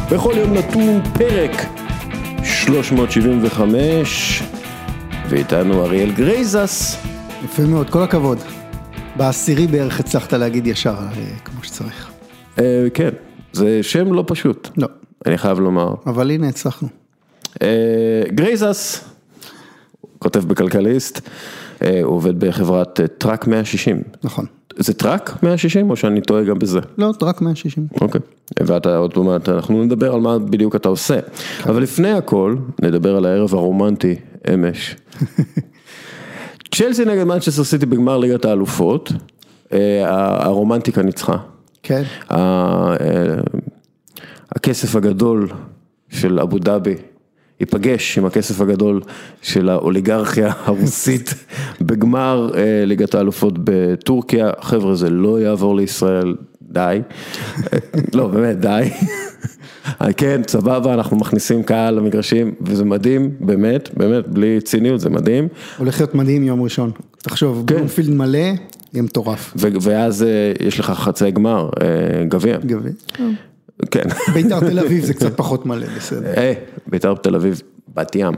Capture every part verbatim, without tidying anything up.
בכל יום נתון פרק שלוש מאות שבעים וחמש, ואיתנו אריאל גרייזס. יפה מאוד, כל הכבוד. בעשירי בערך הצלחת להגיד ישר, כמו שצריך. אה, כן, זה שם לא פשוט. לא. אני חייב לומר. אבל הנה הצלחנו. אה, גרייזס, כותב בכלכליסט, אה, הוא עובד בחברת טראק מאה שישים. נכון. זה טראק מאה שישים או שאני טועה גם בזה? לא, טראק מאה שישים. אוקיי, ואתה עוד מעט, אנחנו נדבר על מה בדיוק אתה עושה. אבל לפני הכל, נדבר על הערב הרומנטי, אמש. צ'לסי נגד מנצ'סטר סיטי בגמר ליגת האלופות, הרומנטיקה ניצחה. כן. הכסף הגדול של אבו דאבי, ייפגש עם הכסף הגדול של האוליגרכיה הרוסית בגמר ליגת האלופות בטורקיה. חבר'ה, זה לא יעבור לישראל, די. לא, באמת, די. כן, סבבה, אנחנו מכניסים קהל למגרשים, וזה מדהים, באמת, באמת, בלי ציניות, זה מדהים. הולך להיות מדהים יום ראשון. תחשוב, בלומפילד מלא, יהיה מטורף. ואז יש לך חצי גמר, גביע. גביע. כן. ביתר תל אביב זה קצת פחות מלא, בסדר. אה, ביתר תל אביב, בת ים.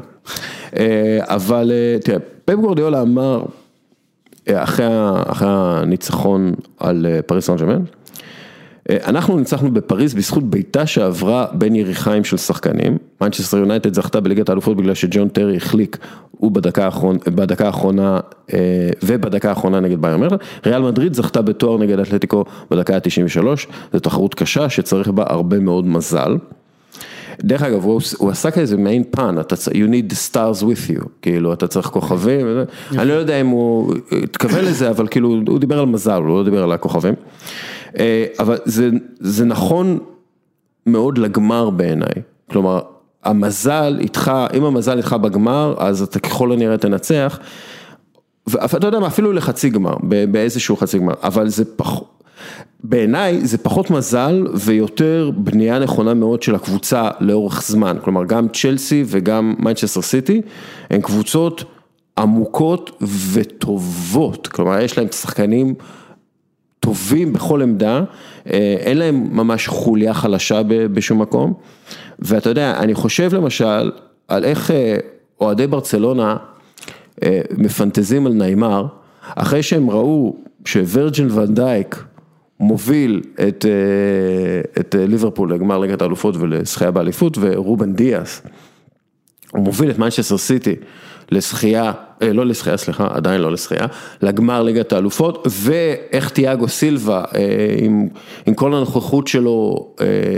אבל תראה, פפ גוארדיולה אמר, אחרי הניצחון על פריז סן ז'רמן, אנחנו ניצחנו בפריז בזכות ביתה שעברה בין יריחיים של שחקנים. מנצ'סטר יונייטד זכתה בליגת האלופות בגלל שג'ון טרי החליק, הוא בדקה האחרונה, בדקה האחרונה, ובדקה האחרונה נגד ביירן מינכן. ריאל מדריד זכתה בתואר נגד אתלטיקו בדקה ה-תשעים ושלוש, זו תחרות קשה שצריך בה הרבה מאוד מזל. דרך אגב, הוא, הוא עשה כאיזה מעין פן, אתה, you need the stars with you, כאילו, אתה צריך כוכבים, אני לא יודע אם הוא התכוון לזה, אבל כאילו, הוא דיבר על מזל, הוא לא דיבר על הכוכבים. אבל זה, זה נכון מאוד לגמר בעיניי, כלומר, המזל איתך, אם המזל איתך בגמר, אז אתה ככל הנראה תנצח, ואתה יודע מה, אפילו לחצי גמר, באיזשהו חצי גמר, אבל זה פחות, בעיניי זה פחות מזל ויותר בנייה נכונה מאוד של הקבוצה לאורך זמן, כלומר גם צ'לסי וגם מנצ'סטר סיטי, הן קבוצות עמוקות וטובות, כלומר יש להם שחקנים טובים בכל עמדה, אין להם ממש חוליה חלשה בשום מקום, ואתה יודע, אני חושב למשל על איך אוהדי ברצלונה מפנטזים על ניימר, אחרי שהם ראו שווירג'יל ון דייק מוביל את, את ליברפול לגמר ליגת האלופות ולשחייה באליפות, ורובן דיאס, הוא מוביל את מנצ'סטר סיטי לשחייה, לא לשחייה, סליחה, עדיין לא לשחייה, לגמר ליגת האלופות, ואיך תיאגו סילבה, עם, עם כל הנוכחות שלו,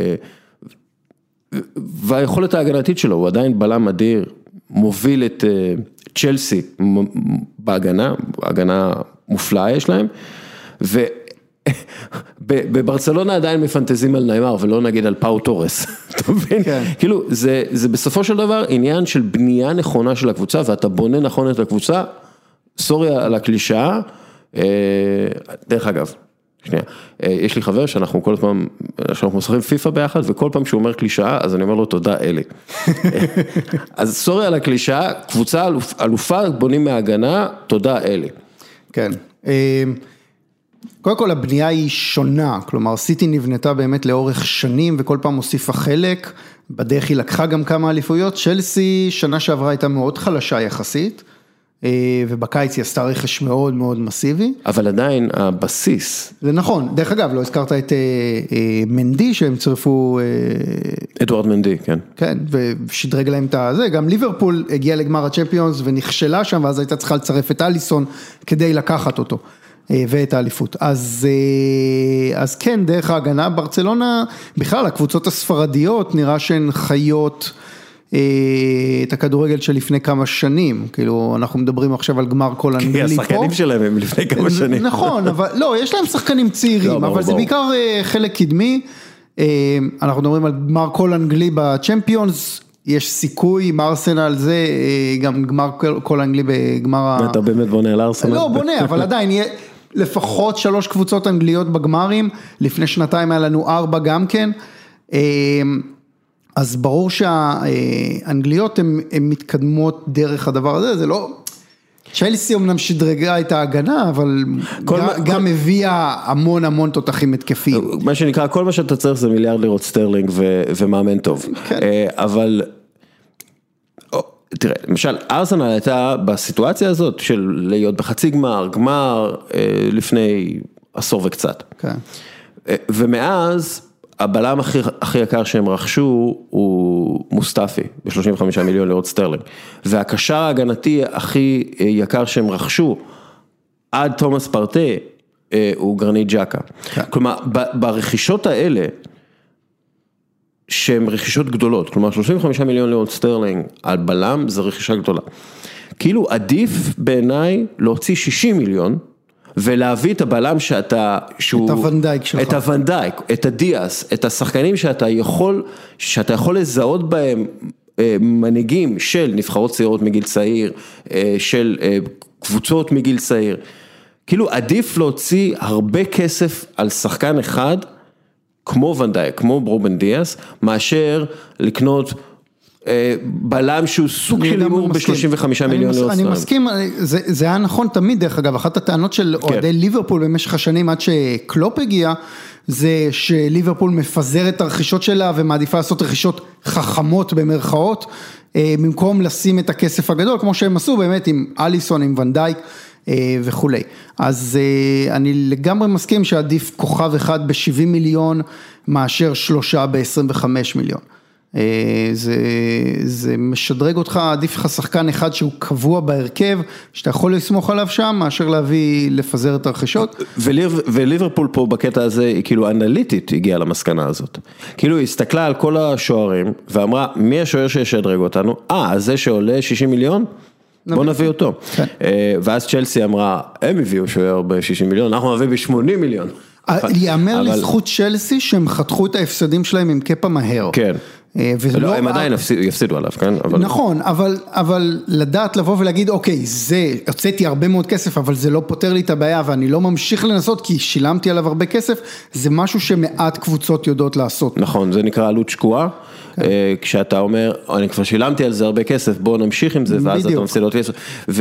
והיכולת ההגנתית שלו, הוא עדיין בלם אדיר, מוביל את צ'לסי בהגנה, הגנה מופלאה יש להם, ו... בברצלונה עדיין מפנטזים על ניימר, ולא נגיד על פאו טורס, אתה מבין? כאילו, זה בסופו של דבר עניין של בנייה נכונה של הקבוצה, ואתה בונה נכון את הקבוצה, סורי על הקלישאה, דרך אגב, שנייה, יש לי חבר שאנחנו כל פעם, שאנחנו משחקים פיפה ביחד, וכל פעם שהוא אומר קלישאה, אז אני אומר לו תודה אלי. אז סורי על הקלישאה, קבוצה אלופה, בונים מההגנה, תודה אלי. כן. קודם כל הבנייה היא שונה, כלומר סיטי נבנתה באמת לאורך שנים וכל פעם הוסיפה חלק, בדרך היא לקחה גם כמה אליפויות, צ'לסי שנה שעברה הייתה מאוד חלשה יחסית, ובקיץ היא עשתה רכש מאוד מאוד מסיבי. אבל עדיין הבסיס. זה נכון, דרך אגב לא הזכרת את מנדי שהם צרפו. אדוארד מנדי, כן. כן, ושדרג להם את זה, גם ליברפול הגיעה לגמר הצ'מפיונס ונכשלה שם, ואז הייתה צריכה לצרף את אליסון כדי לקחת אותו. ואת האליפות. אז, אז כן, דרך ההגנה, ברצלונה, בכלל, הקבוצות הספרדיות, נראה שהן חיות את הכדורגל של לפני כמה שנים, כאילו, אנחנו מדברים עכשיו על גמר כל אנגלי פה. כי השחקנים שלהם הם לפני כמה שנים. נכון, אבל לא, יש להם שחקנים צעירים, אבל זה בעיקר חלק קדמי, אנחנו מדברים על גמר כל אנגלי בצ'מפיונס, יש סיכוי עם ארסנל זה, גם גמר כל אנגלי בגמר... אתה באמת בונה על ארסנל? לא, בונה, אבל עדיין יהיה... לפחות שלוש קבוצות אנגליות בגמרים, לפני שנתיים היה לנו ארבע גם כן, אז ברור שהאנגליות הן מתקדמות דרך הדבר הזה, זה לא, צ'לסי אמנם שדרגה את ההגנה, אבל גם, מה, גם כל... הביאה המון המון תותחים התקפיים. מה שנקרא, כל מה שאתה צריך זה מיליארד לירות סטרלינג ו... ומאמן טוב. כן. אבל, תראה, למשל, ארסנל הייתה בסיטואציה הזאת של להיות בחצי גמר, גמר לפני עשור וקצת. כן. ומאז, הבלם הכי, הכי יקר שהם רכשו הוא מוסטפי, ב-שלושים וחמישה מיליון לירות סטרלינג. והקשר ההגנתי הכי יקר שהם רכשו, עד תומאס פרטה, הוא גרנית ג'קה. כן. כלומר, ברכישות האלה, שהן רכישות גדולות, כלומר, שלושים וחמישה מיליון לירות סטרלינג על בלם, זה רכישה גדולה. כאילו, עדיף בעיניי להוציא שישים מיליון, ולהביא את הבלם שאתה, שהוא, את הוונדייק שלך. את הוונדייק, את הדיאס, את השחקנים שאתה יכול, שאתה יכול לזהות בהם מנהיגים של נבחרות צעירות מגיל צעיר, של קבוצות מגיל צעיר. כאילו עדיף להוציא הרבה כסף על שחקן אחד, כמו וונדייק, כמו רובן דיאס, מאשר לקנות בלם שהוא סוג של אימור ב-שלושים וחמישה מיליון לירות סטרלינג. אני מסכים, זה היה נכון תמיד דרך אגב, אחת הטענות של אוהדי ליברפול במשך השנים עד שקלופ הגיע, זה שליברפול מפזר את הרכישות שלה ומעדיפה לעשות רכישות חכמות במרכאות, במקום לשים את הכסף הגדול, כמו שהם עשו באמת עם אליסון, עם ונדייק וכו'. אז אני לגמרי מסכים שעדיף כוכב אחד ב-שבעים מיליון מאשר שלושה ב-עשרים וחמישה מיליון. זה, זה משדרג אותך, עדיף לך שחקן אחד שהוא קבוע בהרכב, שאתה יכול לסמוך עליו שם, מאשר להביא, לפזר את הרכישות. וליברפול פה בקטע הזה, היא כאילו אנליטית הגיעה למסקנה הזאת. כאילו היא הסתכלה על כל השוערים, ואמרה, מי השוער שישדרג אותנו? אה, זה שעולה שישים מיליון? בוא נביא אותו. ואז צ'לסי אמרה, הם הביאו שוער ב-שישים מיליון, אנחנו נביא ב-שמונים מיליון. יאמר לזכות צ'לסי שהם חתכו את ההפסדים שלהם עם קפה מהר. כן. לא, הם עדיין יפסידו עליו, כן? נכון, אבל לדעת לבוא ולהגיד, אוקיי, זה, הוצאתי הרבה מאוד כסף, אבל זה לא פותר לי את הבעיה, ואני לא ממשיך לנסות, כי שילמתי עליו הרבה כסף, זה משהו שמעט קבוצות יודעות לעשות. נכון, זה נקרא עלות שקועה, כשאתה אומר, אני כבר שילמתי על זה הרבה כסף, בואו נמשיך עם זה, ואז אתה מפסיד עוד כסף.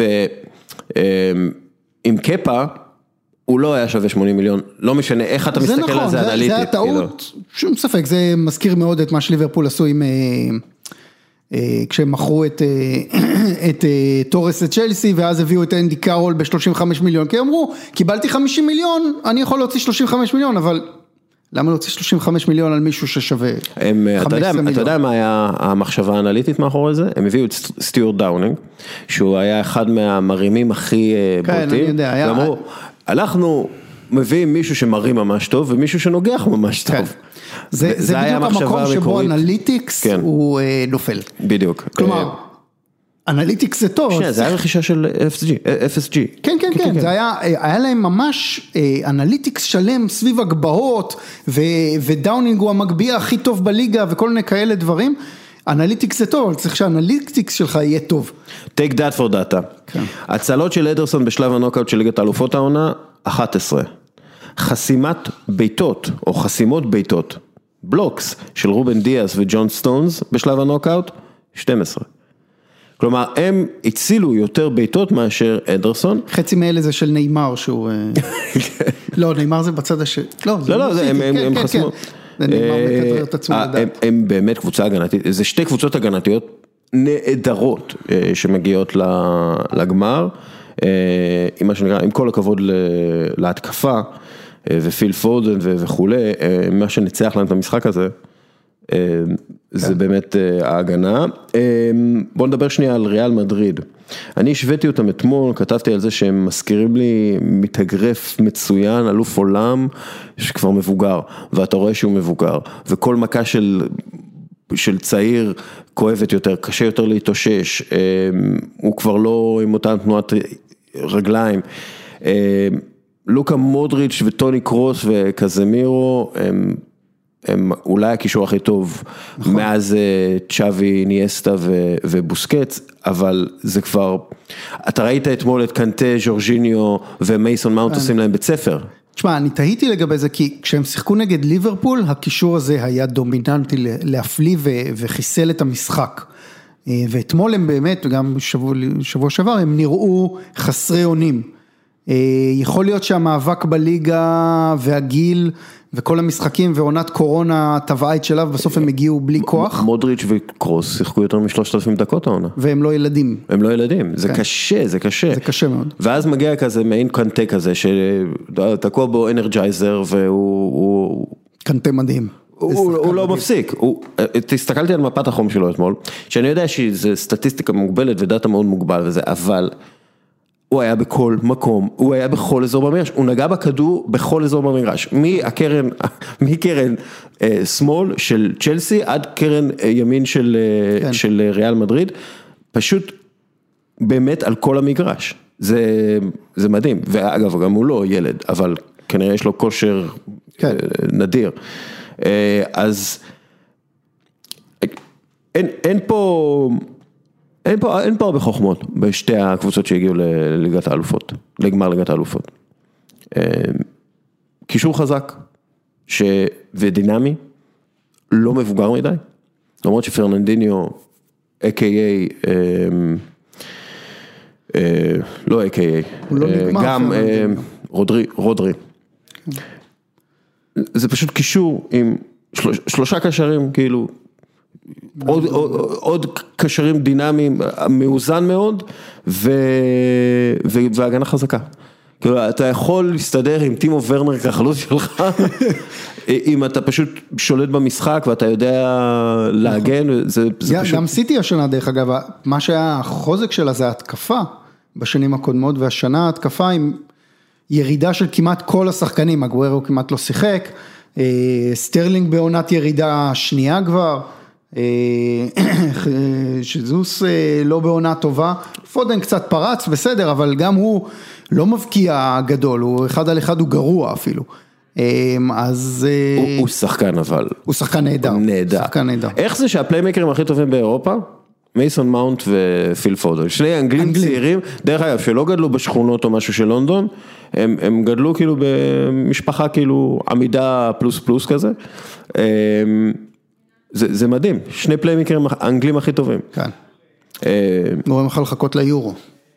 ועם קפה, הוא לא היה שווה שמונים מיליון, לא משנה איך אתה מסתכל נכון, על זה אנליטית. זה הטעות, שום ספק, זה מזכיר מאוד את מה שליברפול עשו עם, כשהם מכרו את, את טורס לצ'לסי, ואז הביאו את אנדי קארול ב-שלושים וחמישה מיליון, כי אמרו, קיבלתי חמישים מיליון, אני יכול להוציא שלושים וחמישה מיליון, אבל למה להוציא שלושים וחמישה מיליון על מישהו ששווה הם, חמש עשרה מיליון? אתה יודע מה היה המחשבה האנליטית מאחורי זה? הם הביאו את סטיוארט דאונינג, שהוא היה אחד מהמרימים הכי כן, בוטים, אני יודע, היה... ואמרו, אנחנו מביאים מישהו שמרים ממש טוב, ומישהו שנוגח ממש טוב. כן. זה, זה, זה בדיוק המקום שבו אנליטיקס כן. הוא אה, נופל. בדיוק. כלומר, אנליטיקס זה טוב. שנייה, זה היה רכישה של אף אס ג'י. כן, כן, כן, זה היה, היה להם ממש אנליטיקס שלם סביב הגבהות, ודאונינג הוא המגביה הכי טוב בליגה, וכל מיני כאלה דברים. אנליטיקס זה טוב, אבל צריך שהאנליטיקס שלך יהיה טוב. Take that for data. כן. הצלות של אדרסון בשלב הנוקאוט של ליגת האלופות העונה, אחת עשרה. חסימת ביתות, או חסימות ביתות, בלוקס של רובן דיאס וג'ון סטונס בשלב הנוקאוט, שתים עשרה. כלומר, הם הצילו יותר ביתות מאשר אדרסון. חצי מאלה זה של ניימר שהוא... לא, ניימר זה בצד השני. לא, לא, לא, הם חסימות. הם באמת קבוצה הגנתית, זה שתי קבוצות הגנתיות נהדרות שמגיעות לגמר, עם מה שנקרא, עם כל הכבוד להתקפה, ופיל פודן וכו', מה שניצח להם את המשחק הזה, זה באמת ההגנה. בואו נדבר שנייה על ריאל מדריד. אני השוויתי אותם אתמול, כתבתי על זה שהם מזכירים לי מתאגרף מצוין, אלוף עולם, שכבר מבוגר, ואתה רואה שהוא מבוגר, וכל מכה של, של צעיר כואבת יותר, קשה יותר להתאושש, הוא כבר לא עם אותה תנועת רגליים. לוקה מודריץ' וטוני קרוס וקזמירו, הם הם אולי הקישור הכי טוב, נכון. מאז צ'אבי, ניאסטה ו- ובוסקץ, אבל זה כבר, אתה ראית אתמול את קנטה, ז'ורג'יניו ומייסון מאונט עושים להם בית ספר. תשמע, אני תהיתי לגבי זה, כי כשהם שיחקו נגד ליברפול, הקישור הזה היה דומיננטי להפליא ו- וחיסל את המשחק. ואתמול הם באמת, וגם שבוע, שבוע שעבר, הם נראו חסרי אונים. יכול להיות שהמאבק בליגה והגיל וכל המשחקים ועונת קורונה טבעה את שלה, ובסוף הם הגיעו בלי כוח. מודריץ' וקרוס שיחקו יותר משלושת אלפים דקות העונה. והם לא ילדים. הם לא ילדים, זה קשה, זה קשה. זה קשה מאוד. ואז מגיע כזה מעין קנטה כזה, שתקוע בו אנרג'ייזר, והוא... קנטה מדהים. הוא לא מפסיק, תסתכלתי על מפת החום שלו אתמול, שאני יודע שזה סטטיסטיקה מוגבלת ודאטה מאוד מוגבל וזה, אבל הוא היה בכל מקום, הוא היה בכל אזור במגרש, הוא נגע בכדור בכל אזור במגרש, מהקרן, מקרן שמאל של צ'לסי עד קרן ימין של ריאל מדריד, פשוט באמת על כל המגרש, זה מדהים, ואגב גם הוא לא ילד, אבל כנראה יש לו כושר נדיר. אז אין, אין פה, אין פה, אין פה הרבה חוכמות בשתי הקבוצות שהגיעו לליגת האלופות, לגמר ליגת האלופות. קישור חזק ש... ודינמי, לא מבוגר מדי, למרות שפרננדיניו, איי קיי איי, לא איי קיי איי, גם רודרי, רודרי. זה פשוט קישור עם שלוש, שלושה קשרים, כאילו, עוד, עוד, עוד קשרים דינמיים, מאוזן מאוד, ו, ו, והגנה חזקה. כאילו, אתה יכול להסתדר עם טימו ורנר כחלוץ שלך, אם אתה פשוט שולט במשחק, ואתה יודע להגן, זה, זה פשוט... גם סיטי השנה, דרך אגב, מה שהיה החוזק שלה זה ההתקפה, בשנים הקודמות, והשנה ההתקפה עם... ירידה של כמעט כל השחקנים, אגוארו כמעט לא שיחק, סטרלינג בעונת ירידה שנייה כבר, שזוס לא בעונה טובה, פודן קצת פרץ, בסדר, אבל גם הוא לא מבקיע גדול, הוא אחד על אחד הוא גרוע אפילו. אז... הוא שחקן אבל. הוא שחקן נהדר. נהדר. שחקן נהדר. איך זה שהפליימקרים הכי טובים באירופה? מייסון מאונט ופיל פודן, שני אנגלים צעירים, דרך אגב, שלא גדלו בשכונות או משהו של לונדון, הם, הם גדלו כאילו במשפחה כאילו עמידה פלוס פלוס כזה, זה, זה מדהים, שני פליימקרים האנגלים הכי טובים. כן. נורא לך לחכות ליורו.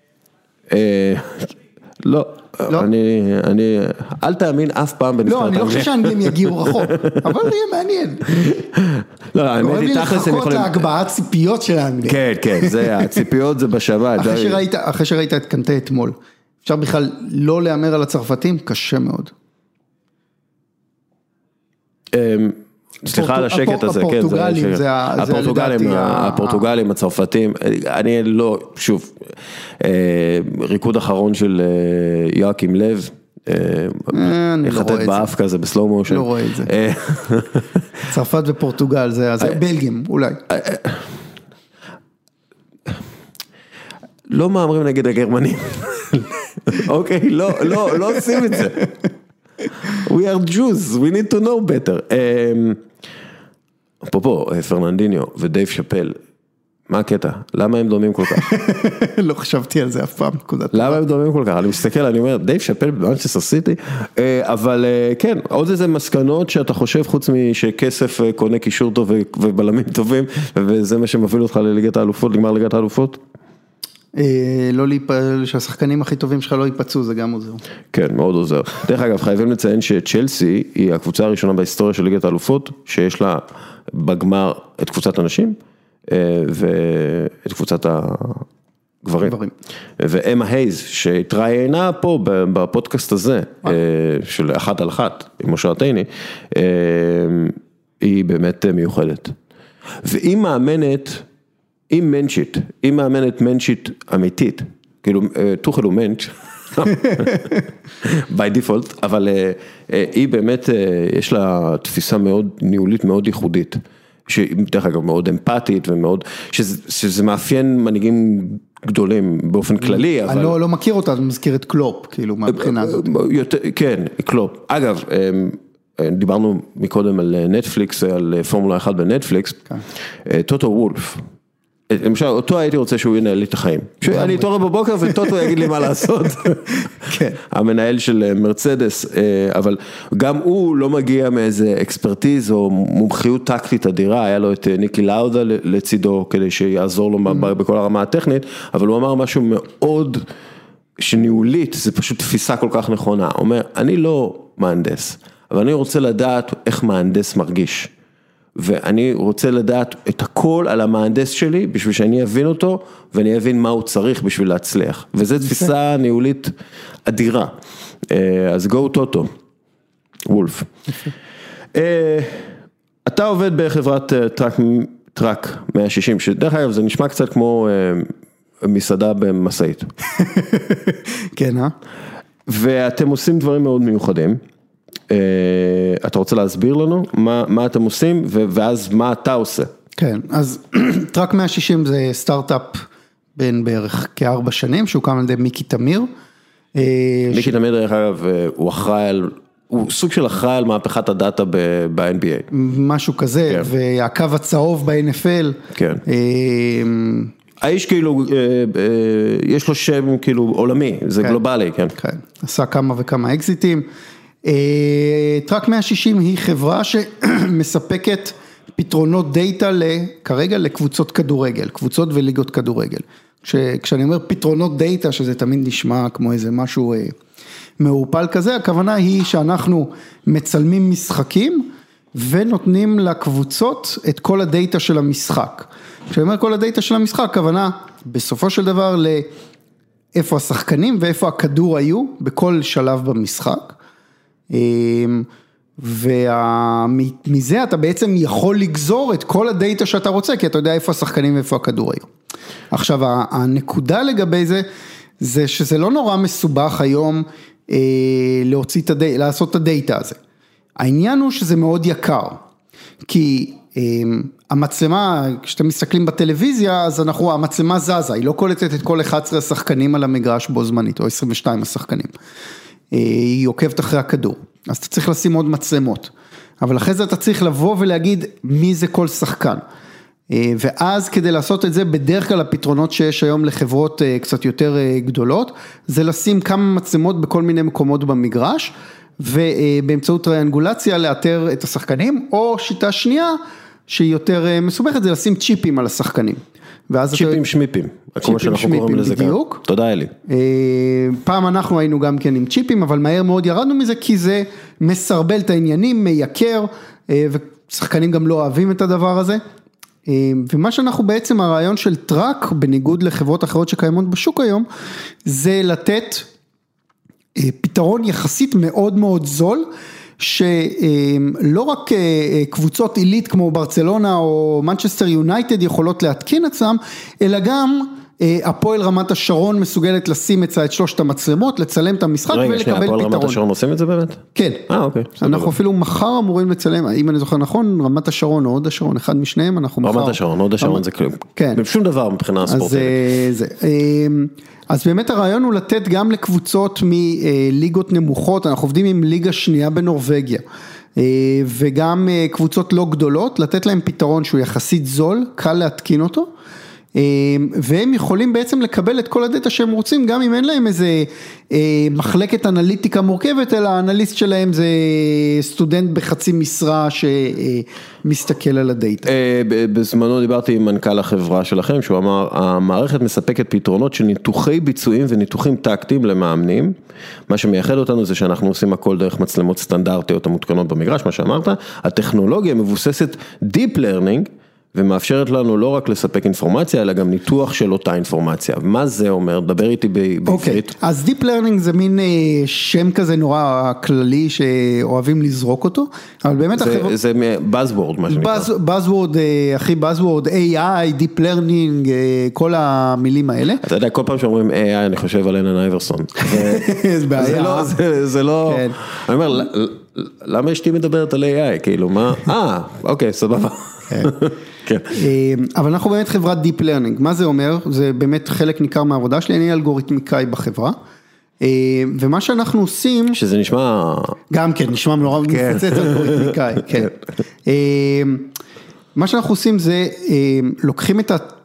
לא, אני, אני, אל תאמין אף פעם בנבחרת. לא, אני לא חושב שהאנגלים יגיעו רחוק, אבל זה יהיה מעניין. לא, האמת היא תכלס הם יכולים... לחכות להגבהת ציפיות של האנגלים. כן, כן, זה, הציפיות זה בשבת. אחרי שראית, אחרי שראית את קנטה אתמול, אפשר בכלל לא לאמר על הצרפתים, קשה מאוד. סליחה על השקט הזה, כן, הפורטוגלים, הפורטוגלים, הצרפתים, אני לא, שוב, ריקוד אחרון של יואקים לב, חטט באף כזה בסלואו מושן. לא רואה את זה. צרפת ופורטוגל, זה בלגים, אולי. לא מאמרים נגד הגרמנים. אוקיי, לא, לא, לא עושים את זה. We are Jews, we need to know better. אפרופו, פרננדיניו ודייב שאפל, מה הקטע? למה הם דומים כל כך? לא חשבתי על זה אף פעם. למה הם דומים כל כך? אני מסתכל, אני אומר, דייב שאפל במנצ'סטר סיטי, אבל כן, עוד איזה מסקנות שאתה חושב, חוץ משכסף קונה קישור טוב ובלמים טובים, וזה מה שמוביל אותך לליגת האלופות, לגמר ליגת האלופות? לא שהשחקנים הכי טובים שלך לא ייפצעו, זה גם עוזר. כן, מאוד עוזר. דרך אגב, חייבים לציין שצ'לסי היא הקבוצה הראשונה בהיסטוריה של ליגת האלופות, שיש לה בגמר את קבוצת הנשים, ואת קבוצת הגברים. ואמה הייז, שהתראיינה פה בפודקאסט הזה, של אחת על אחת, עם משה עטייני, היא באמת מיוחדת. והיא מאמנת, היא מנצ'ית, היא מאמנת מנצ'ית אמיתית, כאילו, תוכל הוא מנצ' by default, אבל היא באמת, יש לה תפיסה מאוד ניהולית, מאוד ייחודית, שדרך אגב מאוד אמפתית ומאוד, שזה, שזה מאפיין מנהיגים גדולים באופן כללי. אני אבל... לא, לא מכיר אותה, אני מזכיר את קלופ, כאילו, מהבחינה הזאת. יותר, כן, קלופ. אגב, דיברנו מקודם על נטפליקס, על פורמולה אחת בנטפליקס, טוטו וולף, למשל, אותו הייתי רוצה שהוא ינהל לי את החיים. אני אתעורר בבוקר וטוטו יגיד לי מה לעשות. המנהל של מרצדס, אבל גם הוא לא מגיע מאיזה אקספרטיז או מומחיות טקטית אדירה, היה לו את ניקי לאודה לצידו כדי שיעזור לו בכל הרמה הטכנית, אבל הוא אמר משהו מאוד שניהולית, זה פשוט תפיסה כל כך נכונה. הוא אומר, אני לא מהנדס, אבל אני רוצה לדעת איך מהנדס מרגיש. ואני רוצה לדעת את הכל על המהנדס שלי, בשביל שאני אבין אותו, ואני אבין מה הוא צריך בשביל להצליח. וזו תפיסה ניהולית אדירה. אז גו טוטו, וולף. אתה עובד בחברת טראק, טראק מאה ושישים, שדרך אגב זה נשמע קצת כמו מסעדה במסעית. כן, אה? ואתם עושים דברים מאוד מיוחדים. אתה רוצה להסביר לנו מה, מה אתם עושים ואז מה אתה עושה? כן, אז טראק מאה ושישים זה סטארט-אפ בין בערך כארבע שנים, שהוקם על ידי מיקי תמיר. מיקי תמיר דרך אגב, הוא אחראי על, הוא סוג של אחראי על מהפכת הדאטה ב-אן בי איי. משהו כזה, כן. והקו הצהוב ב-אן אף אל. כן. האיש כאילו, יש לו שם כאילו עולמי, זה כן. גלובלי, כן. כן, עשה כמה וכמה אקזיטים. טראק מאה ושישים היא חברה שמספקת פתרונות דאטה כרגע לקבוצות כדורגל, קבוצות וליגות כדורגל. כשאני אומר פתרונות דאטה, שזה תמיד נשמע כמו איזה משהו מעורפל כזה, הכוונה היא שאנחנו מצלמים משחקים ונותנים לקבוצות את כל הדאטה של המשחק. כשאני אומר כל הדאטה של המשחק, הכוונה בסופו של דבר לאיפה השחקנים ואיפה הכדור היו בכל שלב במשחק. ומזה אתה בעצם יכול לגזור את כל הדאטה שאתה רוצה, כי אתה יודע איפה השחקנים ואיפה הכדור היו. עכשיו, הנקודה לגבי זה, זה שזה לא נורא מסובך היום להוציא את הדאטה, לעשות את הדאטה הזה. העניין הוא שזה מאוד יקר, כי המצלמה, כשאתם מסתכלים בטלוויזיה, אז אנחנו, המצלמה זזה, היא לא קולטת את כל אחד עשר השחקנים על המגרש בו זמנית, או עשרים ושתיים השחקנים. היא עוקבת אחרי הכדור, אז אתה צריך לשים עוד מצלמות, אבל אחרי זה אתה צריך לבוא ולהגיד מי זה כל שחקן, ואז כדי לעשות את זה, בדרך כלל הפתרונות שיש היום לחברות קצת יותר גדולות, זה לשים כמה מצלמות בכל מיני מקומות במגרש, ובאמצעות טריאנגולציה לאתר את השחקנים, או שיטה שנייה, שהיא יותר מסובכת, זה לשים צ'יפים על השחקנים. צ'יפים שמיפים, כמו שאנחנו קוראים לזה כאן. תודה אלי. פעם אנחנו היינו גם כן עם צ'יפים, אבל מהר מאוד ירדנו מזה, כי זה מסרבל את העניינים, מייקר, ושחקנים גם לא אוהבים את הדבר הזה. ומה שאנחנו בעצם, הרעיון של טראק, בניגוד לחברות אחרות שקיימות בשוק היום, זה לתת פתרון יחסית מאוד מאוד זול, שלא רק קבוצות עילית כמו ברצלונה או מנצ'סטר יונייטד יכולות להתקין עצמם, אלא גם הפועל רמת השרון מסוגלת לשים את שלושת המצלמות, לצלם את המשחק ולקבל פתרון. רגע, הפועל רמת השרון עושים את זה באמת? כן. אה, אוקיי. אנחנו אפילו מחר אמורים לצלם, אם אני זוכר נכון, רמת השרון או עוד השרון, אחד משניהם, אנחנו מחר. רמת השרון, עוד השרון זה כלום. כן. שום דבר מבחינה ספורטית. אז זה. אז באמת הרעיון הוא לתת גם לקבוצות מליגות נמוכות, אנחנו עובדים עם ליגה שנייה בנורווגיה, וגם קבוצות לא גדולות, לתת להם פתרון שהוא יחסית זול, קל להתקין אותו, והם יכולים בעצם לקבל את כל הדאטה שהם רוצים, גם אם אין להם איזה מחלקת אנליטיקה מורכבת, אלא האנליסט שלהם זה סטודנט בחצי משרה שמסתכל על הדאטה. בזמנו דיברתי עם מנכ"ל החברה שלכם, שהוא אמר, המערכת מספקת פתרונות של ניתוחי ביצועים וניתוחים טקטיים למאמנים, מה שמייחד אותנו זה שאנחנו עושים הכל דרך מצלמות סטנדרטיות המותקנות במגרש, מה שאמרת, הטכנולוגיה מבוססת Deep Learning, ומאפשרת לנו לא רק לספק אינפורמציה, אלא גם ניתוח של אותה אינפורמציה. מה זה אומר? דבר איתי בעברית. אוקיי, אז Deep Learning זה מין שם כזה נורא כללי שאוהבים לזרוק אותו, אבל באמת... זה Buzzword, מה שנקרא. Buzzword, הכי Buzzword, איי איי, Deep Learning, כל המילים האלה. אתה יודע, כל פעם שאומרים איי איי, אני חושב על אלן אייברסון. זה בעיה. זה לא... אני אומר, למה אשתי מדברת על איי איי? כאילו, מה? אה, אוקיי, סבבה. כן. אבל אנחנו באמת חברת Deep Learning, מה זה אומר? זה באמת חלק ניכר מהעבודה שלי, אני אלגוריתמיקאי בחברה, ומה שאנחנו עושים... שזה נשמע... גם כן, נשמע נורא מפצץ אלגוריתמיקאי, כן. מה שאנחנו עושים זה, לוקחים את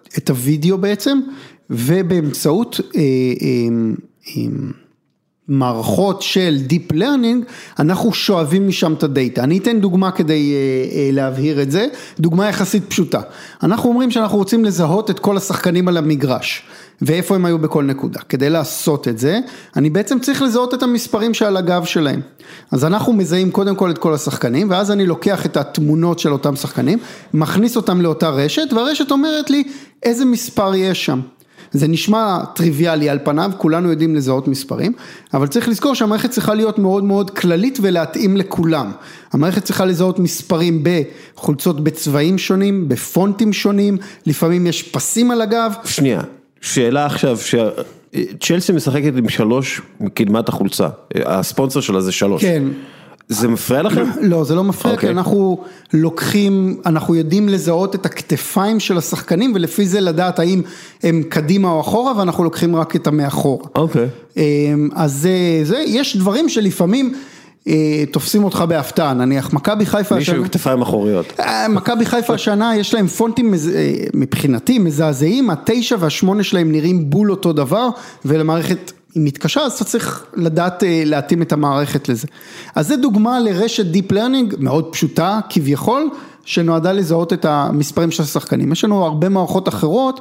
את הוידאו בעצם, ובאמצעות אה, אה, אה, מערכות של Deep Learning, אנחנו שואבים משם את הדאטה. אני אתן דוגמה כדי אה, אה, להבהיר את זה, דוגמה יחסית פשוטה. אנחנו אומרים שאנחנו רוצים לזהות את כל השחקנים על המגרש, ואיפה הם היו בכל נקודה. כדי לעשות את זה, אני בעצם צריך לזהות את המספרים שעל הגב שלהם. אז אנחנו מזהים קודם כל את כל השחקנים, ואז אני לוקח את התמונות של אותם שחקנים, מכניס אותם לאותה רשת, והרשת אומרת לי איזה מספר יש שם. זה נשמע טריוויאלי על פניו, כולנו יודעים לזהות מספרים, אבל צריך לזכור שהמערכת צריכה להיות מאוד מאוד כללית ולהתאים לכולם. המערכת צריכה לזהות מספרים בחולצות בצבעים שונים, בפונטים שונים, לפעמים יש פסים על הגב. שנייה, שאלה עכשיו, צ'לסי משחקת עם שלוש מקדמת החולצה, הספונסר שלה זה שלוש. כן. זה מפריע לכם? לא, זה לא מפריע, כי אנחנו לוקחים, אנחנו יודעים לזהות את הכתפיים של השחקנים, ולפי זה לדעת האם הם קדימה או אחורה, ואנחנו לוקחים רק את המאחורה. אוקיי. אז זה, זה, יש דברים שלפעמים תופסים אותך בהפתעה, נניח, מכבי חיפה השנה... מישהו כתפיים אחוריות. מכבי חיפה השנה, יש להם פונטים מבחינתי, מזעזעים, התשע והשמונה שלהם נראים בול אותו דבר, ולמערכת... אם מתקשה, אז אתה צריך לדעת להתאים את המערכת לזה. אז זה דוגמה לרשת Deep Learning, מאוד פשוטה, כביכול, שנועדה לזהות את המספרים של השחקנים. יש לנו הרבה מערכות אחרות,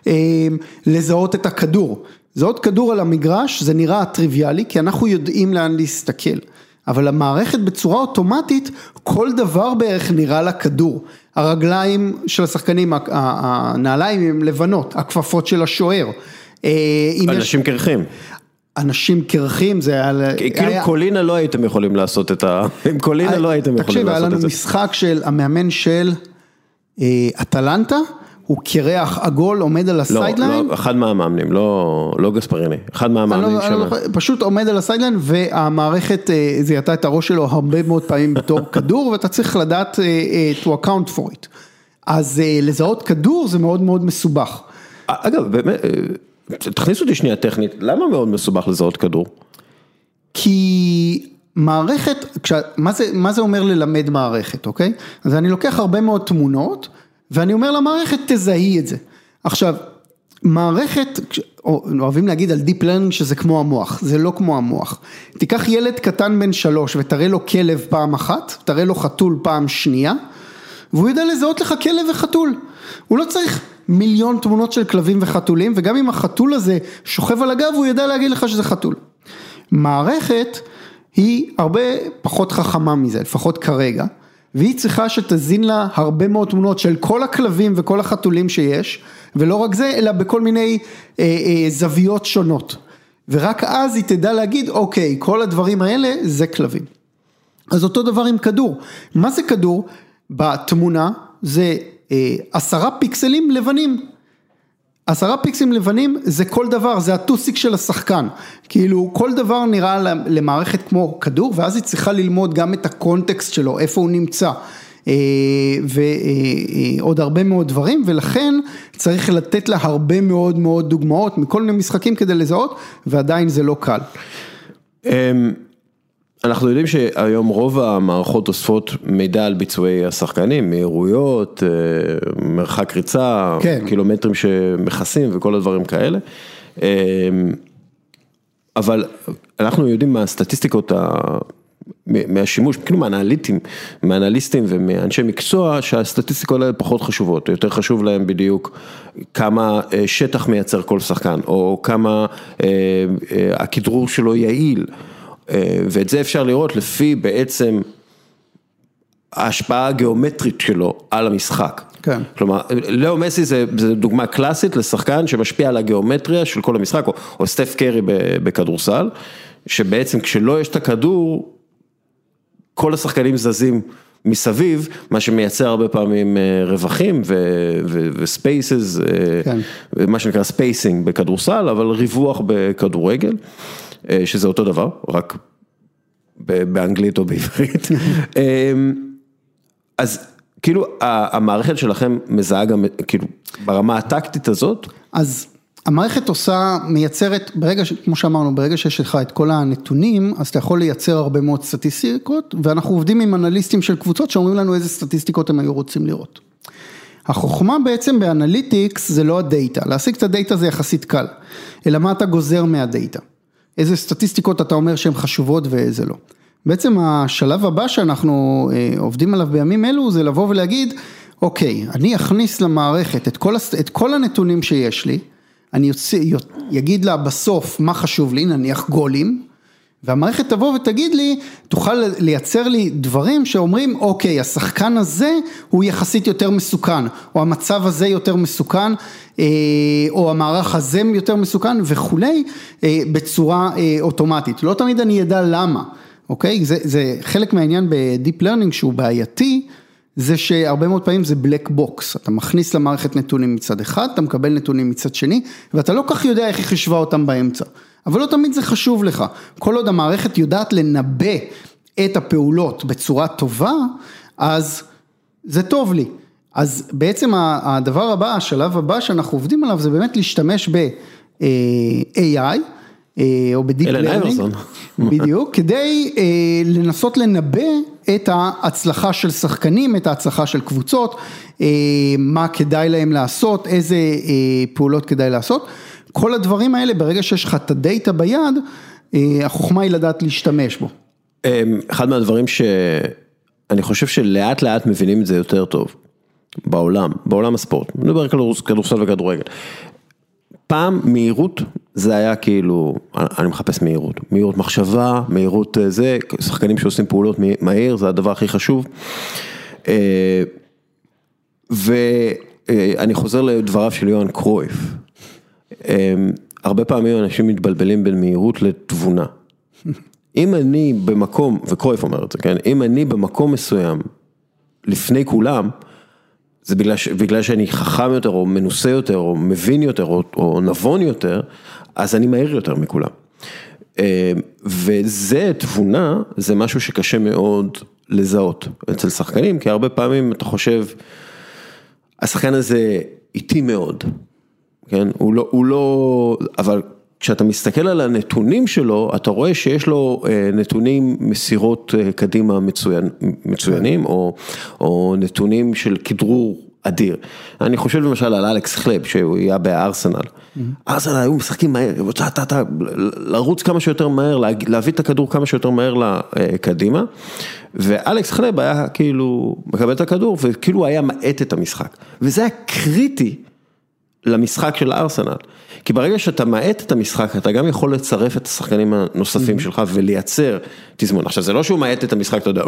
לזהות את הכדור. זהות כדור על המגרש, זה נראה טריוויאלי, כי אנחנו יודעים לאן להסתכל. אבל המערכת בצורה אוטומטית, כל דבר בערך נראה לה כדור. הרגליים של השחקנים, הנעליים הם לבנות, הכפפות של השוער. אנשים קרחים. אנשים קרחים, זה היה... כאילו קולינה לא הייתם יכולים לעשות את ה... עם קולינה לא הייתם יכולים לעשות את זה. תקשיב, היה לנו משחק של המאמן של אטלנטה, הוא קרח עגול, עומד על הסיידליין. לא, אחד מהמאמנים, לא גספריני, אחד מהמאמנים שם. פשוט עומד על הסיידליין, והמערכת זיהתה את הראש שלו הרבה מאוד פעמים בתור כדור, ואתה צריך לדעת to account for it. אז לזהות כדור זה מאוד מאוד מסובך. אגב, באמת... תכניסו אותי שנייה טכנית, למה מאוד מסובך לזהות כדור? כי מערכת, כש, מה זה, מה זה אומר ללמד מערכת, אוקיי? אז אני לוקח הרבה מאוד תמונות, ואני אומר למערכת, תזהי את זה. עכשיו, מערכת, אוהבים להגיד על Deep Learning שזה כמו המוח, זה לא כמו המוח. תיקח ילד קטן בן שלוש, ותראה לו כלב פעם אחת, תראה לו חתול פעם שנייה, והוא יודע לזהות לך כלב וחתול. הוא לא צריך... מיליון תמונות של כלבים וחתולים, וגם אם החתול הזה שוכב על הגב, הוא ידע להגיד לך שזה חתול. מערכת היא הרבה פחות חכמה מזה, לפחות כרגע, והיא צריכה שתזין לה הרבה מאוד תמונות של כל הכלבים וכל החתולים שיש, ולא רק זה, אלא בכל מיני אה, אה, זוויות שונות. ורק אז היא תדע להגיד, אוקיי, כל הדברים האלה זה כלבים. אז אותו דבר עם כדור. מה זה כדור? בתמונה זה... עשרה פיקסלים לבנים, עשרה פיקסלים לבנים זה כל דבר, זה הטוסיק של השחקן, כאילו כל דבר נראה למערכת כמו כדור, ואז היא צריכה ללמוד גם את הקונטקסט שלו, איפה הוא נמצא, ועוד הרבה מאוד דברים, ולכן צריך לתת לה הרבה מאוד מאוד דוגמאות, מכל מיני משחקים כדי לזהות, ועדיין זה לא קל. אנחנו יודעים שהיום רוב המערכות אוספות מידע על ביצועי השחקנים, מהירויות, מרחק ריצה, כן. קילומטרים שמכסים וכל הדברים כאלה. אבל אנחנו יודעים מהסטטיסטיקות, מהשימוש, כאילו מהאנליטים, מהאנליסטים ומאנשי מקצוע, שהסטטיסטיקות האלה פחות חשובות, יותר חשוב להם בדיוק כמה שטח מייצר כל שחקן, או כמה הכדרור שלו יעיל, ואת זה אפשר לראות לפי בעצם ההשפעה הגיאומטרית שלו על המשחק. כן. כלומר, לאו מסי זה, זה דוגמה קלאסית לשחקן שמשפיע על הגיאומטריה של כל המשחק, או, או סטף קרי בכדורסל, שבעצם כשלא יש את הכדור, כל השחקנים זזים מסביב, מה שמייצר הרבה פעמים רווחים וספייסס, כן. מה שנקרא ספייסינג בכדורסל, אבל ריווח בכדורגל. שזה אותו דבר, רק באנגלית או בעברית. אז כאילו המערכת שלכם מזהה גם, כאילו ברמה הטקטית הזאת? אז המערכת עושה, מייצרת, ברגע, כמו שאמרנו, ברגע שיש לך את כל הנתונים, אז אתה יכול לייצר הרבה מאוד סטטיסטיקות, ואנחנו עובדים עם אנליסטים של קבוצות שאומרים לנו איזה סטטיסטיקות הם היו רוצים לראות. החוכמה בעצם באנליטיקס זה לא הדאטה, להשיג את הדאטה זה יחסית קל, אלא מה אתה גוזר מהדאטה, איזה סטטיסטיקות אתה אומר שהן חשובות ואיזה לא. בעצם השלב הבא שאנחנו עובדים עליו בימים אלו זה לבוא ולהגיד, אוקיי, אני אכניס למערכת את כל, את כל הנתונים שיש לי, אני יוצא, יגיד לה בסוף מה חשוב לי, נניח גולים, והמערכת תבוא ותגיד לי, תוכל לייצר לי דברים שאומרים, אוקיי, השחקן הזה הוא יחסית יותר מסוכן, או המצב הזה יותר מסוכן, או המערך הזה יותר מסוכן וכולי, בצורה אוטומטית. לא תמיד אני ידע למה, אוקיי? זה, זה חלק מהעניין בדיפ לרנינג שהוא בעייתי, זה שהרבה מאוד פעמים זה בלק בוקס, אתה מכניס למערכת נתונים מצד אחד, אתה מקבל נתונים מצד שני, ואתה לא כך יודע איך היא חשבה אותם באמצע. אבל לא תמיד זה חשוב לך, כל עוד המערכת יודעת לנבא את הפעולות בצורה טובה, אז זה טוב לי. אז בעצם הדבר הבא, השלב הבא שאנחנו עובדים עליו, זה באמת להשתמש ב-איי איי, או בדיפ לרנינג, בדיוק, כדי לנסות לנבא את ההצלחה של שחקנים, את ההצלחה של קבוצות, מה כדאי להם לעשות, איזה פעולות כדאי לעשות, כל הדברים האלה, ברגע שיש לך את הדאטה ביד, החוכמה היא לדעת להשתמש בו. אחד מהדברים שאני חושב שלאט לאט מבינים את זה יותר טוב, בעולם, בעולם הספורט, מדבר כדורסל וכדורגל. פעם מהירות זה היה כאילו, אני מחפש מהירות, מהירות מחשבה, מהירות זה, שחקנים שעושים פעולות מהיר, זה הדבר הכי חשוב. ואני חוזר לדבריו של יוהאן קרויף, הרבה פעמים אנשים מתבלבלים בין מהירות לתבונה. אם אני במקום, וקרויף אומר את זה, כן? אם אני במקום מסוים, לפני כולם, זה בגלל, בגלל שאני חכם יותר, או מנוסה יותר, או מבין יותר, או, או נבון יותר, אז אני מהיר יותר מכולם. וזה, תבונה, זה משהו שקשה מאוד לזהות אצל שחקנים, כי הרבה פעמים אתה חושב, השחקן הזה איטי מאוד, כן? הוא לא, הוא לא, אבל כשאתה מסתכל על הנתונים שלו, אתה רואה שיש לו נתונים מסירות קדימה מצוין, מצוינים, או, או נתונים של כדרור אדיר. אני חושב למשל על אלכס חלב, שהוא היה בארסנל. ארסנל היו משחקים מהר, לרוץ כמה שיותר מהר, להביא את הכדור כמה שיותר מהר לקדימה, ואלכס חלב היה כאילו מקבל את הכדור, וכאילו היה מעט את המשחק. וזה היה קריטי למשחק של ארסנל. כי ברגע שאתה מעט את המשחק, אתה גם יכול לצרף את השחקנים הנוספים שלך ולייצר תזמון. עכשיו, זה לא שהוא מעט את המשחק, אתה יודע,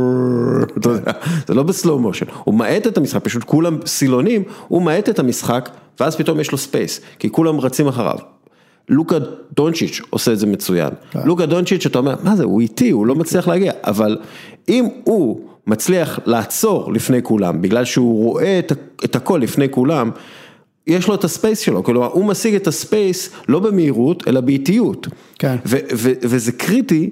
זה לא בסלואו מושן. הוא מעט את המשחק, פשוט כולם סילונים, הוא מעט את המשחק, ואז פתאום יש לו ספייס, כי כולם רצים אחריו. לוקה דונצ'יץ' עושה את זה מצוין. לוקה דונצ'יץ', אתה אומר, מה זה, הוא איטי, הוא לא מצליח להגיע. אבל אם הוא מצליח לעצור לפני כולם, בגלל שהוא רואה את הכל לפני כולם, יש לו את הספייס שלו, כלומר, הוא משיג את הספייס לא במהירות, אלא באיטיות. כן. וזה קריטי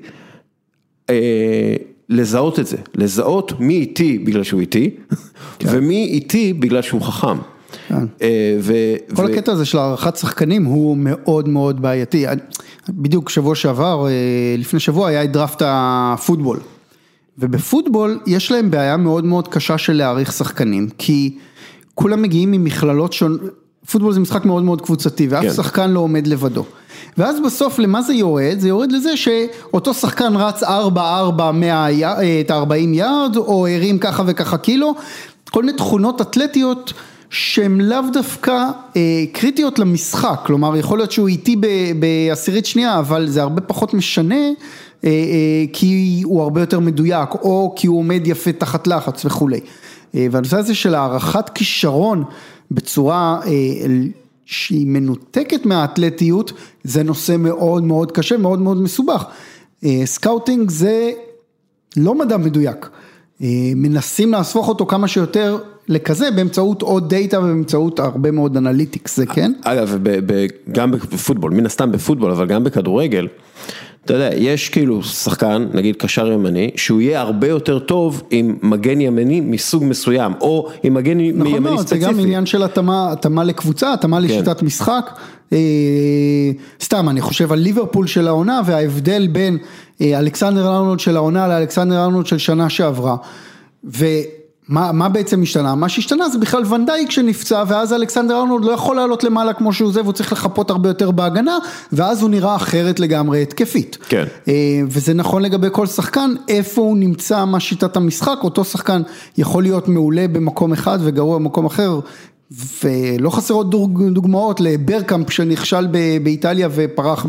אה, לזהות את זה, לזהות מי איטי בגלל שהוא איטי, כן. ומי איטי בגלל שהוא חכם. כן. אה, ו, כל ו... הקטע הזה של הערכת שחקנים הוא מאוד מאוד בעייתי. בדיוק שבוע שעבר, לפני שבוע היה את דראפט הפוטבול, ובפוטבול יש להם בעיה מאוד מאוד קשה של להעריך שחקנים, כי כולם מגיעים ממכללות שונות, פוטבול זה משחק מאוד מאוד קבוצתי, ואף כן. שחקן לא עומד לבדו. ואז בסוף למה זה יורד? זה יורד לזה שאותו שחקן רץ ארבע ארבע את ה-ארבעים יארד, או הרים ככה וככה קילו, כל מיני תכונות אתלטיות שהן לאו דווקא אה, קריטיות למשחק, כלומר יכול להיות שהוא איטי בעשירית שנייה, אבל זה הרבה פחות משנה, אה, אה, כי הוא הרבה יותר מדויק, או כי הוא עומד יפה תחת לחץ וכו'. והנושא הזה של הערכת כישרון בצורה שהיא מנותקת מהאתלטיות, זה נושא מאוד מאוד קשה, מאוד מאוד מסובך. סקאוטינג זה לא מדע מדויק, מנסים להספוך אותו כמה שיותר לכזה, באמצעות עוד דאטה ובאמצעות הרבה מאוד אנליטיקס, זה כן? אגב, גם בפוטבול, מן הסתם בפוטבול, אבל גם בכדורגל, אתה יודע, יש כאילו שחקן, נגיד קשר ימני, שהוא יהיה הרבה יותר טוב עם מגן ימני מסוג מסוים, או עם מגן ימני ספציפי. נכון מאוד, זה גם עניין של התאמה, התאמה לקבוצה, התאמה לשיטת משחק. סתם, אני חושב על ליברפול של העונה, וההבדל בין אלכסנדר ארנולד של העונה לאלכסנדר ארנולד של שנה שעברה. מה, מה בעצם השתנה? מה שהשתנה זה בכלל ונדייק שנפצע, ואז אלכסנדר ארנולד לא יכול לעלות למעלה כמו שהוא זה, והוא צריך לחפות הרבה יותר בהגנה, ואז הוא נראה אחרת לגמרי התקפית. כן. וזה נכון לגבי כל שחקן, איפה הוא נמצא, מה שיטת המשחק, אותו שחקן יכול להיות מעולה במקום אחד וגרוע במקום אחר, ולא חסרות דוגמאות לברקאמפ שנכשל באיטליה ופרח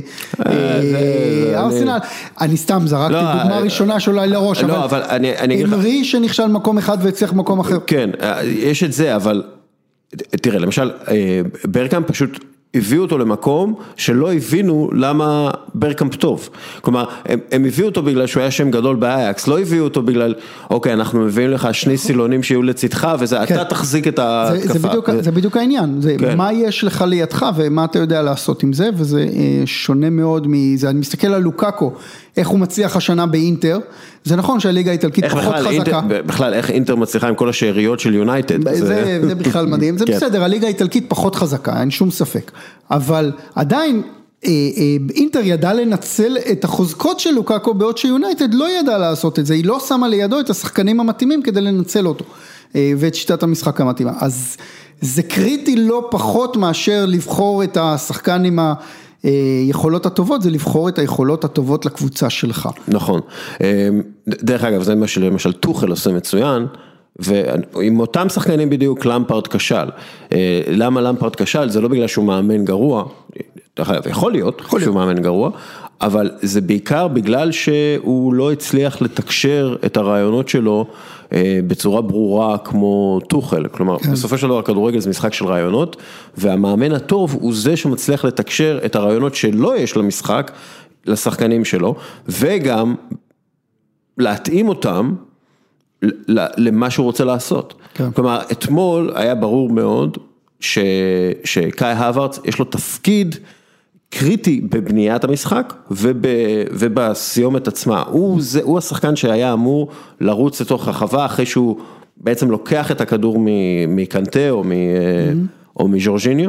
בארסנל, אני סתם זרקתי דוגמה ראשונה שאולי לראש, אבל אמרי שנכשל מקום אחד והצליח מקום אחר. כן, יש את זה, אבל תראה, למשל, ברקאמפ פשוט הביאו אותו למקום שלא הבינו למה ברקאמפ טוב. כלומר, הם, הם הביאו אותו בגלל שהוא היה שם גדול באייקס, לא הביאו אותו בגלל, אוקיי, אנחנו מביאים לך שני סילונים שיהיו לצדך, וזה, כן. אתה תחזיק את ההתקפה. זה, זה, בדיוק, ו... זה בדיוק העניין, זה כן. מה יש לך לידך, ומה אתה יודע לעשות עם זה, וזה שונה מאוד מזה. אני מסתכל על לוקאקו, איך הוא מצליח השנה באינטר, זה נכון שהליגה האיטלקית פחות בכלל, חזקה. אינטר, בכלל, איך אינטר מצליחה עם כל השאריות של יונייטד? זה, זה, זה בכלל מדהים, זה כן. בסדר, הליגה האיטלקית פחות חזקה, אין שום ספק. אבל עדיין, אינטר ידע לנצל את החוזקות של לוקאקו, בעוד שיונייטד לא ידע לעשות את זה, היא לא שמה לידו את השחקנים המתאימים כדי לנצל אותו, ואת שיטת המשחק המתאימה. אז זה קריטי לא פחות מאשר לבחור את השחקן עם ה... יכולות הטובות, זה לבחור את היכולות הטובות לקבוצה שלך. נכון. דרך אגב, זה מה שלמשל טוחל עושה מצוין, ועם אותם שחקנים בדיוק למפרד כשל. למה למפרד כשל? זה לא בגלל שהוא מאמן גרוע, יכול להיות שהוא מאמן גרוע, אבל זה בעיקר בגלל שהוא לא הצליח לתקשר את הרעיונות שלו בצורה ברורה כמו טוחל. כלומר, בסופו של דבר כדורגל זה משחק של רעיונות, והמאמן הטוב הוא זה שמצליח לתקשר את הרעיונות שלו יש למשחק, לשחקנים שלו, וגם להתאים אותם למה שהוא רוצה לעשות. כן. כלומר, אתמול היה ברור מאוד ש, שקאי הווארץ יש לו תפקיד קריטי בבניית המשחק וב, ובסיומת עצמה. הוא, זה, הוא השחקן שהיה אמור לרוץ לתוך הרחבה אחרי שהוא בעצם לוקח את הכדור מקנטה או, mm-hmm. או מז'ורג'יניו.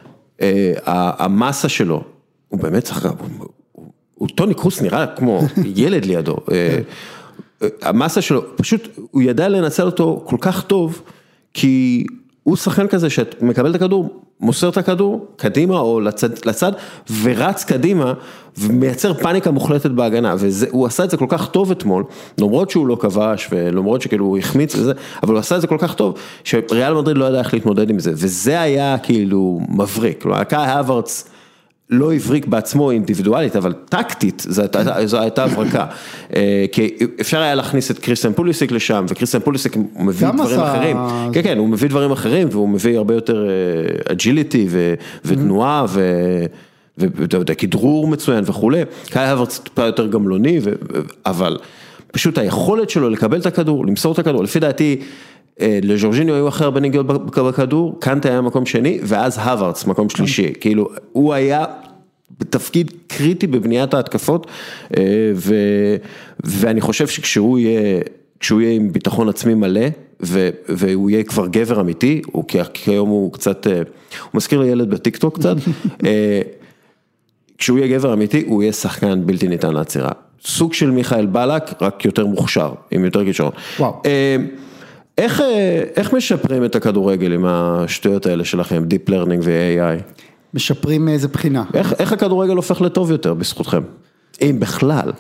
המסה שלו, הוא באמת שחקן, הוא, הוא, הוא טוני קרוס נראה כמו ילד לידו. המסה שלו, פשוט הוא ידע לנצל אותו כל כך טוב, כי הוא שחקן כזה שאת מקבל את הכדור, מוסר את הכדור, קדימה או לצד, לצד, ורץ קדימה, ומייצר פאניקה מוחלטת בהגנה, והוא עשה את זה כל כך טוב אתמול, למרות שהוא לא כבש, ולמרות שכאילו הוא החמיץ וזה, אבל הוא עשה את זה כל כך טוב, שריאל מדריד לא ידע איך להתמודד עם זה, וזה היה כאילו מבריק, כלומר, קאי הווארץ, לא הבריק בעצמו אינדיבידואלית, אבל טקטית, זו הייתה הברקה. כי אפשר היה להכניס את קריסטיאן פוליסיק לשם, וקריסטיאן פוליסיק מביא דברים אחרים. כן, כן, הוא מביא דברים אחרים, והוא מביא הרבה יותר אג'יליטי, ותנועה, וכדרור מצוין וכו'. קאי הווארץ טיפה יותר גמלוני, אבל פשוט היכולת שלו לקבל את הכדור, למסור את הכדור, לפי דעתי, לז'ורג'יניו היו אחר בנגיעות בכדור, קנטה היה מקום שני, ואז הווארץ מקום שלישי, כאילו הוא היה בתפקיד קריטי בבניית ההתקפות, ו, ואני חושב שכשהוא יהיה, כשהוא יהיה עם ביטחון עצמי מלא, ו, והוא יהיה כבר גבר אמיתי, הוא, כי היום הוא קצת, הוא מזכיר לילד בטיקטוק קצת, כשהוא יהיה גבר אמיתי, הוא יהיה שחקן בלתי ניתן לעצירה, סוג של מיכאל בלק, רק יותר מוכשר, עם יותר כישרון. וואו. איך, איך משפרים את הכדורגל עם השטויות האלה שלכם, Deep Learning ו-איי איי? משפרים מאיזה בחינה? איך, איך הכדורגל הופך לטוב יותר בזכותכם? אם בכלל.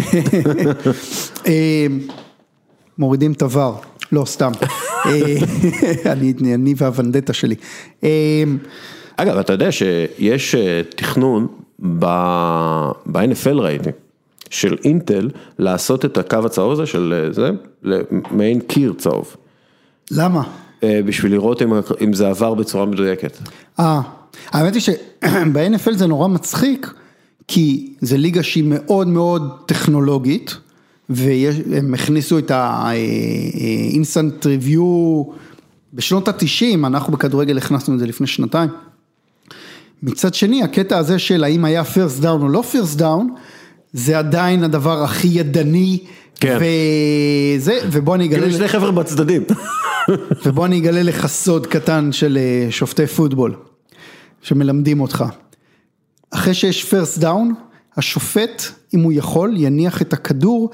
מורידים תבר, לא סתם. אני, אני והוונדטה שלי. אגב, אתה יודע שיש תכנון ב-אן אף אל ראיתי, של אינטל, לעשות את הקו הצהוב הזה של זה, למעין קיר צהוב. למה? בשביל לראות אם, אם זה עבר בצורה מדויקת. אה, האמת היא שב-אן אף אל זה נורא מצחיק, כי זה ליגה שהיא מאוד מאוד טכנולוגית, והם הכניסו את ה-instant review בשנות ה-תשעים, אנחנו בכדורגל הכנסנו את זה לפני שנתיים. מצד שני, הקטע הזה של האם היה first down או לא first down, זה עדיין הדבר הכי ידני, כן. וזה, ובוא אני אגלה... כאילו שני חבר'ה בצדדים. ובוא אני אגלה לך סוד קטן של שופטי פוטבול, שמלמדים אותך. אחרי שיש first down, השופט, אם הוא יכול, יניח את הכדור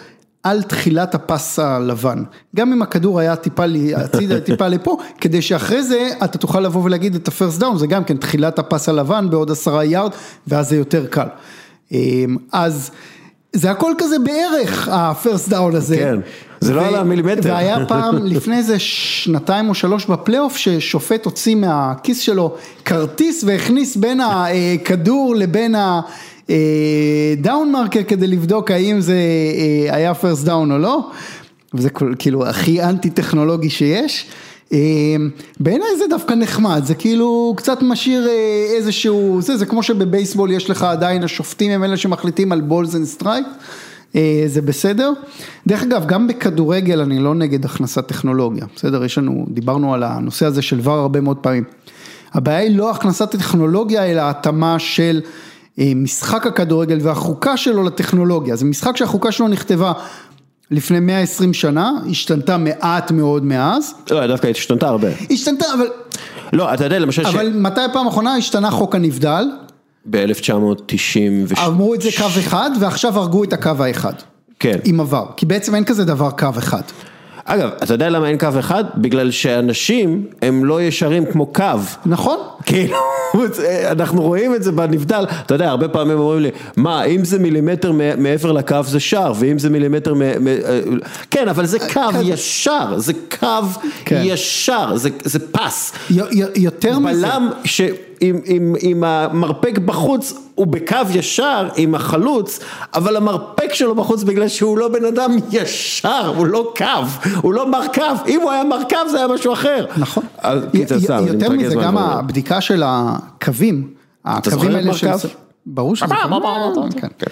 על תחילת הפס הלבן, גם אם הכדור היה טיפה הצידה, טיפה לפה, כדי שאחרי זה אתה תוכל לבוא ולהגיד את הפרסט דאון, זה גם כן תחילת הפס הלבן בעוד עשרה יארד, ואז זה יותר קל. אז זה הכל כזה בערך, הפרסט דאון הזה. כן, זה לא על המילימטר. והיה פעם לפני איזה שנתיים או שלוש בפלייאוף, ששופט הוציא מהכיס שלו כרטיס, והכניס בין הכדור לבין ה... דאון מרקר כדי לבדוק האם זה היה פרסט דאון או לא, וזה כאילו הכי אנטי טכנולוגי שיש. בעיניי זה דווקא נחמד, זה כאילו קצת משאיר איזשהו, זה, זה כמו שבבייסבול יש לך עדיין השופטים הם אלה שמחליטים על בולס אנד סטרייק, זה בסדר. דרך אגב, גם בכדורגל אני לא נגד הכנסת טכנולוגיה, בסדר, יש לנו, דיברנו על הנושא הזה של ור הרבה מאוד פעמים. הבעיה היא לא הכנסת טכנולוגיה, אלא התאמה של משחק הכדורגל והחוקה שלו לטכנולוגיה. זה משחק שהחוקה שלו נכתבה לפני מאה ועשרים שנה, השתנתה מעט מאוד מאז. לא, דווקא השתנתה הרבה. השתנתה, אבל... לא, אתה יודע, למשל... אבל ש... מתי הפעם האחרונה השתנה חוק הנבדל? ב-אלף תשע מאות תשעים ושש. אמרו את זה קו אחד, ועכשיו הרגו את הקו האחד. כן. עם עבר, כי בעצם אין כזה דבר קו אחד. אגב, אתה יודע למה אין קו אחד? בגלל שאנשים הם לא ישרים כמו קו. נכון. כאילו, אנחנו רואים את זה בנבדל, אתה יודע, הרבה פעמים אומרים לי, מה, אם זה מילימטר מעבר לקו זה שר, ואם זה מילימטר, כן, אבל זה קו ישר, זה קו ישר, זה פס. יותר מזה. בלם שעם המרפק בחוץ, הוא בקו ישר עם החלוץ, אבל המרפק שלו בחוץ בגלל שהוא לא בן אדם ישר, הוא לא קו, הוא לא מרכב, אם הוא היה מרכב זה היה משהו אחר. נכון. יותר מזה גם הבדיקה של הקווים, הקווים האלה של... ברור שזה נכון.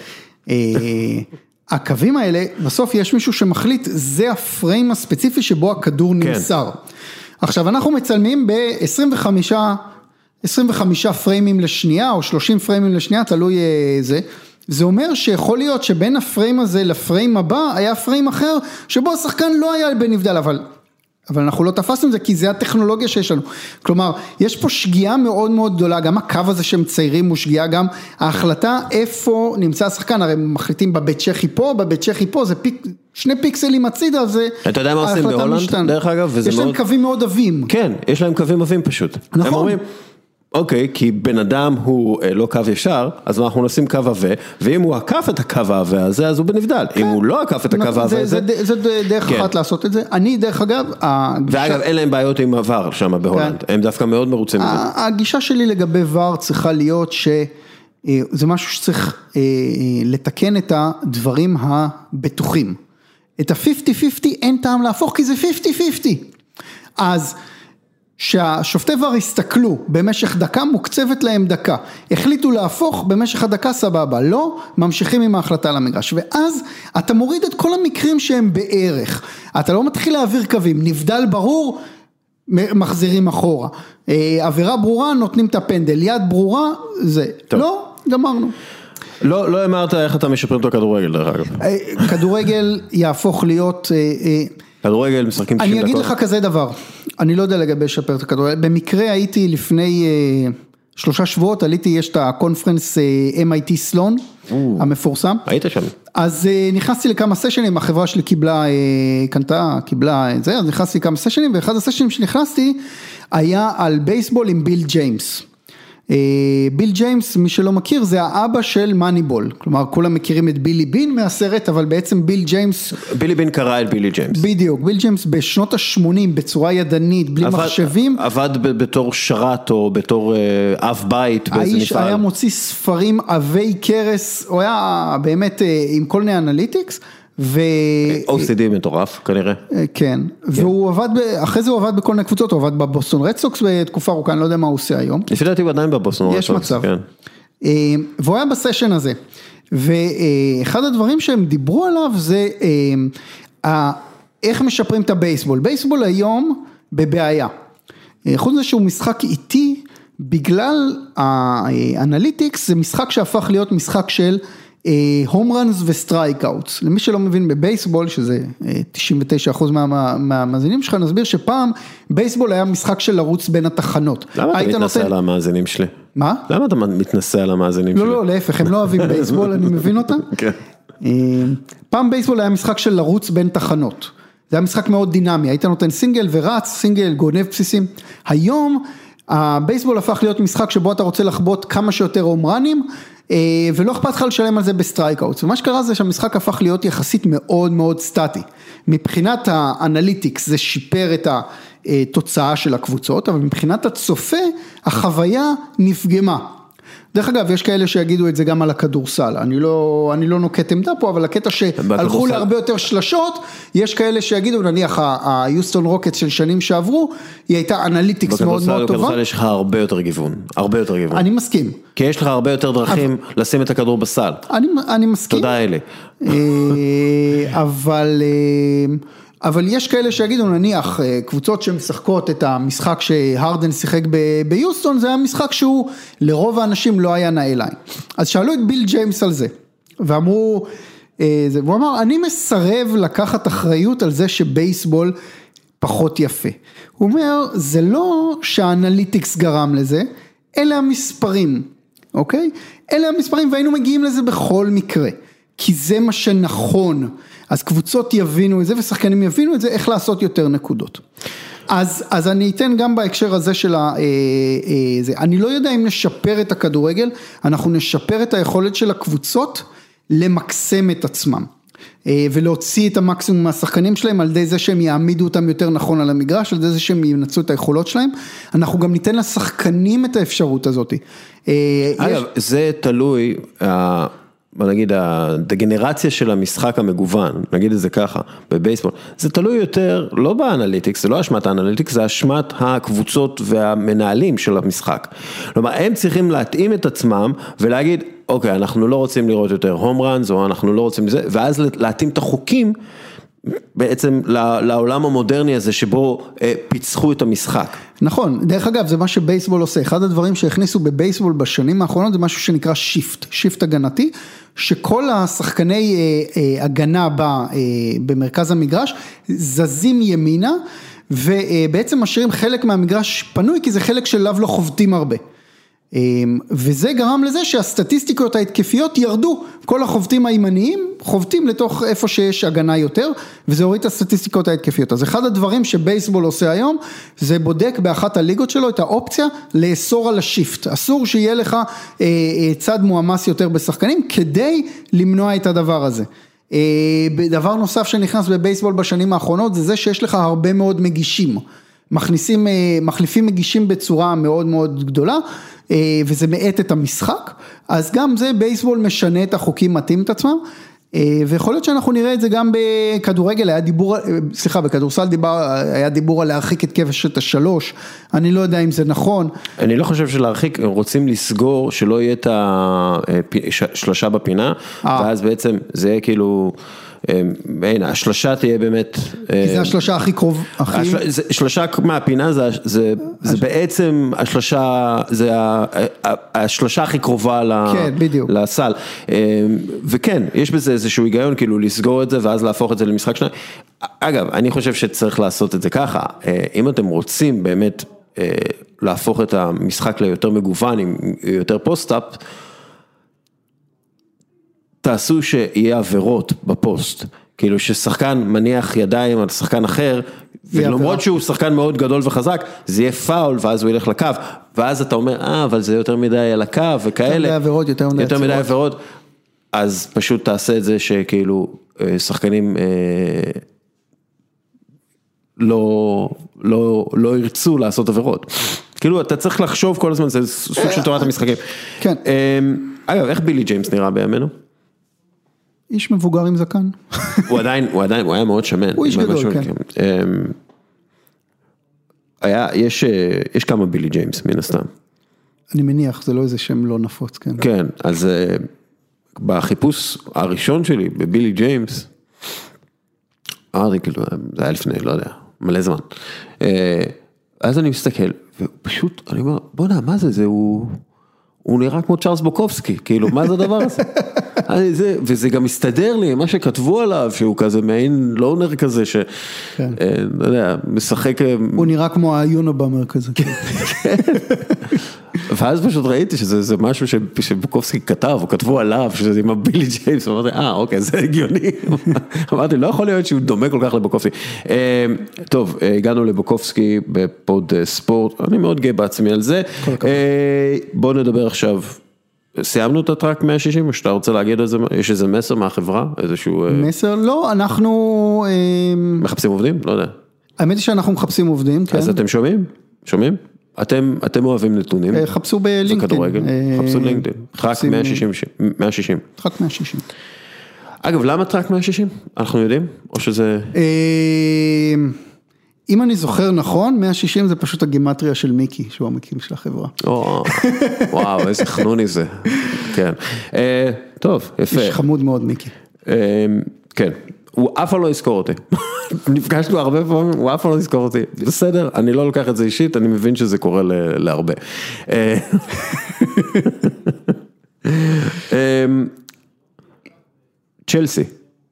הקווים האלה, בסוף יש מישהו שמחליט, זה הפריים הספציפי שבו הכדור נמסר. עכשיו אנחנו מצלמים ב-עשרים וחמישה עשרים וחמישה פריימים לשנייה, או שלושים פריימים לשנייה, תלוי זה. זה אומר שיכול להיות שבין הפריים הזה לפריים הבא, היה פריים אחר, שבו השחקן לא היה בנבדל, אבל, אבל אנחנו לא תפסנו את זה, כי זה הטכנולוגיה שיש לנו. כלומר, יש פה שגיאה מאוד מאוד גדולה, גם הקו הזה שהם ציירים הוא שגיאה, גם ההחלטה איפה נמצא השחקן, הרי מחליטים בבית צ'כי פה, בבית צ'כי פה, זה פיק, שני פיקסלים הצידה, זה... אתה יודע מה עושים בהולנד, משתן. דרך אגב, יש להם מאוד... קווים מאוד עבים. כן, יש להם קווים עבים פשוט. נכון. הם אומרים, אוקיי, כי בן אדם הוא לא קו ישר, אז אנחנו נשים קו עבה, ואם הוא עקף את הקו העבה הזה, אז הוא בנבדל. אם הוא לא עקף את הקו העבה הזה... זה דרך אחת לעשות את זה. אני, דרך אגב... ואגב, אין להם בעיות עם עבר שם בהולנד. הם דווקא מאוד מרוצים מזה. הגישה שלי לגבי עבר צריכה להיות שזה משהו שצריך לתקן את הדברים הבטוחים. את ה-חמישים חמישים אין טעם להפוך, כי זה חמישים חמישים. אז... שהשופטי ור הסתכלו במשך דקה, מוקצבת להם דקה, החליטו להפוך במשך הדקה סבבה, לא, ממשיכים עם ההחלטה למגרש, ואז אתה מוריד את כל המקרים שהם בערך, אתה לא מתחיל להעביר קווים, נבדל ברור, מחזירים אחורה, עבירה ברורה, נותנים את הפנדל, יד ברורה, זה, טוב. לא, גמרנו. לא, לא אמרת איך אתה משפרים את הכדורגל דרך אגב. כדורגל יהפוך להיות... כדורגל משחקים תשעים דקות. אני אגיד לך כזה דבר, אני לא יודע לגבי לשפר את הכדורגל, במקרה הייתי לפני שלושה שבועות, עליתי, יש את הקונפרנס אם איי טי סלון, המפורסם. היית שם. אז נכנסתי לכמה סשנים, החברה שלי קיבלה, קנתה, קיבלה את זה, אז נכנסתי לכמה סשנים, ואחד הסשנים שנכנסתי, היה על בייסבול עם ביל ג'יימס. ביל ג'יימס, מי שלא מכיר, זה האבא של מאניבול, כלומר כולם מכירים את בילי בין מהסרט, אבל בעצם ביל ג'יימס... בילי בין קרא את בילי ג'יימס. בדיוק, ביל ג'יימס בשנות ה-שמונים, בצורה ידנית, בלי עבד, מחשבים. עבד בתור שרת או בתור אב בית באיזה מפעל. האיש היה מוציא ספרים עבי קרס, הוא היה באמת עם כל מיני אנליטיקס, ו... או סי די מטורף כנראה. כן, והוא עבד, אחרי זה הוא עבד בכל מיני קבוצות, הוא עבד בבוסטון רד סוקס בתקופה ארוכה, אני לא יודע מה הוא עושה היום. לפי דעתי הוא עדיין בבוסטון רד סוקס. יש מצב. והוא היה בסשן הזה, ואחד הדברים שהם דיברו עליו זה איך משפרים את הבייסבול. בייסבול היום בבעיה. חוץ מזה שהוא משחק איטי, בגלל האנליטיקס, זה משחק שהפך להיות משחק של הום ראנס וסטרייק אאוטס. למי שלא מבין בבייסבול, שזה תשעים ותשעה אחוז מהמאזינים שלך, נסביר שפעם בייסבול היה משחק של לרוץ בין התחנות. למה אתה מתנסה על המאזינים שלי? מה? למה אתה מתנסה על המאזינים שלי? לא, לא, להפך, הם לא אוהבים בייסבול, אני מבין אותם. פעם בייסבול היה משחק של לרוץ בין תחנות, זה היה משחק מאוד דינמי, היית נותן סינגל ורץ, סינגל, גונב בסיסים, היום הבייסבול הפך להיות משחק שבו אתה רוצה לחבוט כמה שיותר הומרנים, ולא אכפת לך לשלם על זה בסטרייקאוטס, ומה שקרה זה שהמשחק הפך להיות יחסית מאוד מאוד סטטי, מבחינת האנליטיקס זה שיפר את התוצאה של הקבוצות, אבל מבחינת הצופה החוויה נפגמה, דרך אגב, יש כאלה שיגידו את זה גם על הכדורסל, אני לא, אני לא נוקט עמדה פה, אבל הקטע שהלכו להרבה יותר שלשות, יש כאלה שיגידו, נניח, היוסטון רוקטס של שנים שעברו, היא הייתה אנליטיקס מאוד מאוד טובה. בכדורסל יש לך הרבה יותר גיוון, הרבה יותר גיוון. אני מסכים. כי יש לך הרבה יותר דרכים לשים את הכדור בסל. אני, אני מסכים. תודה אלי. אבל... אבל יש כאלה שיגידו, נניח, קבוצות שמשחקות את המשחק שהרדן שיחק ביוסטון, זה היה משחק שהוא לרוב האנשים לא היה נעליים. אז שאלו את ביל ג'יימס על זה, ואמרו, והוא אמר, אני מסרב לקחת אחריות על זה שבייסבול פחות יפה. הוא אומר, זה לא שהאנליטיקס גרם לזה, אלה המספרים, אוקיי? אלה המספרים, והיינו מגיעים לזה בכל מקרה, כי זה מה שנכון. אז קבוצות יבינו את זה, ושחקנים יבינו את זה, איך לעשות יותר נקודות. אז, אז אני אתן גם בהקשר הזה של ה... אה, אה, זה. אני לא יודע אם נשפר את הכדורגל, אנחנו נשפר את היכולת של הקבוצות, למקסם את עצמם, אה, ולהוציא את המקסימום מהשחקנים שלהם, על ידי זה שהם יעמידו אותם יותר נכון על המגרש, על ידי זה שהם ינצלו את היכולות שלהם, אנחנו גם ניתן לשחקנים את האפשרות הזאת. אה, אגב, יש... זה תלוי... אה... בוא נגיד, הדגנרציה של המשחק המגוון, נגיד את זה ככה, בבייסבול, זה תלוי יותר, לא באנליטיקס, זה לא אשמת האנליטיקס, זה אשמת הקבוצות והמנהלים של המשחק. כלומר, הם צריכים להתאים את עצמם, ולהגיד, אוקיי, אנחנו לא רוצים לראות יותר הום ראנס, או אנחנו לא רוצים לזה, ואז להתאים את החוקים, בעצם לעולם המודרני הזה שבו פיצחו את המשחק. נכון, דרך אגב זה מה שבייסבול עושה, אחד הדברים שהכניסו בבייסבול בשנים האחרונות זה משהו שנקרא שיפט, שיפט הגנתי, שכל השחקני הגנה במרכז המגרש זזים ימינה ובעצם משאירים חלק מהמגרש פנוי כי זה חלק שלאו לא חובטים הרבה. וזה גרם לזה שהסטטיסטיקות ההתקפיות ירדו, כל החובטים הימניים חובטים לתוך איפה שיש הגנה יותר, וזה הוריד את הסטטיסטיקות ההתקפיות. אז אחד הדברים שבייסבול עושה היום, זה בודק באחת הליגות שלו את האופציה לאסור על השיפט, אסור שיהיה לך אה, אה, צד מועמס יותר בשחקנים, כדי למנוע את הדבר הזה. אה, דבר נוסף שנכנס בבייסבול בשנים האחרונות, זה זה שיש לך הרבה מאוד מגישים, מכניסים, מחליפים מגישים בצורה מאוד מאוד גדולה, וזה מעט את המשחק, אז גם זה בייסבול משנה את החוקים, מתאים את עצמם, ויכול להיות שאנחנו נראה את זה גם בכדורגל, היה דיבור, סליחה, בכדורסל דיבר, היה דיבור על להרחיק את כבש את השלוש, אני לא יודע אם זה נכון. אני לא חושב שלהרחיק, רוצים לסגור שלא יהיה את השלושה בפינה, ואז בעצם זה כאילו... הנה, השלושה תהיה באמת... כי זה השלושה הכי קרוב, הכי... שלושה מהפינה זה בעצם השלושה, זה השלושה הכי קרובה לסל. וכן, יש בזה איזשהו היגיון, כאילו לסגור את זה ואז להפוך את זה למשחק שניים. אגב, אני חושב שצריך לעשות את זה ככה. אם אתם רוצים באמת להפוך את המשחק ליותר מגוון, עם יותר פוסט-אפ, תעשו שיהיה עבירות בפוסט, כאילו ששחקן מניח ידיים על שחקן אחר, ולמרות שהוא שחקן מאוד גדול וחזק, זה יהיה פאול, ואז הוא ילך לקו, ואז אתה אומר, אה, אבל זה יותר מדי על הקו, וכאלה. יותר מדי עבירות, יותר מדי יותר מדי עבירות, אז פשוט תעשה את זה שכאילו, שחקנים לא, לא, לא ירצו לעשות עבירות. כאילו, אתה צריך לחשוב כל הזמן, זה סוג של תורת המשחקים. כן. אגב, איך בילי ג'יימס נראה בימינו? איש מבוגר עם זקן. הוא עדיין, הוא עדיין, הוא היה מאוד שמן. הוא איש גדול, כן. היה, יש, יש כמה בילי ג'יימס, מן הסתם. אני מניח, זה לא איזה שם לא נפוץ, כן. כן, אז בחיפוש הראשון שלי, בבילי ג'יימס, אמרתי, כאילו, זה היה לפני, לא יודע, מלא זמן. אז אני מסתכל, ופשוט, אני אומר, בוא נה, מה זה, זה הוא... הוא נראה כמו צ'ארלס בוקובסקי, כאילו, מה זה הדבר הזה? זה, וזה גם מסתדר לי, מה שכתבו עליו, שהוא כזה מעין לונר כזה, ש... כן. לא יודע, משחק... הוא נראה כמו היונובאמר כזה. ואז פשוט ראיתי שזה משהו שבוקובסקי כתב, או כתבו עליו, שזה עם הבילי ג'יימס, ואמרתי, אה, אוקיי, זה הגיוני. אמרתי, לא יכול להיות שהוא דומה כל כך לבוקובסקי. טוב, הגענו לבוקובסקי בפוד ספורט, אני מאוד גאה בעצמי על זה. בואו נדבר עכשיו. סיימנו את הטרק מאה שישים, או שאתה רוצה להגיד על זה, יש איזה מסר מהחברה, איזשהו... מסר? לא, אנחנו... מחפשים עובדים? לא יודע. האמת היא שאנחנו מחפשים עובדים, כן. אז אתם שומעים? שומעים? אתם, אתם אוהבים נתונים? חפשו בלינקדאין. זה כדורגל? חפשו לינקדאין. טרק מאה שישים. מאה שישים. טרק מאה שישים. אגב, למה טרק מאה שישים? אנחנו יודעים? או שזה... אם אני זוכר נכון, מאה שישים זה פשוט הגימטריה של מיקי, שהוא המקים של החברה. וואו, איזה חנוני זה. כן. טוב, יפה. איש חמוד מאוד, מיקי. כן. הוא אף פעם לא יזכור אותי. נפגשנו הרבה פעמים, הוא אף פעם לא יזכור אותי. בסדר, אני לא לוקח את זה אישית, אני מבין שזה קורה להרבה. צ'לסי.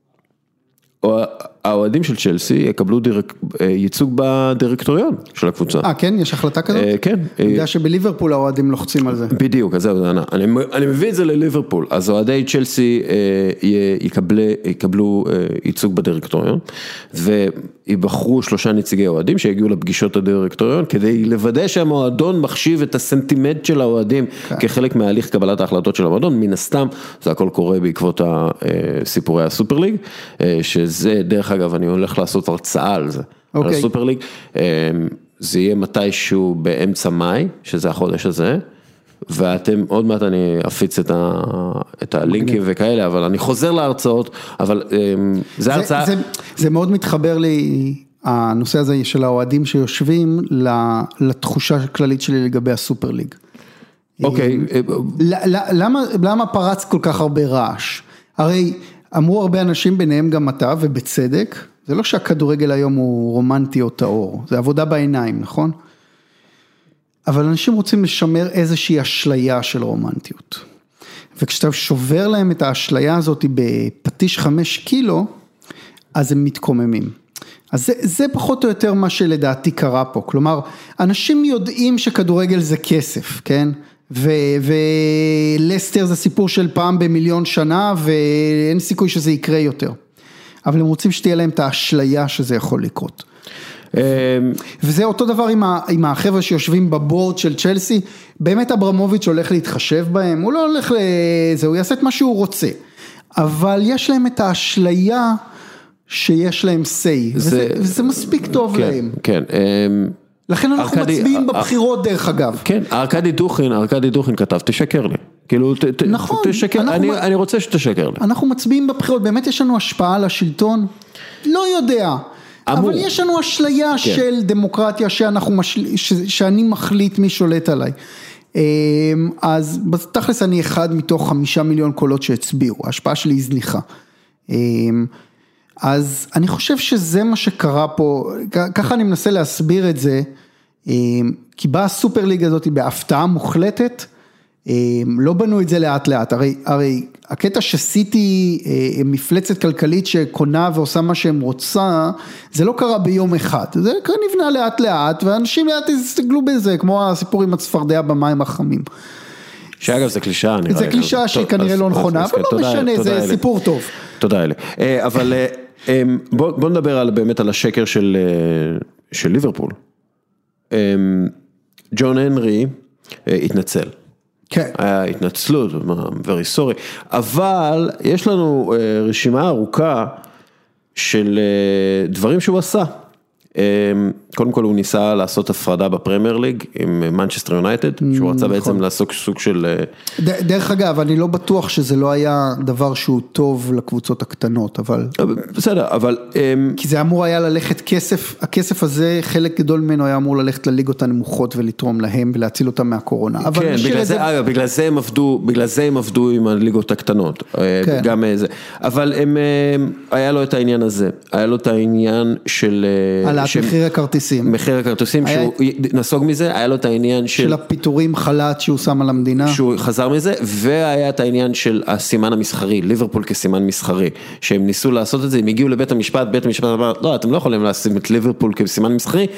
האוהדים של צ'לסי יקבלו ייצוג בדירקטוריון של הקבוצה. אה, כן? יש החלטה כזאת? כן. אני יודע שבליברפול האוהדים לוחצים על זה. בדיוק, אז זהו, אני מביא את זה לליברפול, אז אוהדי צ'לסי יקבלו ייצוג בדירקטוריון, ויבחרו שלושה נציגי אוהדים שיגיעו לפגישות הדירקטוריון, כדי לוודא שהמועדון מחשיב את הסנטימנט של האוהדים, כחלק מההליך קבלת ההחלטות של המועדון, מן הסתם, זה הכל קורה בעקבות הסיפורי הסופר ליג, שזה דרך אגב, אני הולך לעשות הרצאה על זה, על הסופר ליג, זה יהיה מתישהו באמצע מאי, שזה החודש הזה, ואתם, עוד מעט אני אפיץ את הלינקים וכאלה, אבל אני חוזר להרצאות, אבל זה הרצאה... זה מאוד מתחבר לי, הנושא הזה של האוהדים שיושבים, לתחושה הכללית שלי לגבי הסופר ליג. אוקיי. למה פרץ כל כך הרבה רעש? הרי... אמרו הרבה אנשים, ביניהם גם אתה, ובצדק, זה לא שהכדורגל היום הוא רומנטי או טהור, זה עבודה בעיניים, נכון? אבל אנשים רוצים לשמר איזושהי אשליה של רומנטיות. וכשאתה שובר להם את האשליה הזאת בפטיש חמש קילו, אז הם מתקוממים. אז זה, זה פחות או יותר מה שלדעתי קרה פה. כלומר, אנשים יודעים שכדורגל זה כסף, כן? ולסטר זה סיפור של פעם במיליון שנה, ואין סיכוי שזה יקרה יותר. אבל הם רוצים שתהיה להם את האשליה שזה יכול לקרות. וזה אותו דבר עם החבר'ה שיושבים בבורד של צ'לסי, באמת אברמוביץ' הולך להתחשב בהם, הוא לא הולך לזה, הוא יעשה את מה שהוא רוצה. אבל יש להם את האשליה שיש להם say, וזה מספיק טוב להם. כן, כן. לכן אנחנו מצביעים בבחירות דרך אגב. כן, ארקדי דוכין, ארקדי דוכין כתב, תשקר לי. כאילו, תשקר, אני רוצה שתשקר לי. אנחנו מצביעים בבחירות, באמת יש לנו השפעה על השלטון? לא יודע. אבל יש לנו אשליה של דמוקרטיה שאני מחליט מי שולט עליי. אז בתכלס אני אחד מתוך חמישה מיליון קולות שהצביעו, ההשפעה שלי היא זניחה. אז אני חושב שזה מה שקרה פה, ככה אני מנסה להסביר את זה, כי באה הסופר ליג הזאת בהפתעה מוחלטת, לא בנו את זה לאט לאט, הרי, הרי הקטע שסיטי מפלצת כלכלית שקונה ועושה מה שהם רוצה, זה לא קרה ביום אחד, זה נבנה לאט לאט, ואנשים לאט הסתגלו בזה, כמו הסיפור עם הצפרדע במים החמים. שאגב זה קלישה, נראה לי. זה קלישה שהיא כנראה לא נכונה, אבל לא משנה, זה סיפור טוב. תודה אלי. אבל בוא נדבר על, באמת על השקר של, של ליברפול. ג'ון הנרי התנצל. כן. היה התנצלות, very sorry. אבל יש לנו רשימה ארוכה של דברים שהוא עשה. קודם כל הוא ניסה לעשות הפרדה בפרמייר ליג עם מנצ'סטר יונייטד, שהוא רצה בעצם לעשות סוג של... דרך אגב, אני לא בטוח שזה לא היה דבר שהוא טוב לקבוצות הקטנות, אבל... בסדר, אבל... כי זה אמור היה ללכת כסף, הכסף הזה, חלק גדול ממנו היה אמור ללכת לליגות הנמוכות ולתרום להם ולהציל אותם מהקורונה. כן, בגלל זה, אגב, בגלל זה הם עבדו, בגלל זה הם עבדו עם הליגות הקטנות. גם זה. אבל הם, היה לו את העניין הזה, היה לו את העניין של... מחיר הכרטיסים. מחיר הכרטיסים, שהוא נסוג מזה, היה לו את העניין של... של הפיטורים חל"ת שהוא שם על המדינה. שהוא חזר מזה, והיה את העניין של הסימן המסחרי, ליברפול כסימן מסחרי, שהם ניסו לעשות את זה, הם הגיעו לבית המשפט, בית המשפט אמר, לא, אתם לא יכולים לשים את ליברפול כסימן מסחרי,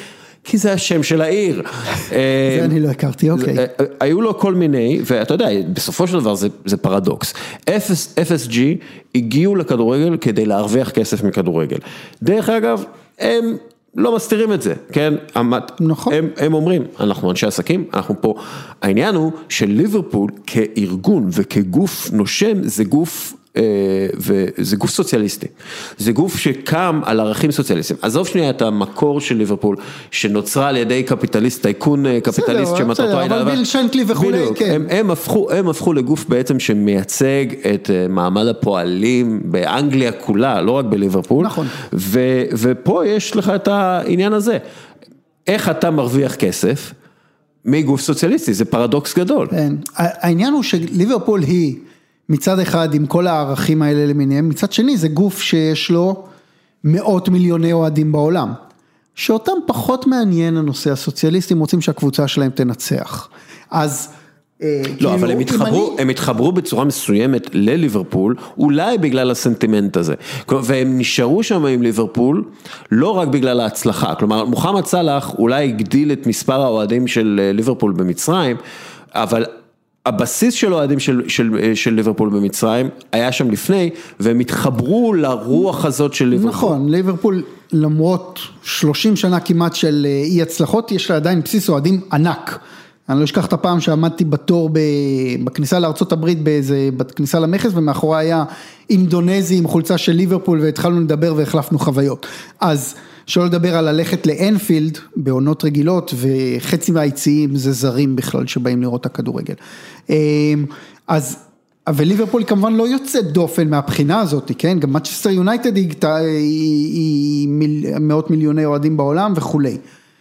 כי זה השם של העיר. זה אני לא הכרתי, אוקיי. היו לו כל מיני, ואתה יודע, בסופו של דבר זה, זה פרדוקס. אף אס ג'י הגיעו לכדורגל כדי להרוויח כסף מכדורגל. דרך אגב, הם לא מסתירים את זה, כן? נכון. הם, הם אומרים, אנחנו אנשי עסקים, אנחנו פה. העניין הוא של ליברפול כארגון וכגוף נושם, זה גוף וזה גוף סוציאליסטי, זה גוף שקם על ערכים סוציאליסטיים. עזוב שנייה את המקור של ליברפול, שנוצרה על ידי קפיטליסט, טייקון קפיטליסט שמטרתו הייתה, אבל ביל שנקלי וכולי, כן. הם הפכו, הם הפכו לגוף בעצם שמייצג את מעמד הפועלים באנגליה כולה, לא רק בליברפול, נכון. ופה יש לך את העניין הזה, איך אתה מרוויח כסף מגוף סוציאליסטי, זה פרדוקס גדול. העניין הוא שליברפול היא מצד אחד עם כל הערכים האלה למיניהם, מצד שני זה גוף שיש לו מאות מיליוני אוהדים בעולם, שאותם פחות מעניין הנושא, הסוציאליסטים רוצים שהקבוצה שלהם תנצח, אז לא, אבל הם התחברו, הם התחברו בצורה מסוימת לליברפול, אולי בגלל הסנטימנט הזה, והם נשארו שם עם ליברפול, לא רק בגלל ההצלחה, כלומר, מוחמד סלאח אולי הגדיל את מספר האוהדים של ליברפול במצרים, אבל הבסיס של אוהדים של, של, של ליברפול במצרים היה שם לפני, והם התחברו לרוח הזאת של ליברפול. נכון, ליברפול למרות שלושים שנה כמעט של אי הצלחות, יש לה עדיין בסיס אוהדים ענק. אני לא אשכח את הפעם שעמדתי בתור בכניסה לארצות הברית, באיזה, בכניסה למכס, ומאחורי היה אינדונזי עם חולצה של ליברפול, והתחלנו לדבר והחלפנו חוויות. אז שלא לדבר על ללכת לאנפילד בעונות רגילות, וחצי מהיציעים זה זרים בכלל שבאים לראות את הכדורגל. אז, אבל ליברפול כמובן לא יוצא דופן מהבחינה הזאת, כן? גם מצ'סטר יונייטד היא, היא, היא מיל, מאות מיליוני אוהדים בעולם וכולי.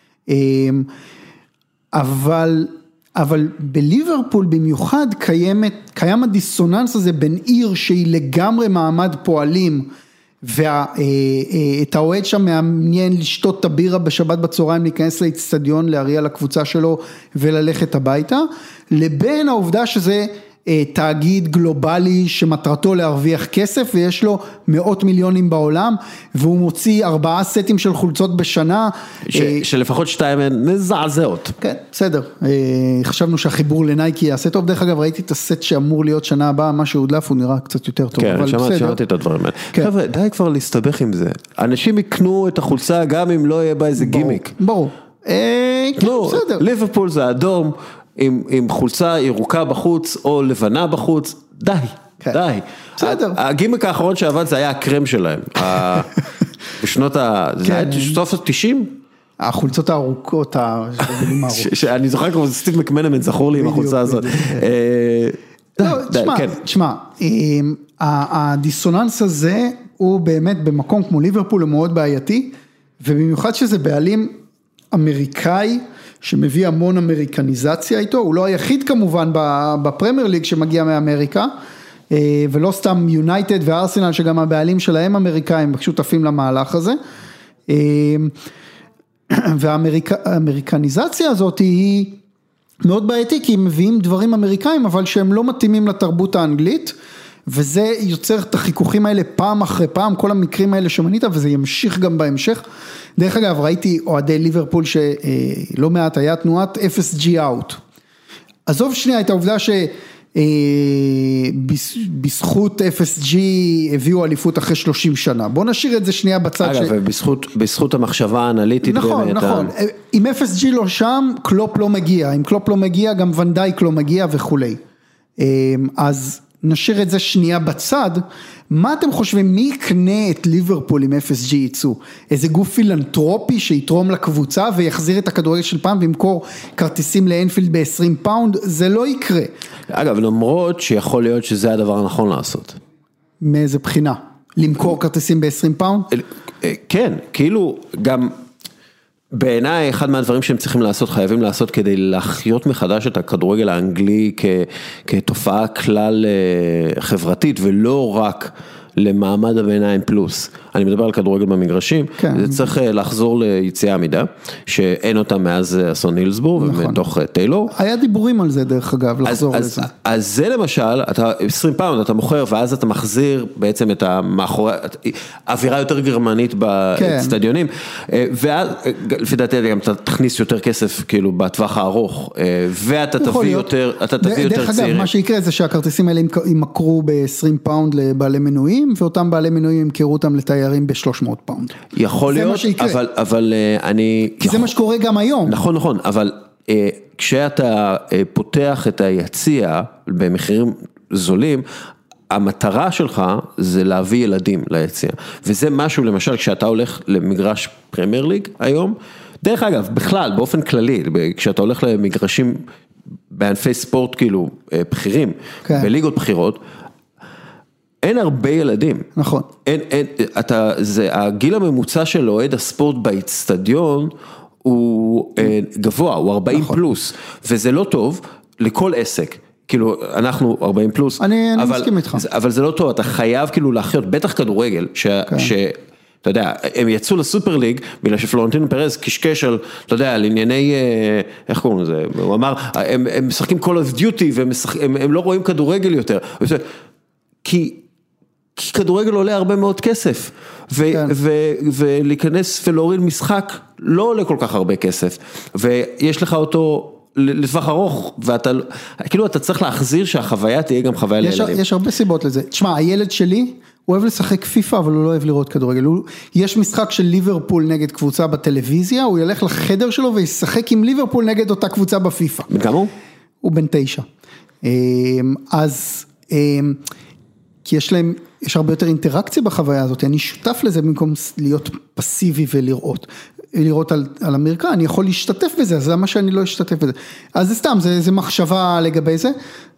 אבל, אבל בליברפול במיוחד קיימת, קיים הדיסוננס הזה בין עיר שהיא לגמרי מעמד פועלים, ואת האוהד שם מעניין לשתות את הבירה בשבת בצהריים, להיכנס לאצטדיון, להריע לקבוצה שלו וללכת הביתה, לבין העובדה שזה תאגיד גלובלי שמטרתו להרוויח כסף, ויש לו מאות מיליונים בעולם, והוא מוציא ארבעה סטים של חולצות בשנה. ש, שלפחות שתיים הן מזעזעות. כן, בסדר. חשבנו שהחיבור לנייקי יעשה טוב, דרך אגב ראיתי את הסט שאמור להיות שנה הבאה, מה שהודלף הוא נראה קצת יותר טוב. כן, שמעתי, שמעתי את הדברים האלה. כן. חבר'ה, די כבר להסתבך עם זה. אנשים יקנו את החולצה גם אם לא יהיה בה איזה ברור, גימיק. ברור. אה, כן, לא, בסדר. ליברפול זה אדום, עם, עם חולצה ירוקה בחוץ או לבנה בחוץ, די, כן. די. בסדר. הגימיק האחרון שעבד זה היה הקרם שלהם. בשנות ה... זה היה סוף ה-תשעים? החולצות הארוכות, אני זוכר כמו סטיב מקמנמן, זכור לי עם החולצה הזאת. תשמע, הדיסוננס הזה הוא באמת במקום כמו ליברפול הוא מאוד בעייתי, ובמיוחד שזה בעלים אמריקאי, שמביא המון אמריקניזציה איתו, הוא לא היחיד כמובן בפרמייר ליג שמגיע מאמריקה, ולא סתם יונייטד וארסנל שגם הבעלים שלהם אמריקאים שותפים למהלך הזה, והאמריקניזציה הזאת היא מאוד בעייתי, כי הם מביאים דברים אמריקאים, אבל שהם לא מתאימים לתרבות האנגלית, וזה יוצר את החיכוכים האלה פעם אחרי פעם, כל המקרים האלה שמנית, וזה ימשיך גם בהמשך. דרך אגב, ראיתי אוהדי ליברפול שלא מעט היה תנועת אף אס ג'י out. עזוב שנייה את העובדה שבזכות אף אס ג'י הביאו אליפות אחרי שלושים שנה. בוא נשאיר את זה שנייה בצד. אגב, ובזכות המחשבה האנליטית. נכון, נכון. אם אף אס ג'י לא שם, קלופ לא מגיע. אם קלופ לא מגיע, גם ונדייק לא מגיע וכולי. אז נשאיר את זה שנייה בצד, מה אתם חושבים, מי יקנה את ליברפול עם אף אס ג'י ייצוא? איזה גוף פילנטרופי שיתרום לקבוצה ויחזיר את הכדורגל של פעם וימכור כרטיסים לאנפילד ב-עשרים פאונד? זה לא יקרה. אגב, למרות שיכול להיות שזה הדבר הנכון לעשות. מאיזה בחינה? למכור כרטיסים ב-עשרים פאונד? כן, כאילו גם בעיניי אחד מהדברים שהם צריכים לעשות, חייבים לעשות כדי להחיות מחדש את הכדורגל האנגלי כ, כתופעה כלל חברתית ולא רק למעמד הביניים פלוס. אני מדבר על כדורגל במגרשים, כן. זה צריך לחזור ליציאה עמידה, שאין אותה מאז אסון הילסבורג, נכון. ומתוך טיילור. היה דיבורים על זה דרך אגב, לחזור אז, לזה. אז, אז זה למשל, אתה עשרים פאונד, אתה מוכר, ואז אתה מחזיר בעצם את המאחורי, אווירה יותר גרמנית באצטדיונים, כן. ואז, לפי דעתי, גם אתה תכניס יותר כסף, כאילו, בטווח הארוך, ואתה תביא יותר, אתה תביא יותר צעירים. דרך אגב, מה שיקרה זה שהכרטיסים האלה ימכרו ב-עשרים פאונד לבעלי מנויים, ואותם בעלי מנויים ימכרו אותם לתיירים ב-שלוש מאות פאונד. יכול להיות, אבל, אבל אני... כי זה מה שקורה גם היום. נכון, נכון, אבל כשאתה פותח את היציע במחירים זולים, המטרה שלך זה להביא ילדים ליציע. וזה משהו, למשל, כשאתה הולך למגרש פרמייר ליג היום, דרך אגב, בכלל, באופן כללי, כשאתה הולך למגרשים בענפי ספורט כאילו בחירים, כן. בליגות בחירות, אין הרבה ילדים. נכון. אין, אין, אתה, זה, הגיל הממוצע של אוהד הספורט באצטדיון, הוא גבוה, הוא ארבעים נכון. פלוס, וזה לא טוב לכל עסק. כאילו, אנחנו ארבעים פלוס. אני, אבל, אני מסכים איתך. אבל זה לא טוב, אתה חייב כאילו להחיות, בטח כדורגל, ש... כן. ש אתה יודע, הם יצאו לסופר ליג, בגלל שפלורנטינו פרז קשקש על, אתה יודע, על ענייני, איך קוראים לזה, הוא אמר, הם, הם משחקים Call of Duty, והם הם, הם לא רואים כדורגל יותר, כי, כי כדורגל עולה הרבה מאוד כסף, ו, כן. ו, ולהיכנס ולהוריד משחק, לא עולה כל כך הרבה כסף, ויש לך אותו לטווח ארוך, ואתה, כאילו אתה צריך להחזיר שהחוויה תהיה גם חוויה יש, לילדים. יש הרבה סיבות לזה. תשמע, הילד שלי, הוא אוהב לשחק פיפה, אבל הוא לא אוהב לראות כדורגל. יש משחק של ליברפול נגד קבוצה בטלוויזיה, הוא ילך לחדר שלו וישחק עם ליברפול נגד אותה קבוצה בפיפה. בן כמה הוא? הוא בן תשע. אז, כי יש להם, יש הרבה יותר אינטראקציה בחוויה הזאת, אני שותף לזה במקום להיות פסיבי ולראות. לראות על, על אמריקה, אני יכול להשתתף בזה, אז זה מה שאני לא אשתתף בזה. אז זה סתם, זה, זה מחשבה לגבי זה.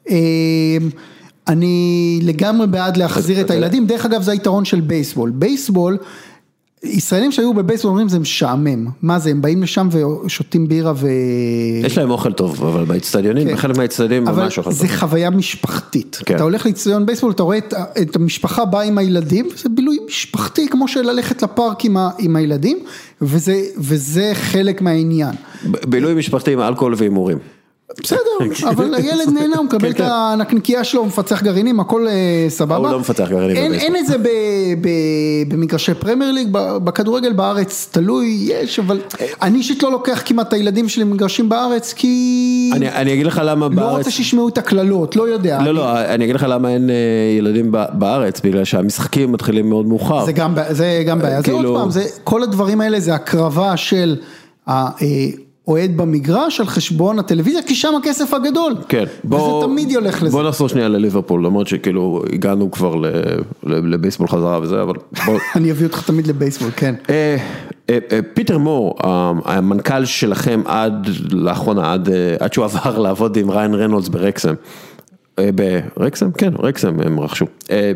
אני לגמרי בעד להחזיר את הילדים, דרך אגב זה היתרון של בייסבול, בייסבול, ישראלים שהיו בבייסבול אומרים זה משעמם, מה זה, הם באים לשם ושותים בירה ו... יש להם אוכל טוב, אבל באצטדיונים, בחלק מהאצטדיונים ממש אוכל טוב. אבל זה חוויה משפחתית, אתה הולך לאצטדיון בייסבול, אתה רואה את המשפחה באה עם הילדים, וזה בילוי משפחתי, כמו של ללכת לפארק עם הילדים, וזה חלק מהעניין. בילוי משפחתי עם אלכוהול והימורים. בסדר, אבל הילד נהנה, הוא מקבל את הנקניקייה שלו, הוא מפצח גרעינים, הכל סבבה. הוא לא מפצח גרעינים. אין את זה במגרשי פרמייר ליג, בכדורגל בארץ תלוי, יש, אבל אני אישית לא לוקח כמעט את הילדים שלי במגרשים בארץ, כי... אני אגיד לך למה בארץ... לא רוצה שישמעו את הכללות, לא יודע. לא, לא, אני אגיד לך למה אין ילדים בארץ, בגלל שהמשחקים מתחילים מאוד מאוחר. זה גם בעיה, זה עוד פעם, כל הדברים האלה זה הקרבה של... אוהד במגרש על חשבון הטלוויזיה, כי שם הכסף הגדול. כן. בוא, וזה תמיד הולך לזה. בוא נחזור שנייה לליברפול, למרות שכאילו הגענו כבר לבייסבול חזרה וזה, אבל בוא... אני אביא אותך תמיד לבייסבול, כן. פיטר מור, המנכ"ל שלכם עד לאחרונה, עד, עד שהוא עבר לעבוד עם ריין רנולדס ברקסם. ברקסם? כן, רקסם הם רכשו.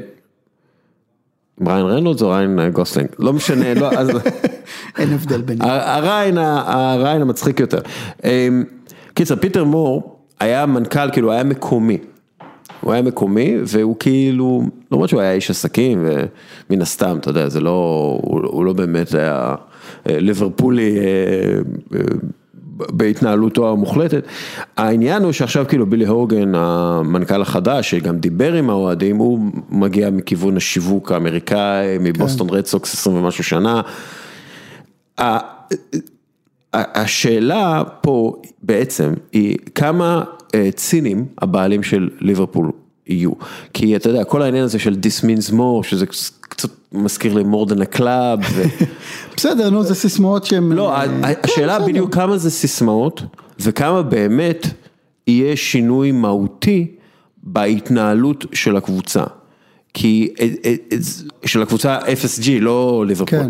ריין רנולדס או ריין גוסלינג? לא משנה, לא, אז... אין הבדל ביניהם. הריין, הריין המצחיק יותר. קיצר, פיטר מור היה מנכ"ל, כאילו, היה מקומי. הוא היה מקומי, והוא כאילו, למרות שהוא היה איש עסקים, ומן הסתם, אתה יודע, זה לא, הוא לא באמת היה ליברפולי בהתנהלותו המוחלטת. העניין הוא שעכשיו כאילו בילי הוגן, המנכ"ל החדש, שגם דיבר עם האוהדים, הוא מגיע מכיוון השיווק האמריקאי, מבוסטון רד סוקס עשרים ומשהו שנה. השאלה פה בעצם היא כמה צינים הבעלים של ליברפול יהיו. כי אתה יודע, כל העניין הזה של this means more, שזה קצת מזכיר לי more than a club. בסדר, נו, זה סיסמאות שהן... לא, השאלה בדיוק כמה זה סיסמאות, וכמה באמת יהיה שינוי מהותי בהתנהלות של הקבוצה. כי, של הקבוצה אף אס ג'י, לא ליברפול.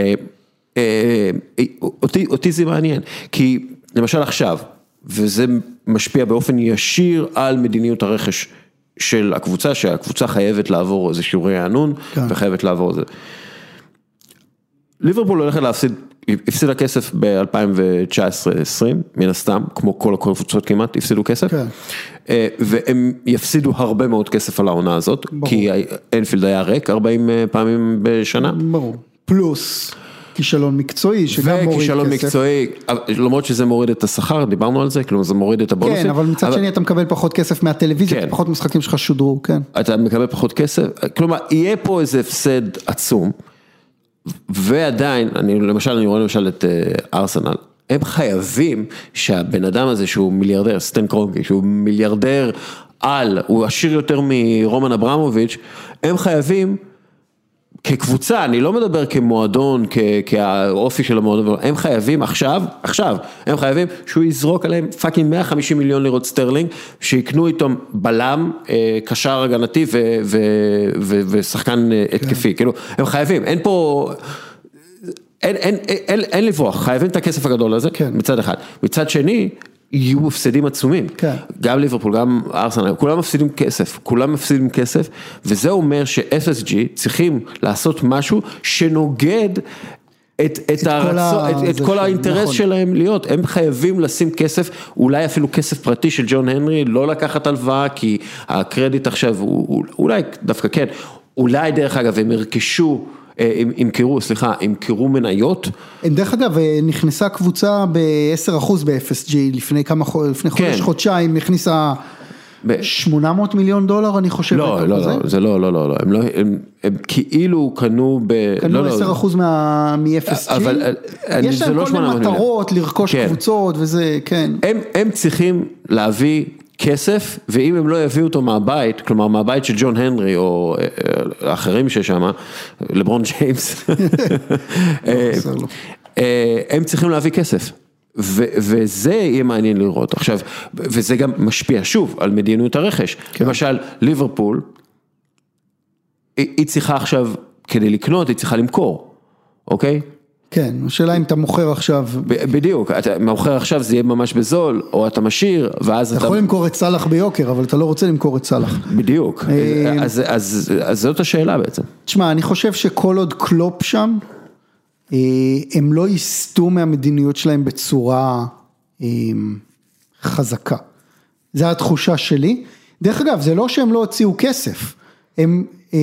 אותי, אותי זה מעניין, כי למשל עכשיו, וזה משפיע באופן ישיר על מדיניות הרכש של הקבוצה, שהקבוצה חייבת לעבור איזה שיעורי הענון, וחייבת לעבור זה. ליברפול הולכת להפסיד הפסידה כסף ב-אלפיים תשע עשרה עשרים, מן הסתם, כמו כל הקבוצות כמעט, הפסידו כסף, והם יפסידו הרבה מאוד כסף על העונה הזאת, כי אנפילד היה ריק ארבעים פעמים בשנה. ברור. פלוס כישלון מקצועי, שגם מוריד כסף. וכישלון מקצועי, למרות שזה מוריד את השכר, דיברנו על זה, כלומר זה מוריד את הבונוסים. כן, אבל מצד שני אתה מקבל פחות כסף מהטלוויזיה, פחות משחקים שלך שודרו, כן. אתה מקבל פחות כסף, כלומר, יהיה פה איזה הפסד עצום, ועדיין, אני, למשל, אני רואה למשל את ארסנל, הם חייבים שהבן אדם הזה שהוא מיליארדר, סטן קרונקי, שהוא מיליארדר על, הוא עשיר יותר מרומן אברמוביץ', הם חייבים, כקבוצה, אני לא מדבר כמועדון, כאופי של המועדון, הם חייבים עכשיו, עכשיו, הם חייבים שהוא יזרוק עליהם פאקינג מאה וחמישים מיליון לירות סטרלינג, שיקנו איתם בלם, קשר הגנתי ושחקן התקפי, כאילו, הם חייבים, אין פה, אין, אין, אין, אין לברוח, חייבים את הכסף הגדול הזה, מצד אחד, מצד שני, יהיו מפסידים עצומים, גם ליברפול, גם ארסנל, כולם מפסידים כסף, כולם מפסידים כסף, וזה אומר ש-אף אס ג'י צריכים לעשות משהו שנוגד את, את, הרצו, את, את כל האינטרס נכון. שלהם להיות, הם חייבים לשים כסף, אולי אפילו כסף פרטי של ג'ון הנרי, לא לקחת הלוואה, כי הקרדיט עכשיו, אולי דווקא כן, אולי דרך אגב הם ירכשו, ימכרו, סליחה, ימכרו מניות. דרך אגב, נכנסה קבוצה ב-עשרה אחוז ב-אף אס ג'י, לפני כמה לפני חודש, חודשיים, נכניסה שמונה מאות מיליון דולר, אני חושב. לא, לא, לא, זה לא, לא, לא, הם לא, הם כאילו קנו ב... קנו עשרה אחוז מ-אף אס ג'י. אבל יש להם כל מיני מטרות, לרכוש קבוצות וזה, כן. הם צריכים להביא כסף, ואם הם לא יביאו אותו מהבית, כלומר מהבית של ג'ון הנרי, או האחרים שיש שם, לברון ג'יימס, הם צריכים להביא כסף, וזה יהיה מעניין לראות. עכשיו, וזה גם משפיע שוב על מדיניות הרכש. למשל, ליברפול, היא צריכה עכשיו, כדי לקנות, היא צריכה למכור, אוקיי? כן, השאלה אם אתה מוכר עכשיו. בדיוק, אתה מוכר עכשיו זה יהיה ממש בזול, או אתה משאיר, ואז אתה... אתה יכול למכור את סלח ביוקר, אבל אתה לא רוצה למכור את סלח. בדיוק, אז, אז, אז זאת השאלה בעצם. תשמע, אני חושב שכל עוד קלופ שם, הם לא יסתו מהמדיניות שלהם בצורה חזקה. זו התחושה שלי. דרך אגב, זה לא שהם לא הוציאו כסף, הם...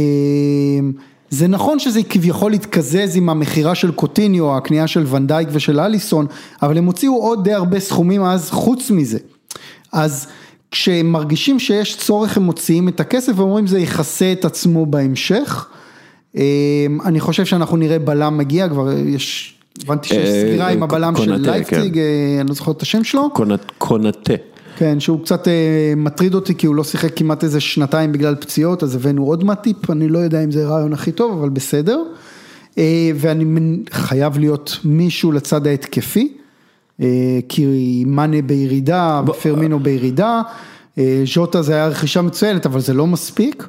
זה נכון שזה כביכול להתקזז עם המחירה של קוטיניו, הקנייה של ונדייק ושל אליסון, אבל הם הוציאו עוד די הרבה סכומים אז חוץ מזה. אז כשהם מרגישים שיש צורך הם מוציאים את הכסף ואומרים זה יכסה את עצמו בהמשך. אני חושב שאנחנו נראה בלם מגיע, כבר יש, הבנתי שיש סגירה עם הבלם של לייפציג, אני לא זוכר את השם שלו. קונטה. כן, שהוא קצת מטריד אותי, כי הוא לא שיחק כמעט איזה שנתיים בגלל פציעות, אז הבאנו עוד מטיפ, אני לא יודע אם זה רעיון הכי טוב, אבל בסדר. ואני חייב להיות מישהו לצד ההתקפי, כי מנה בירידה, פרמינו בירידה, ז'וטה זה היה רכישה מצוינת, אבל זה לא מספיק.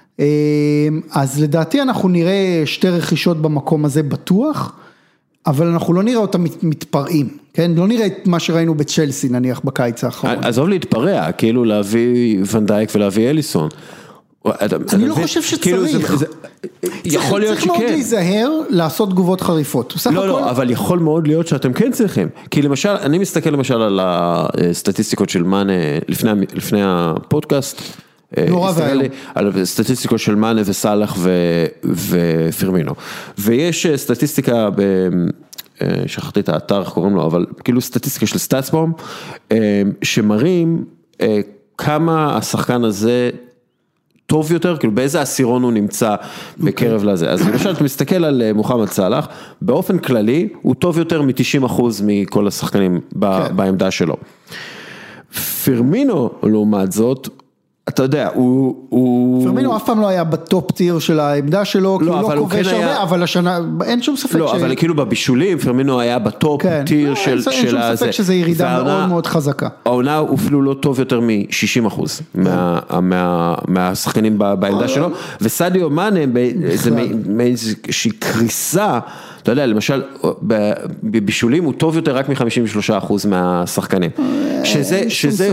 אז לדעתי אנחנו נראה שתי רכישות במקום הזה בטוח, אבל אנחנו לא נראה אותם מתפרעים, כן? לא נראה את מה שראינו בצ'לסי, נניח, בקיץ האחרון. עזוב להתפרע, כאילו להביא ונדייק ולהביא אליסון. אני לא חושב שצריך. יכול להיות שכן. צריך מאוד להיזהר לעשות תגובות חריפות. לא, לא, אבל יכול מאוד להיות שאתם כן צריכים. כי למשל, אני מסתכל למשל על הסטטיסטיקות של מאנה לפני הפודקאסט, נורא והיום. על סטטיסטיקות של מאנה וסלח ופרמינו. ויש סטטיסטיקה, שכחתי את האתר, קוראים לו, אבל כאילו סטטיסטיקה של סטאצבום, שמראים כמה השחקן הזה טוב יותר, כאילו באיזה עשירון הוא נמצא בקרב לזה. אז למשל, אתה מסתכל על מוחמד סלח, באופן כללי, הוא טוב יותר מ-תשעים אחוז מכל השחקנים בעמדה שלו. פרמינו, לעומת זאת, אתה יודע, הוא... פרמינו אף פעם לא היה בטופ טיר של העמדה שלו, כי הוא לא כובש הרבה, אבל השנה, אין שום ספק ש... לא, אבל כאילו בבישולים, פרמינו היה בטופ טיר של הזה. אין שום ספק שזו ירידה מאוד מאוד חזקה. העונה הוא אפילו לא טוב יותר מ-שישים אחוז מהשחקנים בעמדה שלו, וסדיו מאנה, זה מאיזושהי קריסה, אתה יודע, למשל, בבישולים הוא טוב יותר רק מ-חמישים ושלושה אחוז מהשחקנים. שזה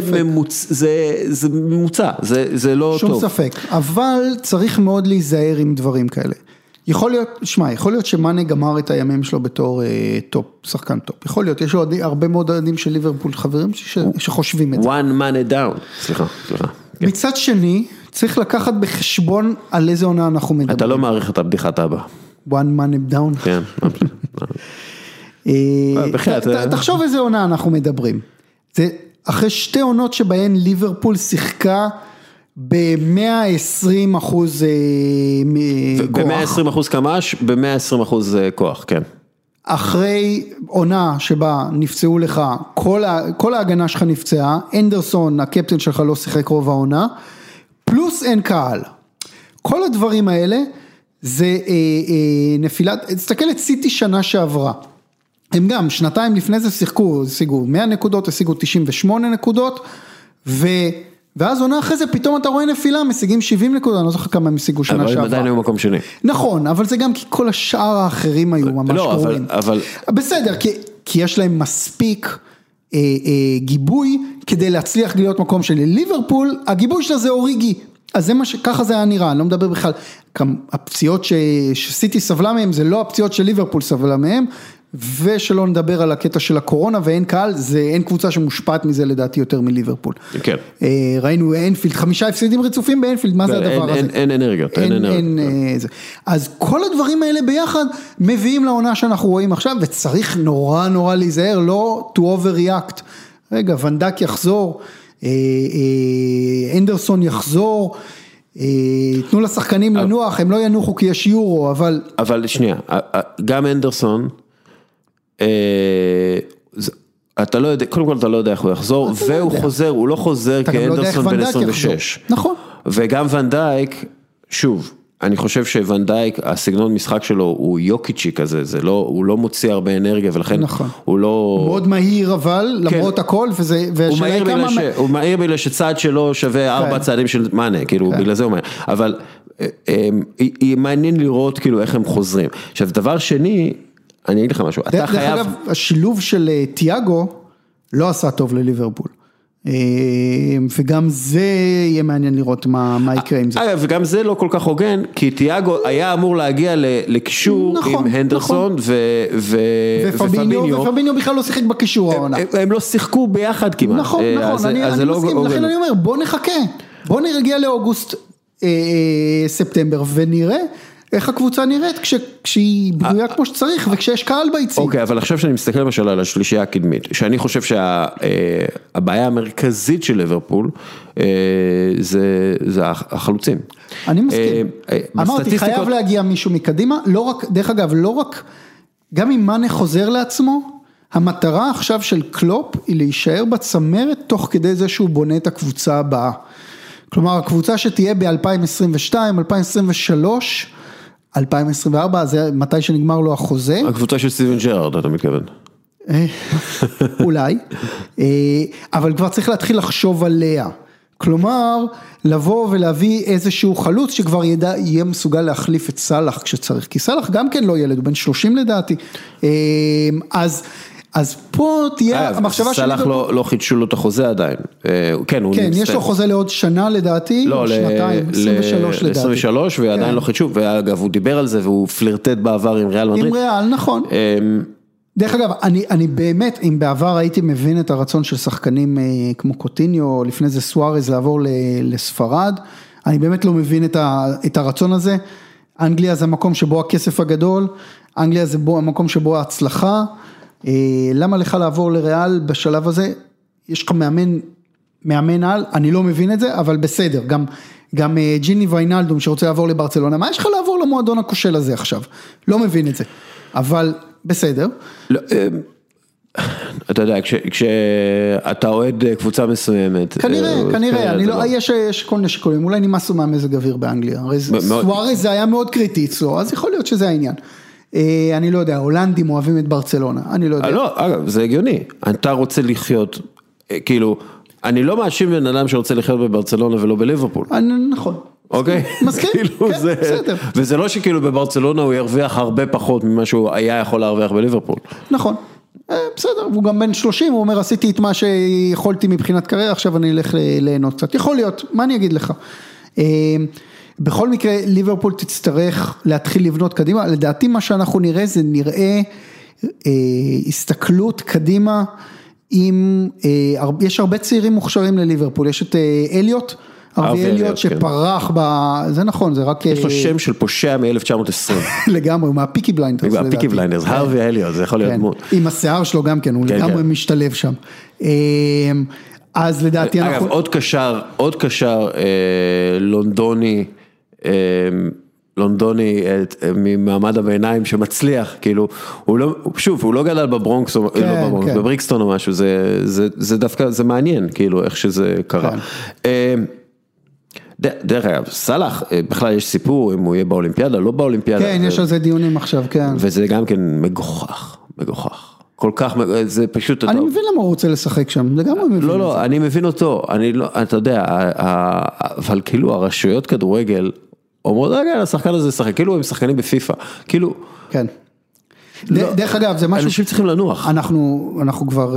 ממוצע, זה לא טוב. שום ספק, אבל צריך מאוד להיזהר עם דברים כאלה. יכול להיות, שמע, יכול להיות שמאנה גמר את הימים שלו בתור אה, טופ, שחקן טופ. יכול להיות, יש עוד הרבה מאוד אוהדים של ליברפול חברים ש, שחושבים את זה. one man down, סליחה, סליחה. מצד שני, צריך לקחת בחשבון על איזה עונה אנחנו מדברים. אתה לא מעריך את הבדיחת הבא. one man down. כן. תחשוב איזה עונה אנחנו מדברים. זה אחרי שתי עונות שבהן ליברפול שיחקה ב-מאה ועשרים אחוז כוח. ב-מאה ועשרים אחוז קמש, ב-מאה ועשרים אחוז כוח, כן. אחרי עונה שבה נפצעו לך, כל, כל ההגנה שלך נפצעה, אנדרסון, הקפטן שלך לא שיחק רוב העונה, פלוס אין קהל. כל הדברים האלה זה אה, אה, נפילת, תסתכל את סיטי שנה שעברה. הם גם שנתיים לפני זה שיחקו, השיגו מאה נקודות, השיגו תשעים ושמונה נקודות, ו... ואז עונה אחרי זה, פתאום אתה רואה נפילה, משיגים שבעים נקודות, אני לא זוכר כמה הם השיגו שנה שעברה. אבל הם עדיין היו מקום שני. נכון, אבל זה גם כי כל השאר האחרים היו ממש גרועים. לא, אבל... בסדר, כי, כי יש להם מספיק אה, אה, גיבוי, כדי להצליח להיות מקום שלי. ליברפול, הגיבוי שלה זה אוריגי, אז זה מה ש... ככה זה היה נראה, אני לא מדבר בכלל, הפציעות ש... שסיטי סבלה מהם, זה לא הפציעות של ליברפול סבלה מהם, ושלא נדבר על הקטע של הקורונה ואין קהל, זה אין קבוצה שמושפעת מזה לדעתי יותר מליברפול. כן. ראינו אנפילד, חמישה הפסדים רצופים באנפילד, מה זה הדבר הזה? אין אנרגיות, אין אנרגיות. אז כל הדברים האלה ביחד מביאים לעונה שאנחנו רואים עכשיו, וצריך נורא נורא להיזהר, לא to overreact. רגע, ונדק יחזור, אנדרסון יחזור, תנו לשחקנים לנוח, הם לא ינוחו כי יש יורו, אבל... אבל שנייה, גם אנדרסון, אתה לא יודע, קודם כל אתה לא יודע איך הוא יחזור, והוא חוזר, הוא לא חוזר כאנדרסון בן עשרים ושש. נכון. וגם ונדייק, שוב, אני חושב שוונדייק, הסגנון משחק שלו הוא יוקיצ'י כזה, זה לא, הוא לא מוציא הרבה אנרגיה, ולכן הוא לא... מאוד מהיר אבל, למרות הכל, וזה... הוא מהיר בגלל שצעד שלו שווה ארבע צעדים של מאנה, כאילו, בגלל זה הוא מהיר. אבל מעניין לראות כאילו איך הם חוזרים. עכשיו, דבר שני, אני אגיד לך משהו, אתה חייב... דרך אגב, השילוב של תיאגו לא עשה טוב לליברפול. וגם זה יהיה מעניין לראות מה יקרה עם זה. אגב, וגם זה לא כל כך הוגן, כי תיאגו היה אמור להגיע לקישור עם הנדרסון ופביניו. ופביניו בכלל לא שיחק בקישור העונה. הם לא שיחקו ביחד כמעט. נכון, נכון, אני מסכים, לכן אני אומר, בוא נחכה, בוא נרגיע לאוגוסט, ספטמבר, ונראה איך הקבוצה נראית כשהיא בנויה כמו שצריך וכשיש קהל ביציעים. אוקיי, אבל עכשיו שאני מסתכל למשל על השלישייה הקדמית, שאני חושב שהבעיה המרכזית של ליברפול זה החלוצים. אני מסכים. אמרתי, חייב להגיע מישהו מקדימה, לא רק, דרך אגב, לא רק, גם אם מאנה חוזר לעצמו, המטרה עכשיו של קלופ היא להישאר בצמרת תוך כדי זה שהוא בונה את הקבוצה הבאה. כלומר, הקבוצה שתהיה ב-אלפיים עשרים ושתיים, אלפיים עשרים ושלוש, אלפיים עשרים וארבע, זה מתי שנגמר לו החוזה. הקבוצה של סטיבן ג'רארד, אתה מתכוון? אולי, אבל כבר צריך להתחיל לחשוב עליה. כלומר, לבוא ולהביא איזשהו חלוץ שכבר ידע, יהיה מסוגל להחליף את סלאח כשצריך, כי סלאח גם כן לא ילד, הוא בן שלושים לדעתי. אז... אז פה תהיה המחשבה שלי... סלאח לא חידשו לו את החוזה עדיין. כן, יש לו חוזה לעוד שנה לדעתי, לא, שנתיים, עשרים ושלוש לדעתי. עשרים ושלוש ועדיין לא חידשו, ואגב הוא דיבר על זה והוא פלירטט בעבר עם ריאל מדריד. עם ריאל, נכון. דרך אגב, אני באמת, אם בעבר הייתי מבין את הרצון של שחקנים כמו קוטיניו, לפני זה סוארז לעבור לספרד, אני באמת לא מבין את הרצון הזה. אנגליה זה המקום שבו הכסף הגדול, אנגליה זה המקום שבו ההצלחה, למה לך לעבור לריאל בשלב הזה? יש לך מאמן, מאמן על, אני לא מבין את זה, אבל בסדר, גם, גם ג'יני ויינלדום שרוצה לעבור לברצלונה, מה יש לך לעבור למועדון הכושל הזה עכשיו? לא מבין את זה, אבל בסדר. לא, אתה יודע, כשאתה אוהד קבוצה מסוימת. כנראה, כנראה, אני לא, יש, יש כל מיני שיקולים, אולי נמאסו מהמזג אוויר באנגליה, הרי סוארז זה היה מאוד קריטי אצלו, אז יכול להיות שזה העניין. אני לא יודע, הולנדים אוהבים את ברצלונה, אני לא יודע. לא, אגב, זה הגיוני, אתה רוצה לחיות, כאילו, אני לא מאשים בן אדם שרוצה לחיות בברצלונה ולא בליברפול. נכון. אוקיי? מסכים, כן, בסדר. וזה לא שכאילו בברצלונה הוא ירוויח הרבה פחות ממה שהוא היה יכול להרוויח בליברפול. נכון, בסדר, והוא גם בן שלושים, הוא אומר, עשיתי את מה שיכולתי מבחינת קריירה, עכשיו אני אלך ליהנות קצת. יכול להיות, מה אני אגיד לך? בכל מקרה, ליברפול תצטרך להתחיל לבנות קדימה, לדעתי מה שאנחנו נראה זה נראה אה, הסתכלות קדימה, עם, אה, יש הרבה צעירים מוכשרים לליברפול, יש את אה, אליוט, ארווי אליוט שפרח, ב... זה נכון, זה רק... יש לו שם של פושע מ-אלף תשע מאות ועשרים. לגמרי, הוא מהפיקי בליינדרס. מהפיקי בליינדרס, הרווי אליוט, זה יכול להיות דמות. עם השיער שלו גם כן, הוא לגמרי משתלב שם. אז לדעתי אנחנו... אגב, עוד קשר, עוד קשר לונדוני, לונדוני ממעמד הביניים שמצליח, כאילו, הוא לא, שוב, הוא לא גדל בברונקס, לא בברונקס, בבריקסטון או משהו, זה דווקא, זה מעניין, כאילו, איך שזה קרה. דרך אגב, סלאח, בכלל יש סיפור אם הוא יהיה באולימפיאדה, לא באולימפיאדה. כן, יש על זה דיונים עכשיו, כן. וזה גם כן מגוחך, מגוחך. כל כך, זה פשוט... אני מבין למה הוא רוצה לשחק שם, זה גם הוא מבין. לא, לא, אני מבין אותו, אני לא, אתה יודע, אבל כאילו הרשויות כדורגל, אומרות, רגע, השחקן הזה שחק, כאילו הם שחקנים בפיפה, כאילו... כן. דרך אגב, זה משהו... אנשים צריכים לנוח. אנחנו, אנחנו כבר...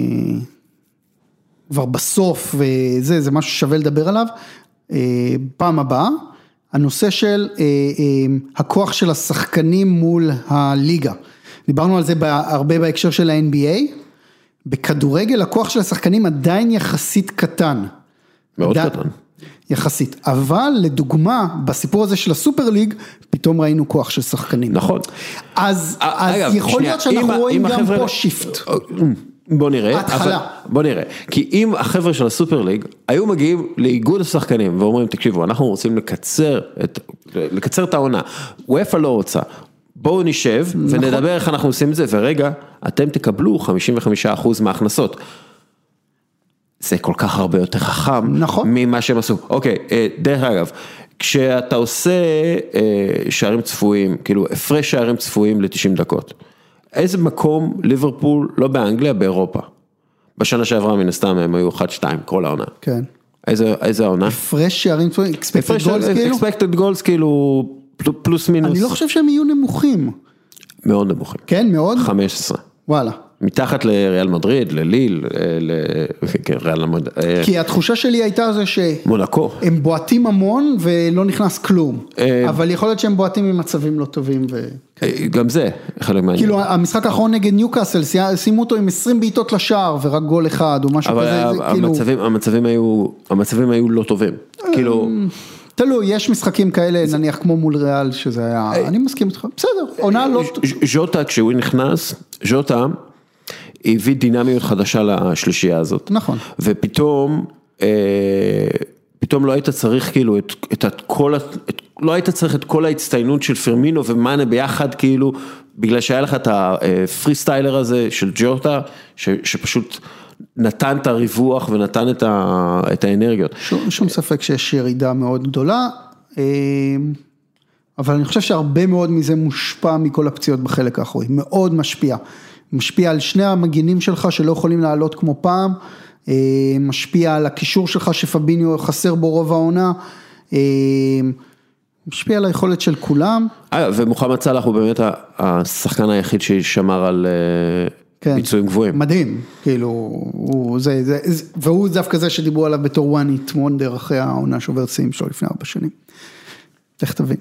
כבר בסוף, וזה, זה משהו ששווה לדבר עליו. פעם הבאה, הנושא של הכוח של השחקנים מול הליגה. דיברנו על זה הרבה בהקשר של ה-אן בי איי, בכדורגל הכוח של השחקנים עדיין יחסית קטן. מאוד קטן. יחסית, אבל לדוגמה, בסיפור הזה של הסופר ליג, פתאום ראינו כוח של שחקנים. נכון. אז, אז יכול להיות שאנחנו רואים גם פה שיפט. בוא נראה, התחלה. בוא נראה, כי אם החבר'ה של הסופר ליג היו מגיעים לאיגוד השחקנים ואומרים, תקשיבו, אנחנו רוצים לקצר את, לקצר את העונה, וופא לא רוצה, בואו נשב ונדבר איך אנחנו עושים את זה, ורגע, אתם תקבלו חמישים וחמישה אחוז מההכנסות. זה כל כך הרבה יותר חכם ממה שהם עשו. אוקיי, דרך אגב, כשאתה עושה שערים צפויים, כאילו הפרש שערים צפויים ל-תשעים דקות, איזה מקום ליברפול, לא באנגליה, באירופה. בשנה שעברה מן הסתם הם היו אחת שתיים, כל העונה. כן. איזה, איזה העונה? הפרש שערים, expected goals כאילו? expected goals כאילו, פלוס מינוס. אני לא חושב שהם יהיו נמוכים. מאוד נמוכים. כן, מאוד? חמש עשרה. וואלה. מתחת לריאל מדריד, לליל, לריאל מדריד. כי התחושה שלי הייתה זה ש... מונקו. הם בועטים המון ולא נכנס כלום. אבל יכול להיות שהם בועטים עם מצבים לא טובים. גם זה, חלק מעניין. כאילו המשחק האחרון נגד ניוקאסל, שימו אותו עם עשרים בעיטות לשער ורק גול אחד או משהו כזה. אבל המצבים היו לא טובים. כאילו... תלוי, יש משחקים כאלה, נניח כמו מול ריאל, שזה היה... אני מסכים איתך. בסדר, עונה לא... ז'וטה, כשהוא נכנס, ז'וטה... הביא דינמיות חדשה לשלישייה הזאת. נכון. ופתאום, פתאום לא היית צריך כאילו את, את כל, את, לא היית צריך את כל ההצטיינות של פרמינו ומאנה ביחד כאילו, בגלל שהיה לך את הפרי סטיילר הזה של ג'וטה, ש, שפשוט נתן את הריווח ונתן את, ה, את האנרגיות. שום, שום ספק שיש ירידה מאוד גדולה, אבל אני חושב שהרבה מאוד מזה מושפע מכל הפציעות בחלק האחורי, מאוד משפיע. משפיע על שני המגינים שלך שלא יכולים לעלות כמו פעם, משפיע על הקישור שלך שפביניו חסר בו רוב העונה, משפיע על היכולת של כולם. ומוחמד סלאח הוא באמת השחקן היחיד ששמר על ביצועים גבוהים. מדהים, כאילו, והוא דווקא זה שדיברו עליו בתור one hit wonder אחרי העונה שובר שיאים שלו לפני ארבע שנים. איך תבין?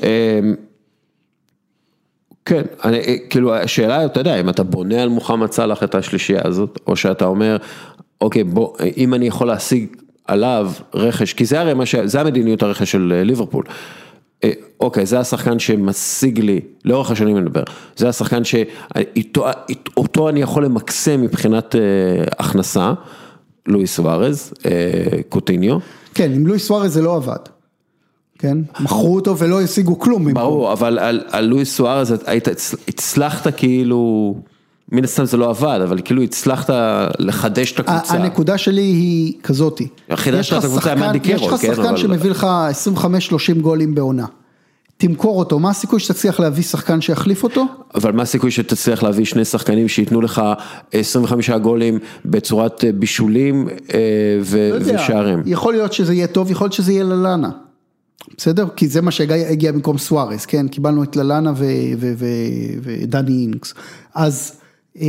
כן, אני, כאילו, השאלה, אתה יודע, אם אתה בונה על מוחמד סלאח את השלישייה הזאת, או שאתה אומר, אוקיי, בוא, אם אני יכול להשיג עליו רכש, כי זה הרי מה ש... זה המדיניות הרכש של ליברפול. אוקיי, זה השחקן שמשיג לי, לאורך השנים אני מדבר, זה השחקן שאותו אני יכול למקסם מבחינת הכנסה, לואיס סוארז, קוטיניו. כן, עם לואיס סוארז זה לא עבד. כן, מכרו אותו ולא השיגו כלום. ברור, אבל על, על לואיס סוארז היית, הצלחת כאילו, מן הסתם זה לא עבד, אבל כאילו הצלחת לחדש את הקבוצה. הנקודה שלי היא כזאתי. חידשת את הקבוצה עם אנדי קרול, יש לך שחקן שמביא לך עשרים וחמש שלושים גולים בעונה. תמכור אותו, מה הסיכוי שתצליח להביא שחקן שיחליף אותו? אבל מה הסיכוי שתצליח להביא שני שחקנים שיתנו לך עשרים וחמישה גולים בצורת בישולים ו- ושערים? יכול להיות שזה יהיה טוב, יכול להיות שזה יהיה ללאנה. בסדר? כי זה מה שהגיע במקום סוארס, כן? קיבלנו את ללאנה ודני אינקס. אז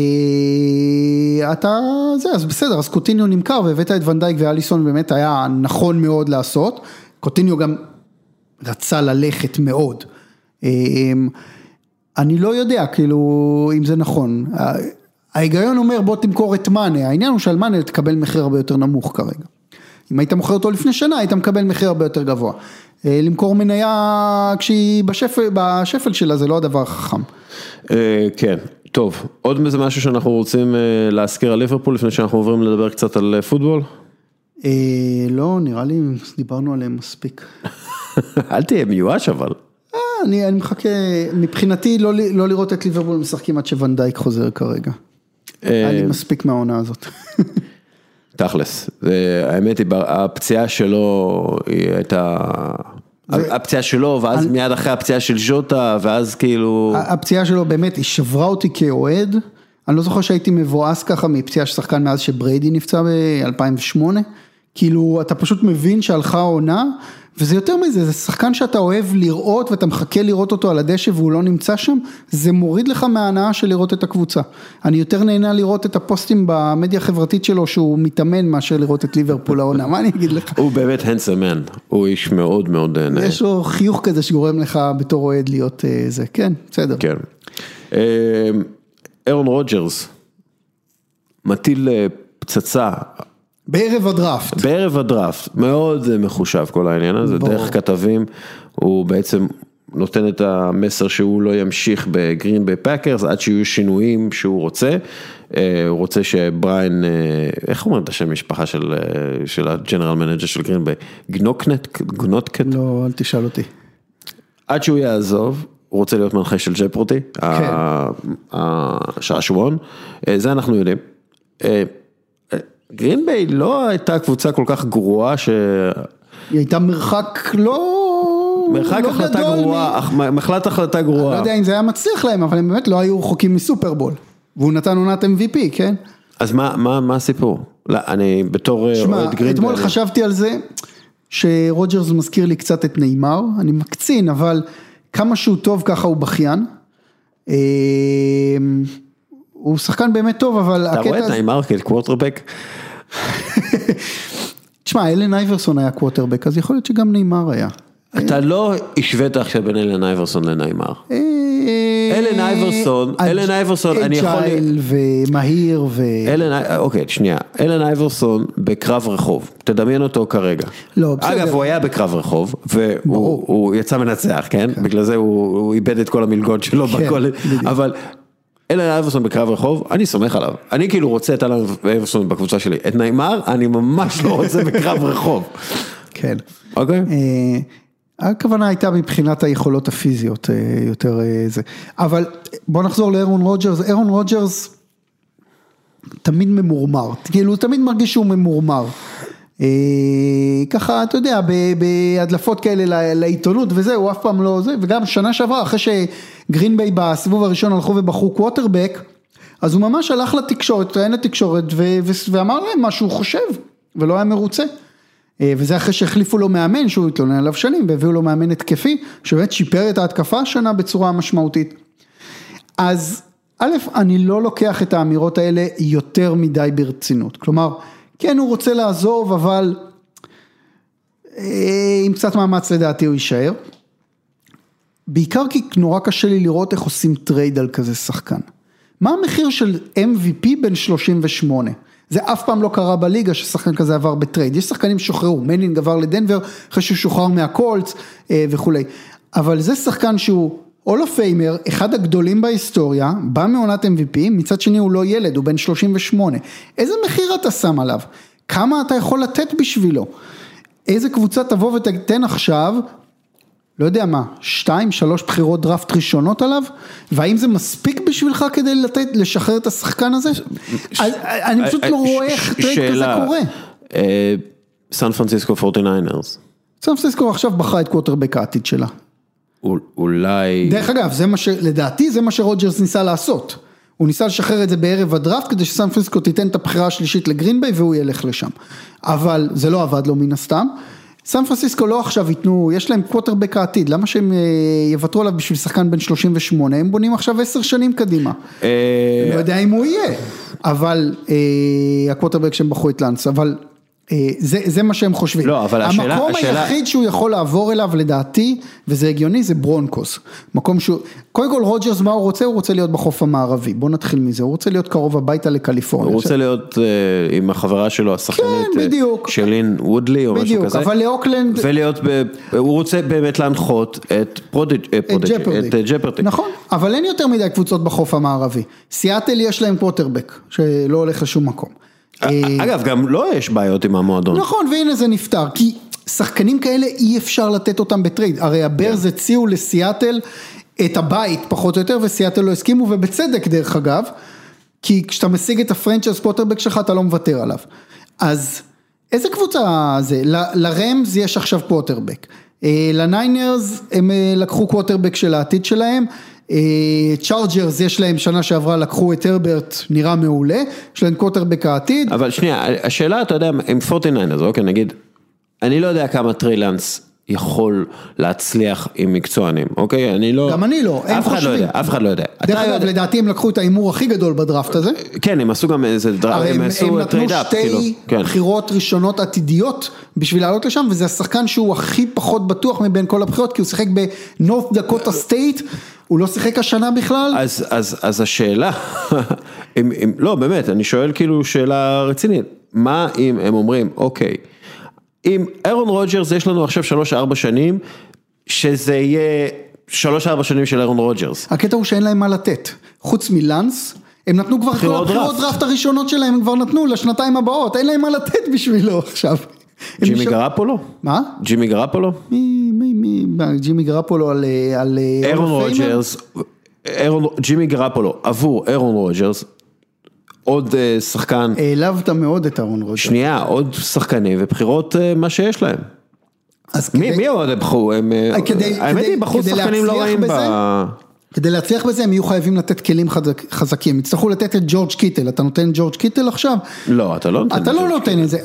אתה, זה, אז בסדר, אז קוטיניו נמכר, והבאת את ונדייק ואליסון, באמת היה נכון מאוד לעשות. קוטיניו גם רצה ללכת מאוד. אני לא יודע, כאילו, אם זה נכון. ההיגיון אומר, בוא תמכור את מנה, העניין הוא שעל מנה תקבל מחיר הרבה יותר נמוך כרגע. אם היית מוכר אותו לפני שנה, היית מקבל מחיר הרבה יותר גבוה. למכור מניה כשהיא בשפל, בשפל שלה, זה לא הדבר החכם. כן, טוב. עוד מזה משהו שאנחנו רוצים להזכיר על ליברפול, לפני שאנחנו עוברים לדבר קצת על פוטבול? לא, נראה לי דיברנו עליהם מספיק. אל תהיה מיואש אבל. אני, אני מחכה, מבחינתי לא, לא לראות את ליברפול משחקים עד שוונדייק חוזר כרגע. היה לי מספיק מהעונה הזאת. תכלס, האמת היא, הפציעה שלו היא הייתה, הפציעה שלו ואז מיד אחרי הפציעה של ז'וטה ואז כאילו... הפציעה שלו באמת היא שברה אותי כאוהד, אני לא זוכר שהייתי מבואס ככה מפציעה של שחקן מאז שבריידי נפצע ב-אלפיים ושמונה, כאילו אתה פשוט מבין שהלכה העונה, וזה יותר מזה, זה שחקן שאתה אוהב לראות, ואתה מחכה לראות אותו על הדשא, והוא לא נמצא שם, זה מוריד לך מההנאה של לראות את הקבוצה. אני יותר נהנה לראות את הפוסטים במדיה החברתית שלו, שהוא מתאמן מאשר לראות את ליברפול העונה, מה אני אגיד לך? הוא באמת הנדסמן, הוא איש מאוד מאוד נהנה. יש לו חיוך כזה שגורם לך בתור אוהד להיות זה, כן, בסדר. כן. אירון רוג'רס, מטיל פצצה, בערב הדראפט. בערב הדראפט, מאוד מחושב כל העניין הזה, דרך כתבים, הוא בעצם נותן את המסר שהוא לא ימשיך בגרין ביי פאקרס, עד שיהיו שינויים שהוא רוצה, הוא רוצה שבריין, איך אומרים את השם משפחה של, של הג'נרל מנג'ר של גרין ביי, גנוקנט, גנוטקט? לא, אל תשאל אותי. עד שהוא יעזוב, הוא רוצה להיות מנחה של ג'פרוטי, השעשועון, זה אנחנו יודעים. גרין ביי לא הייתה קבוצה כל כך גרועה ש... היא הייתה מרחק לא... מרחק החלטה גרועה, מחלט החלטה גרועה. אני לא יודע אם זה היה מצליח להם, אבל הם באמת לא היו רחוקים מסופרבול. והוא נתן עונת אם וי פי, כן? אז מה, מה, מה הסיפור? לא, אני בתור אוהד גרין ביי... אתמול חשבתי על זה, שרוג'רס מזכיר לי קצת את ניימר, אני מקצין, אבל כמה שהוא טוב ככה הוא בכיין. הוא שחקן באמת טוב, אבל... אתה רואה את ניימר כקווטרבק? תשמע, אלן אייברסון היה קווטרבק, אז יכול להיות שגם ניימר היה. אתה לא השווית עכשיו בין אלן אייברסון לניימר. אלן אייברסון, אלן אייברסון, אני יכול... אג'ייל ומהיר ו... אוקיי, שנייה. אלן אייברסון בקרב רחוב. תדמיין אותו כרגע. לא, בסדר. אגב, הוא היה בקרב רחוב, והוא יצא מנצח, כן? בגלל זה הוא איבד את כל המלגות שלו בכל... אבל... אלן אייברסון בקרב רחוב, אני סומך עליו. אני כאילו רוצה את אלן אייברסון בקבוצה שלי. את ניימר, אני ממש לא רוצה בקרב רחוב. כן. אוקיי? הכוונה הייתה מבחינת היכולות הפיזיות יותר זה. אבל בוא נחזור לאירון רוג'רס. אירון רוג'רס תמיד ממורמר. כאילו, הוא תמיד מרגיש שהוא ממורמר. ככה, אתה יודע, בהדלפות כאלה לעיתונות וזה, הוא אף פעם לא זה, וגם שנה שעברה, אחרי שגרין ביי בסיבוב הראשון הלכו ובחרו קווטרבק, אז הוא ממש הלך לתקשורת, ראיין לתקשורת, ואמר להם מה שהוא חושב, ולא היה מרוצה. וזה אחרי שהחליפו לו מאמן, שהוא התלונן עליו שנים, והביאו לו מאמן התקפי, שבאמת שיפר את ההתקפה השנה בצורה משמעותית. אז, א', אני לא לוקח את האמירות האלה יותר מדי ברצינות, כלומר, כן, הוא רוצה לעזוב, אבל עם קצת מאמץ לדעתי הוא יישאר. בעיקר כי נורא קשה לי לראות איך עושים טרייד על כזה שחקן. מה המחיר של אם וי פי בין שלושים ושמונה? זה אף פעם לא קרה בליגה ששחקן כזה עבר בטרייד. יש שחקנים שוחררו, מנינג עבר לדנבר, אחרי שהוא שוחרר מהקולטס וכו'. אבל זה שחקן שהוא הול אוף פיימר, אחד הגדולים בהיסטוריה, בא מעונת אם וי פי, מצד שני הוא לא ילד, הוא בן שלושים ושמונה. איזה מחיר אתה שם עליו? כמה אתה יכול לתת בשבילו? איזה קבוצה תבוא ותתן עכשיו, לא יודע מה, שתיים, שלוש בחירות דראפט ראשונות עליו? והאם זה מספיק בשבילך כדי לתת, לשחרר את השחקן הזה? אני פשוט לא רואה איך טרייד כזה קורה. סן פרנסיסקו פורטי ניינרס. סן פרנסיסקו עכשיו בחרה את קווטרבק העתיד שלה. אולי... דרך אגב, זה מה ש... לדעתי זה מה שרוג'רס ניסה לעשות. הוא ניסה לשחרר את זה בערב הדראפט, כדי שסן פרנסיסקו תיתן את הבחירה השלישית לגרין ביי, והוא ילך לשם. אבל זה לא עבד לו מן הסתם. סן פרנסיסקו לא עכשיו ייתנו, יש להם קווטרבק העתיד, למה שהם יוותרו עליו בשביל שחקן בן שלושים ושמונה, הם בונים עכשיו עשר שנים קדימה. אני לא יודע אם הוא יהיה, אבל הקווטרבק שהם בחרו את לנס, אבל זה, זה מה שהם חושבים. לא, אבל השאלה, המקום השאלה... היחיד שהוא יכול לעבור אליו לדעתי, וזה הגיוני, זה ברונקוס. מקום שהוא, קודם כל רוג'רס מה הוא רוצה? הוא רוצה להיות בחוף המערבי. בוא נתחיל מזה. הוא רוצה להיות קרוב הביתה לקליפורניה. הוא רוצה להיות uh, עם החברה שלו, השחקנית, כן, בדיוק. שלין וודלי או בדיוק, משהו כזה. אבל לאוקלנד... ולהיות, ב... הוא רוצה באמת להנחות את פרודיג', את ג'פרדי. נכון, אבל אין יותר מדי קבוצות בחוף המערבי. סיאטל יש להם קווטרבק, שלא הולך לשום מקום. אגב, גם לא יש בעיות עם המועדון. נכון, והנה זה נפטר, כי שחקנים כאלה אי אפשר לתת אותם בטרייד. הרי הברז הציעו לסיאטל את הבית פחות או יותר, וסיאטל לא הסכימו, ובצדק דרך אגב, כי כשאתה משיג את הפרנצ'ייז קווטרבק שלך, אתה לא מוותר עליו. אז איזה קבוצה זה? לרמז יש עכשיו קווטרבק. לניינרס הם לקחו קווטרבק של העתיד שלהם, צ'ארג'רס יש להם שנה שעברה לקחו את הרברט, נראה מעולה, יש להם קווטרבק העתיד. אבל שנייה, השאלה אתה יודע, עם ארבעים ותשע, אז אוקיי, נגיד, אני לא יודע כמה טריי לנס יכול להצליח עם מקצוענים, אוקיי? אני לא... גם אני לא, אף אחד לא יודע, אף אחד לא יודע. דרך אגב, לדעתי הם לקחו את האימור הכי גדול בדראפט הזה. כן, הם עשו גם איזה דראפט, הם עשו טרייד-אפ, כאילו. הם נתנו שתי בחירות ראשונות עתידיות בשביל לעלות לשם, וזה השחקן שהוא הכי פחות בטוח מבין כל הבחירות, כי הוא שיחק בנורת' דקוטה סטייט, הוא לא שיחק השנה בכלל. אז, אז, אז השאלה, אם, אם, לא, באמת, אני שואל כאילו שאלה רצינית, מה אם הם אומרים, אוקיי, אם אירון רוג'רס יש לנו עכשיו שלוש ארבע שנים, שזה יהיה שלוש ארבע שנים של אירון רוג'רס. הקטע הוא שאין להם מה לתת, חוץ מלנס, הם נתנו כבר כל הבחירות דראפט הראשונות שלהם, הם כבר נתנו לשנתיים הבאות, אין להם מה לתת בשבילו עכשיו. ג'ימי גראפולו? מה? ג'ימי גראפולו? מי, מי, מי, ג'ימי גראפולו על... על אירון רוג'רס, ג'ימי גראפולו עבור אירון רוג'רס, עוד שחקן... העלבת מאוד את אירון רוג'רס. שנייה, עוד שחקנים ובחירות מה שיש להם. מי, מי עוד בחרו? האמת היא, בחרו שחקנים לא רעים ב... כדי להצליח בזה הם יהיו חייבים לתת כלים חזקים, יצטרכו לתת את ג'ורג' קיטל, אתה נותן ג'ורג' קיטל עכשיו? לא, אתה לא נותן. אתה לא נותן את זה,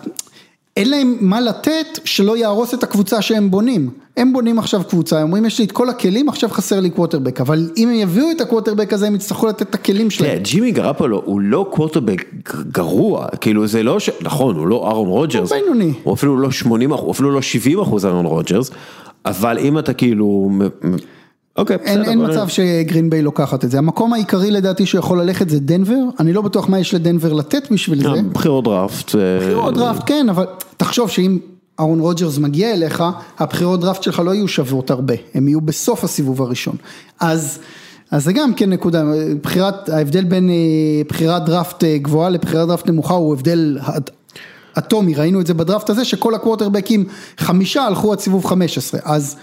אין להם מה לתת שלא יהרוס את הקבוצה שהם בונים, הם בונים עכשיו קבוצה, הם אומרים יש לי את כל הכלים, עכשיו חסר לי קווטרבק, אבל אם הם יביאו את הקווטרבק הזה הם יצטרכו לתת את הכלים שלהם. ג'ימי גראפולו הוא לא קווטרבק גרוע, כאילו זה לא, נכון, הוא לא ארון רוג'רס, הוא בינוני, הוא אפילו לא שמונים אחוז, הוא אפילו לא שבעים אחוז ארון רוג'רס, אבל אם אתה כאילו... אוקיי, אין, אין מצב שגרין ביי לוקחת את זה. המקום העיקרי לדעתי שיכול ללכת זה דנבר, אני לא בטוח מה יש לדנבר לתת בשביל זה. בחירות דראפט. בחירות דראפט, כן, אבל תחשוב שאם ארון רוג'רס מגיע אליך, הבחירות דראפט שלך לא יהיו שוות הרבה, הם יהיו בסוף הסיבוב הראשון. אז, אז זה גם כן נקודה, בחירת, ההבדל בין בחירת דראפט גבוהה לבחירת דראפט נמוכה הוא הבדל אטומי, ראינו את זה בדראפט הזה, שכל הקווטרבקים חמישה הלכו עד סיבוב חמש עשרה, אז...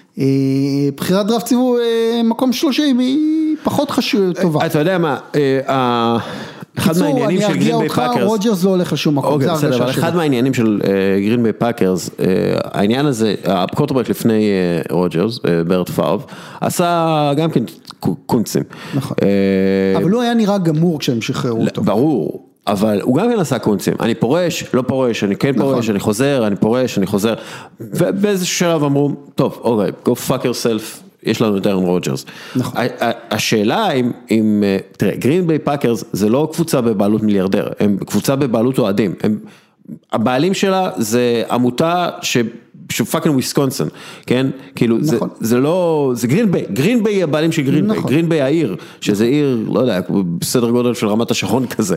בחירת דראפט סיבוב מקום שלושים היא פחות חשוב טובה. אתה יודע מה, אחד מהעניינים של גרין ביי פאקרס, רוג'רס לא הולך לשום מקום. אוקיי, בסדר, אבל אחד מהעניינים של גרין ביי פאקרס, העניין הזה, הקווטרבק לפני רוג'רס, ברט פארב, עשה גם כן קונצים. נכון. אבל הוא היה נראה גמור כשהם שחררו אותו. ברור. אבל הוא גם כן עשה קונצים, אני פורש, לא פורש, אני כן פורש, אני חוזר, אני פורש, אני חוזר, ובאיזשהו שלב אמרו, טוב, אוקיי, go fuck yourself, יש לנו את אירון רוג'רס. השאלה אם, תראה, גרין ביי פאקרס זה לא קבוצה בבעלות מיליארדר, הם קבוצה בבעלות אוהדים, הבעלים שלה זה עמותה ש... שפאקינג וויסקונסין, כן? כאילו, זה, זה לא, זה גרין ביי, גרין ביי הבעלים של גרין ביי, גרין ביי העיר, שזה עיר, לא יודע, בסדר גודל של רמת השחון כזה.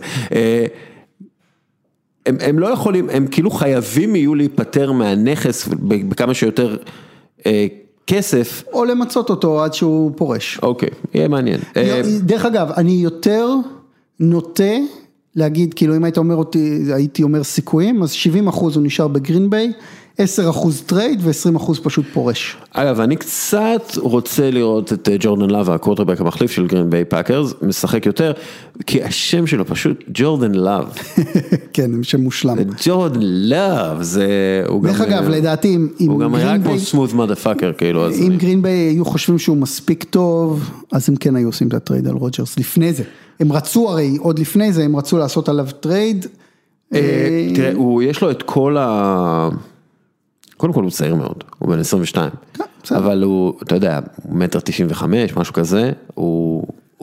הם, הם לא יכולים, הם כאילו חייבים יהיו להיפטר מהנכס בכמה שיותר כסף. או למצות אותו עד שהוא פורש. אוקיי, יהיה מעניין. דרך אגב, אני יותר נוטה להגיד, כאילו אם היית אומר אותי, הייתי אומר סיכויים, אז שבעים אחוז הוא נשאר בגרין ביי, עשרה אחוז טרייד ו-עשרים אחוז פשוט פורש. אגב, אני קצת רוצה לראות את ג'ורדן לאב, הקווטרבק המחליף של גרין ביי פאקרס, משחק יותר, כי השם שלו פשוט ג'ורדן לאב. כן, שם מושלם. ג'ורדן לאב, זה... דרך אגב, לדעתי, הוא גם היה כמו סמוט מודפאקר, כאילו. אם גרין ביי היו חושבים שהוא מספיק טוב, אז הם כן היו עושים את הטרייד על רוג'רס לפני זה. הם רצו הרי, עוד לפני זה, הם רצו לעשות עליו טרייד. תראה, יש לו את כל ה... קודם כל הוא צעיר מאוד, הוא בן עשרים ושתיים, אבל הוא, אתה יודע, מטר תשעים וחמש, משהו כזה, הוא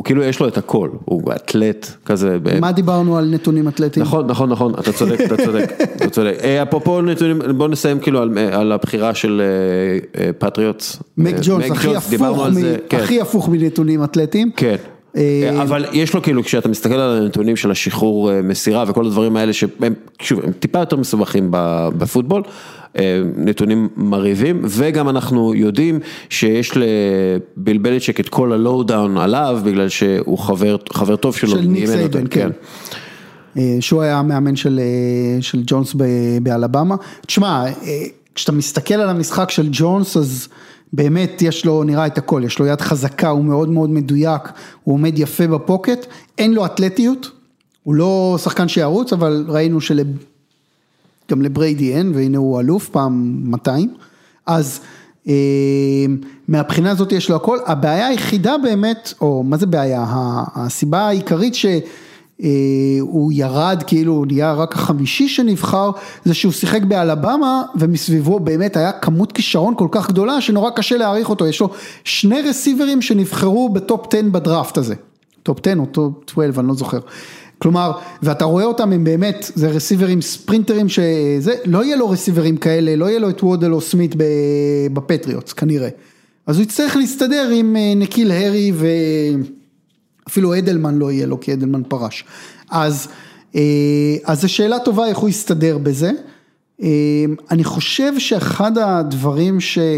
הוא כאילו יש לו את הכל, הוא אתלט כזה. מה דיברנו על נתונים אתלטיים? נכון, נכון, נכון, אתה צודק, אתה צודק, אתה צודק. אפרופו נתונים, בוא נסיים כאילו על הבחירה של פטריוטס. מק ג'ונס, הכי הפוך מנתונים אתלטיים. כן. אבל יש לו כאילו, כשאתה מסתכל על הנתונים של השחרור מסירה וכל הדברים האלה שהם, שוב, הם טיפה יותר מסובכים בפוטבול, נתונים מרהיבים, וגם אנחנו יודעים שיש לביל בליצ'ק את כל הלואו-דאון עליו, בגלל שהוא חבר, חבר טוב שלו. של ניק סייבן, כן. שהוא היה המאמן של, של ג'ונס באלבמה. תשמע, כשאתה מסתכל על המשחק של ג'ונס, אז באמת יש לו, נראה את הכל, יש לו יד חזקה, הוא מאוד מאוד מדויק, הוא עומד יפה בפוקט, אין לו אתלטיות, הוא לא שחקן שירוץ, אבל ראינו שלב... גם לבריידי אין, והנה הוא אלוף פעם מאתיים, אז אה, מהבחינה הזאת יש לו הכל, הבעיה היחידה באמת, או מה זה בעיה, הסיבה העיקרית שהוא ירד, כאילו הוא נהיה רק החמישי שנבחר, זה שהוא שיחק באלבמה, ומסביבו באמת היה כמות כישרון כל כך גדולה, שנורא קשה להעריך אותו, יש לו שני רסיברים שנבחרו בטופ עשר בדראפט הזה, טופ עשר או טופ שתים עשרה, אני לא זוכר, כלומר, ואתה רואה אותם הם באמת, זה רסיברים ספרינטרים שזה, לא יהיה לו רסיברים כאלה, לא יהיה לו את וודל או סמית בפטריוטס, כנראה. אז הוא יצטרך להסתדר עם נקיל הרי ואפילו אדלמן לא יהיה לו, כי אדלמן פרש. אז, אז זו שאלה טובה איך הוא יסתדר בזה. אני חושב שאחד הדברים